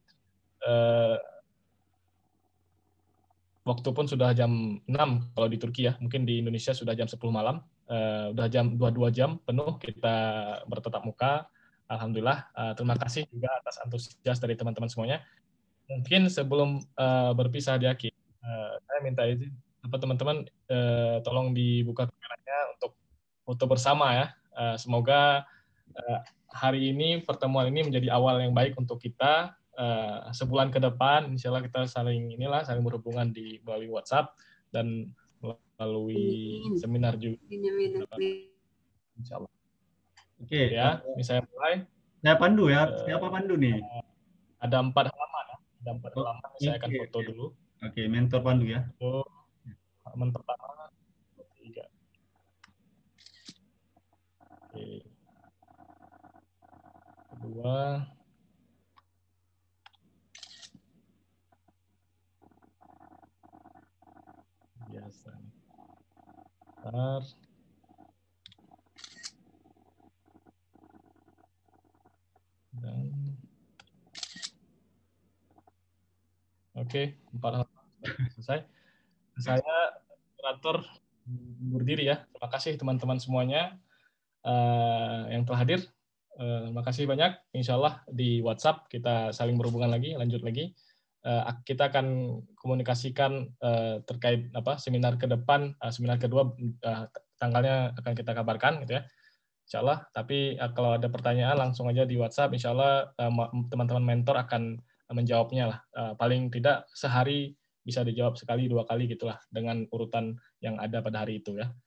Speaker 1: Waktu pun sudah jam 6 kalau di Turki ya. Mungkin di Indonesia sudah jam 10 malam. Udah jam 22 jam penuh kita bertatap muka. Alhamdulillah. Terima kasih juga atas antusias dari teman-teman semuanya. Mungkin sebelum berpisah di akhir, saya minta izin teman-teman tolong dibuka kameranya untuk foto bersama ya. Semoga hari ini pertemuan ini menjadi awal yang baik untuk kita. Sebulan ke depan, insya Allah kita saling berhubungan melalui WhatsApp dan melalui seminar juga. Insya Allah.
Speaker 5: Oke,
Speaker 1: ya, misalnya mulai.
Speaker 5: Saya pandu ya. Siapa pandu nih?
Speaker 1: Ada 4 halaman. Ada 4 halaman. Saya akan foto dulu.
Speaker 5: Oke, mentor pandu ya.
Speaker 1: Halaman pertama, 3. Oke. Kedua. Biasa. Bentar. Dan oke, 4 halaman selesai. Saya moderator undur diri ya. Terima kasih teman-teman semuanya yang telah hadir. Terima kasih banyak. Insya Allah di WhatsApp kita saling berhubungan lagi, lanjut lagi. Kita akan komunikasikan terkait seminar ke depan, seminar kedua tanggalnya akan kita kabarkan gitu ya, insya Allah. Tapi kalau ada pertanyaan langsung aja di WhatsApp, insya Allah teman-teman mentor akan menjawabnya lah. Paling tidak sehari bisa dijawab sekali 2 kali gitulah dengan urutan yang ada pada hari itu ya.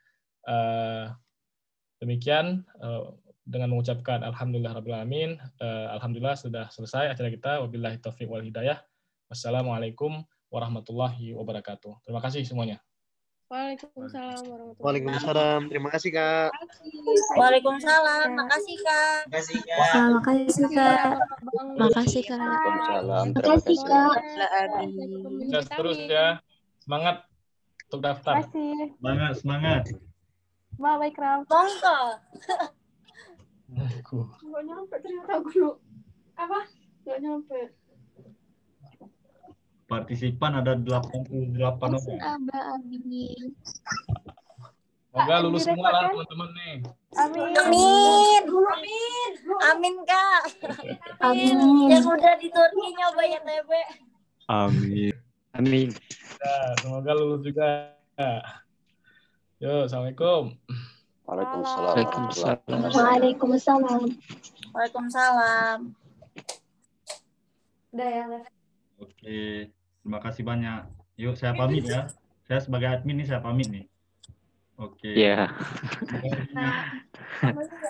Speaker 1: Demikian dengan mengucapkan alhamdulillahirabbil alamin. Alhamdulillah sudah selesai acara kita. Wabillahi taufiq wal hidayah. Wassalamualaikum warahmatullahi wabarakatuh. Terima kasih semuanya.
Speaker 2: Waalaikumsalam warahmatullahi wabarakatuh.
Speaker 8: Waalaikumsalam. Terima kasih, Kak.
Speaker 11: Waalaikumsalam. Makasih, Kak.
Speaker 12: Makasih, Kak.
Speaker 11: Makasih, Kak.
Speaker 12: Makasih, Kak.
Speaker 10: Waalaikumsalam.
Speaker 11: Makasih, Kak.
Speaker 1: Sukses terus ya. Semangat untuk daftar.
Speaker 5: Semangat, semangat.
Speaker 2: Baik, Ram.
Speaker 11: Monggo.
Speaker 2: Nggak nyampe ternyata aku. Apa? Nggak nyampe.
Speaker 5: Partisipan ada 88 orang.
Speaker 1: Semoga lulus semua lah teman-teman nih.
Speaker 11: Amin. Amin. Amin. Amin, Kak. Amin. Yang udah di Turki nyoba ya TB.
Speaker 5: Amin.
Speaker 10: Amin.
Speaker 1: Ya, semoga lulus juga. Yo, assalamualaikum.
Speaker 10: Waalaikumsalam.
Speaker 11: Waalaikumsalam. Waalaikumsalam.
Speaker 7: Udah ya.
Speaker 5: Oke, terima kasih banyak. Yuk, saya pamit ya. Saya sebagai admin nih, saya pamit nih. Oke.
Speaker 10: Iya.
Speaker 5: Yeah.